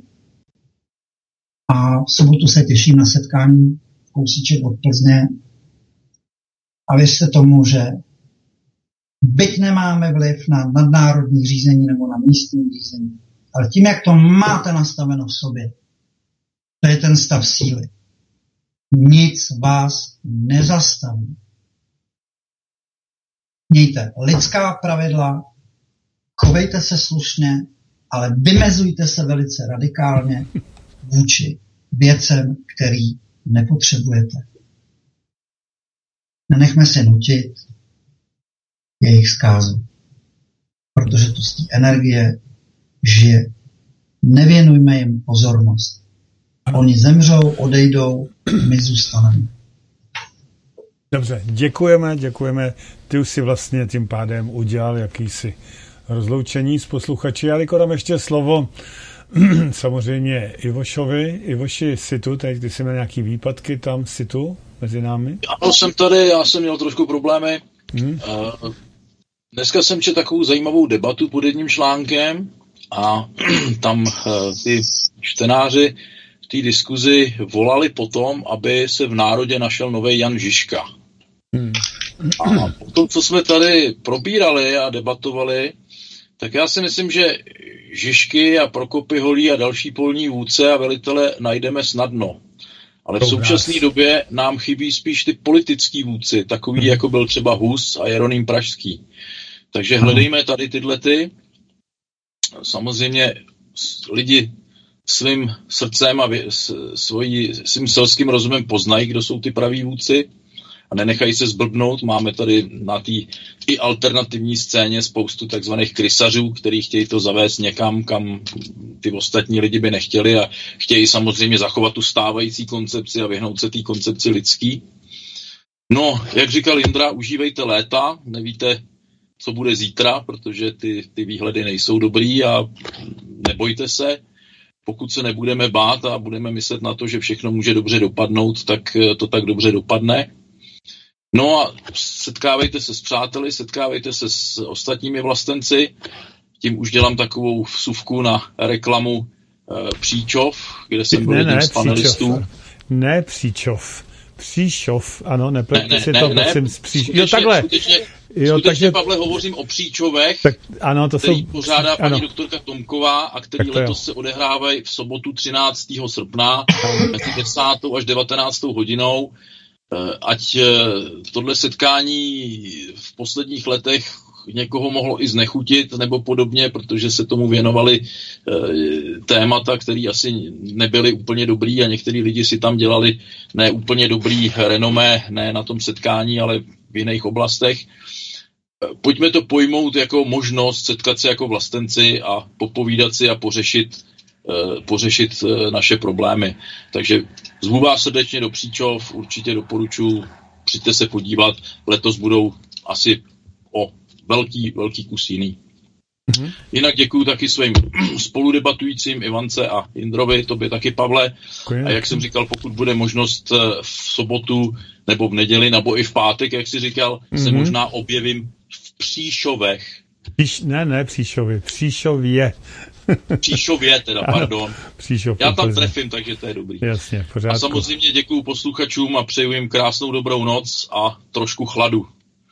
a v sobotu se těším na setkání kousíček od Plzně a věřte tomu, že Byť nemáme vliv na nadnárodní řízení nebo na místní řízení, ale tím, jak to máte nastaveno v sobě, to je ten stav síly. Nic vás nezastaví. Mějte lidská pravidla, chovejte se slušně, ale vymezujte se velice radikálně vůči věcem, který nepotřebujete. Nenechme se nutit jejich zkázu, protože to z té energie žije. Nevěnujme jim pozornost. Oni zemřou, odejdou, my zůstaneme. Dobře, děkujeme. Ty už si vlastně tím pádem udělal jakýsi rozloučení s posluchači. Já dám ještě slovo samozřejmě Ivošovi. Ivoši, jsi tu, teď ty jsi měl nějaký výpadky tam, jsi tu mezi námi? Ano, jsem tady, já jsem měl trošku problémy. Dneska jsem četl takovou zajímavou debatu pod jedním článkem a tam ty čtenáři v té diskuzi volali potom, aby se v národě našel nový Jan Žižka. A potom, co jsme tady probírali a debatovali, tak já si myslím, že Žižky a Prokopy Holí a další polní vůdce a velitele najdeme snadno. Ale v současné době nám chybí spíš ty politický vůdci, takový jako byl třeba Hus a Jeroným Pražský. Takže hledejme tady tyhle ty. Samozřejmě lidi svým srdcem a svým selským rozumem poznají, kdo jsou ty praví vůdci a nenechají se zblbnout. Máme tady na té i alternativní scéně spoustu takzvaných krysařů, kteří chtějí to zavést někam, kam ty ostatní lidi by nechtěli a chtějí samozřejmě zachovat tu stávající koncepci a vyhnout se té koncepci lidský. No, jak říkal Jindra, užívejte léta, nevíte, co bude zítra, protože ty výhledy nejsou dobrý a nebojte se. Pokud se nebudeme bát a budeme myslet na to, že všechno může dobře dopadnout, tak to tak dobře dopadne. No a setkávejte se s přáteli, setkávejte se s ostatními vlastenci. Tím už dělám takovou vsuvku na reklamu Příčov, kde jsem byl jedním z panelistů. Ne Příčov. Příšov, ano, nepleťte si to, prosím, s Příšov. Jo, takhle. Skutečně, Pavle, hovořím o Příčovech, tak, ano, to který jsou, pořádá paní doktorka Tomková a který letos se odehrávají v sobotu 13. srpna mezi 10. až 19. hodinou. Ať tohle setkání v posledních letech někoho mohlo i znechutit nebo podobně, protože se tomu věnovali témata, které asi nebyly úplně dobrý a některý lidi si tam dělali ne úplně dobrý renomé, ne na tom setkání, ale v jiných oblastech. Pojďme to pojmout jako možnost setkat se jako vlastenci a popovídat si a pořešit naše problémy. Takže zvu vás srdečně do Příčov, určitě doporučuji, přijďte se podívat, letos budou asi o velký kus jiný. Jinak děkuju taky svým spoludebatujícím Ivance a Jindrovi, tobě taky, Pavle. A jak jsem říkal, pokud bude možnost v sobotu nebo v neděli, nebo i v pátek, jak jsi říkal, se možná objevím v Příšovech. Ne Příšově, Příšově. Příšově teda, pardon. Příšov, já tam trefím, takže to je dobrý. Jasně, pořádku. A samozřejmě děkuju posluchačům a přeju jim krásnou dobrou noc a trošku chladu.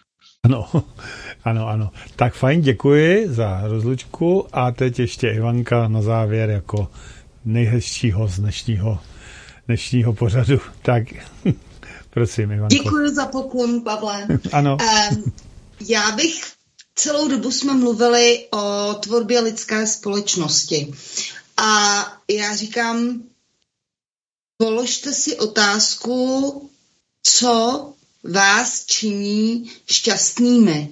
Ano. Tak fajn, děkuji za rozlučku a teď ještě Ivanka na závěr jako nejhezčího z dnešního pořadu. Tak prosím, Ivanko. Děkuji za poklon, Pavle. Ano. Já bych celou dobu jsme mluvili o tvorbě lidské společnosti. A já říkám, položte si otázku, co vás činí šťastnými.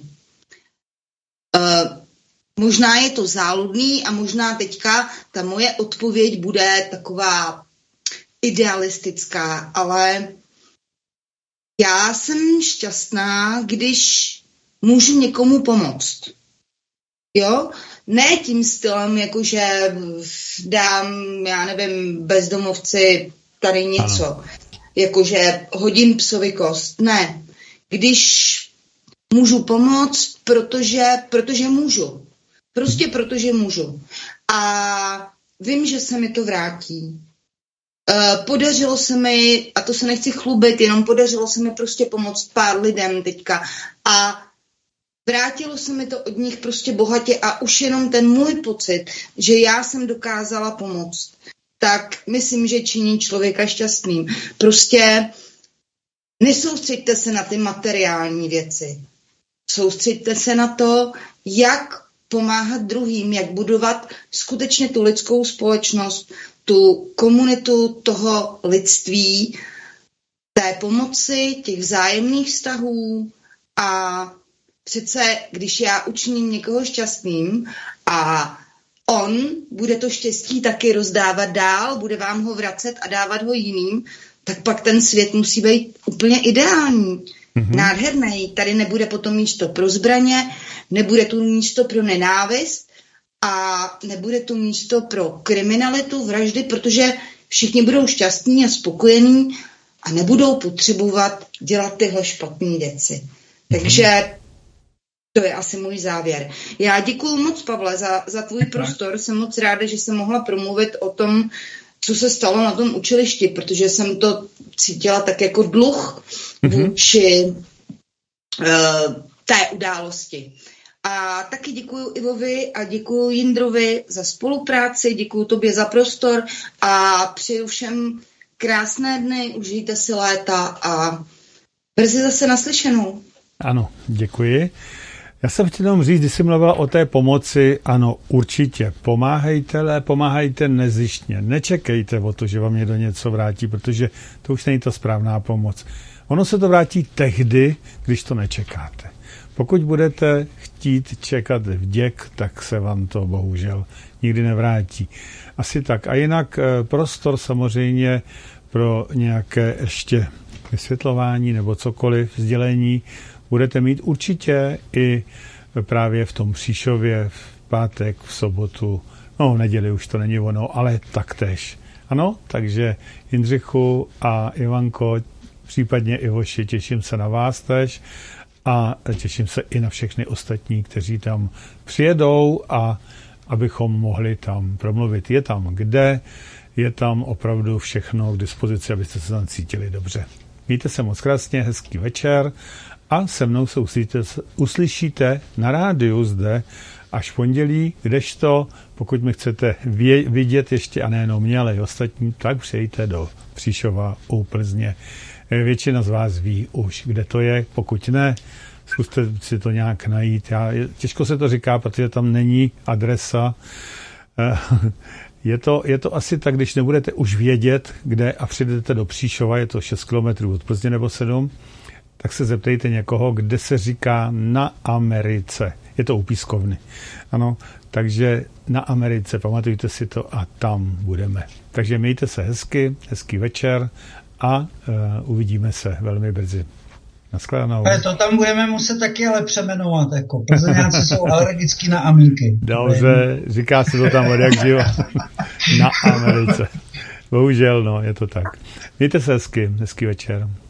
Možná je to záludný a možná teďka ta moje odpověď bude taková idealistická, ale já jsem šťastná, když můžu někomu pomoct. Jo? Ne tím stylem, jakože dám, já nevím, bezdomovci tady něco. Ano. Jakože hodím psovi kost. Ne. Když můžu pomoct, protože můžu. Prostě protože můžu. A vím, že se mi to vrátí. Podařilo se mi, a to se nechci chlubit, jenom podařilo se mi prostě pomoct pár lidem teďka. A vrátilo se mi to od nich prostě bohatě a už jenom ten můj pocit, že já jsem dokázala pomoct, tak myslím, že činí člověka šťastným. Prostě nesoustřeďte se na ty materiální věci. Soustřeďte se na to, jak pomáhat druhým, jak budovat skutečně tu lidskou společnost, tu komunitu toho lidství, té pomoci, těch vzájemných vztahů a přece, když já učiním někoho šťastným a on bude to štěstí taky rozdávat dál, bude vám ho vracet a dávat ho jiným, tak pak ten svět musí být úplně ideální, nádherný. Tady nebude potom místo pro zbraně, nebude tu místo pro nenávist a nebude tu místo pro kriminalitu, vraždy, protože všichni budou šťastní a spokojení a nebudou potřebovat dělat tyhle špatné věci. Takže to je asi můj závěr. Já děkuju moc, Pavle, za tvůj prostor. Jsem moc ráda, že jsem mohla promluvit o tom, co se stalo na tom učilišti, protože jsem to cítila tak jako dluh vůči té události. A taky děkuju Ivovi a děkuju Jindrovi za spolupráci, děkuju tobě za prostor a přeju všem krásné dny, užijte si léta a brzy zase naslyšenou. Ano, děkuji. Já jsem chtěl jenom říct, když jsi mluvila o té pomoci, ano, určitě, pomáhejte, ale pomáhajte nezištně. Nečekejte o to, že vám někdo něco vrátí, protože to už není to správná pomoc. Ono se to vrátí tehdy, když to nečekáte. Pokud budete chtít čekat vděk, tak se vám to bohužel nikdy nevrátí. Asi tak. A jinak prostor samozřejmě pro nějaké ještě vysvětlování nebo cokoliv, sdělení, budete mít určitě i právě v tom Příšově v pátek, v sobotu, no v neděli už to není ono, ale taktéž. Ano, takže Jindřichu a Ivanko, případně Ivoši, těším se na vás též a těším se i na všechny ostatní, kteří tam přijedou a abychom mohli tam promluvit. Je tam kde, je tam opravdu všechno k dispozici, abyste se tam cítili dobře. Mějte se moc krásně, hezký večer a se mnou se uslyšíte na rádiu zde až v pondělí, kdežto, pokud mi chcete vidět ještě, a nejenom mě, ale i ostatní, tak přejďte do Příšova u Plzně. Většina z vás ví už, kde to je, pokud ne, zkuste si to nějak najít. Těžko se to říká, protože tam není adresa. Je to asi tak, když nebudete už vědět, kde a přijdete do Příšova, je to 6 kilometrů od Plzně nebo 7, tak se zeptejte někoho, kde se říká Na Americe. Je to u Pískovny. Ano, takže Na Americe, pamatujte si to a tam budeme. Takže mějte se hezky, hezký večer a uvidíme se velmi brzy. Naschledanou. To tam budeme muset taky ale přemenovat, jako Plzeňáci jsou alergický na amínky. Dobře, říká se to tam od jak živa. Na Americe. Bohužel, no, je to tak. Mějte se hezky, hezký večer.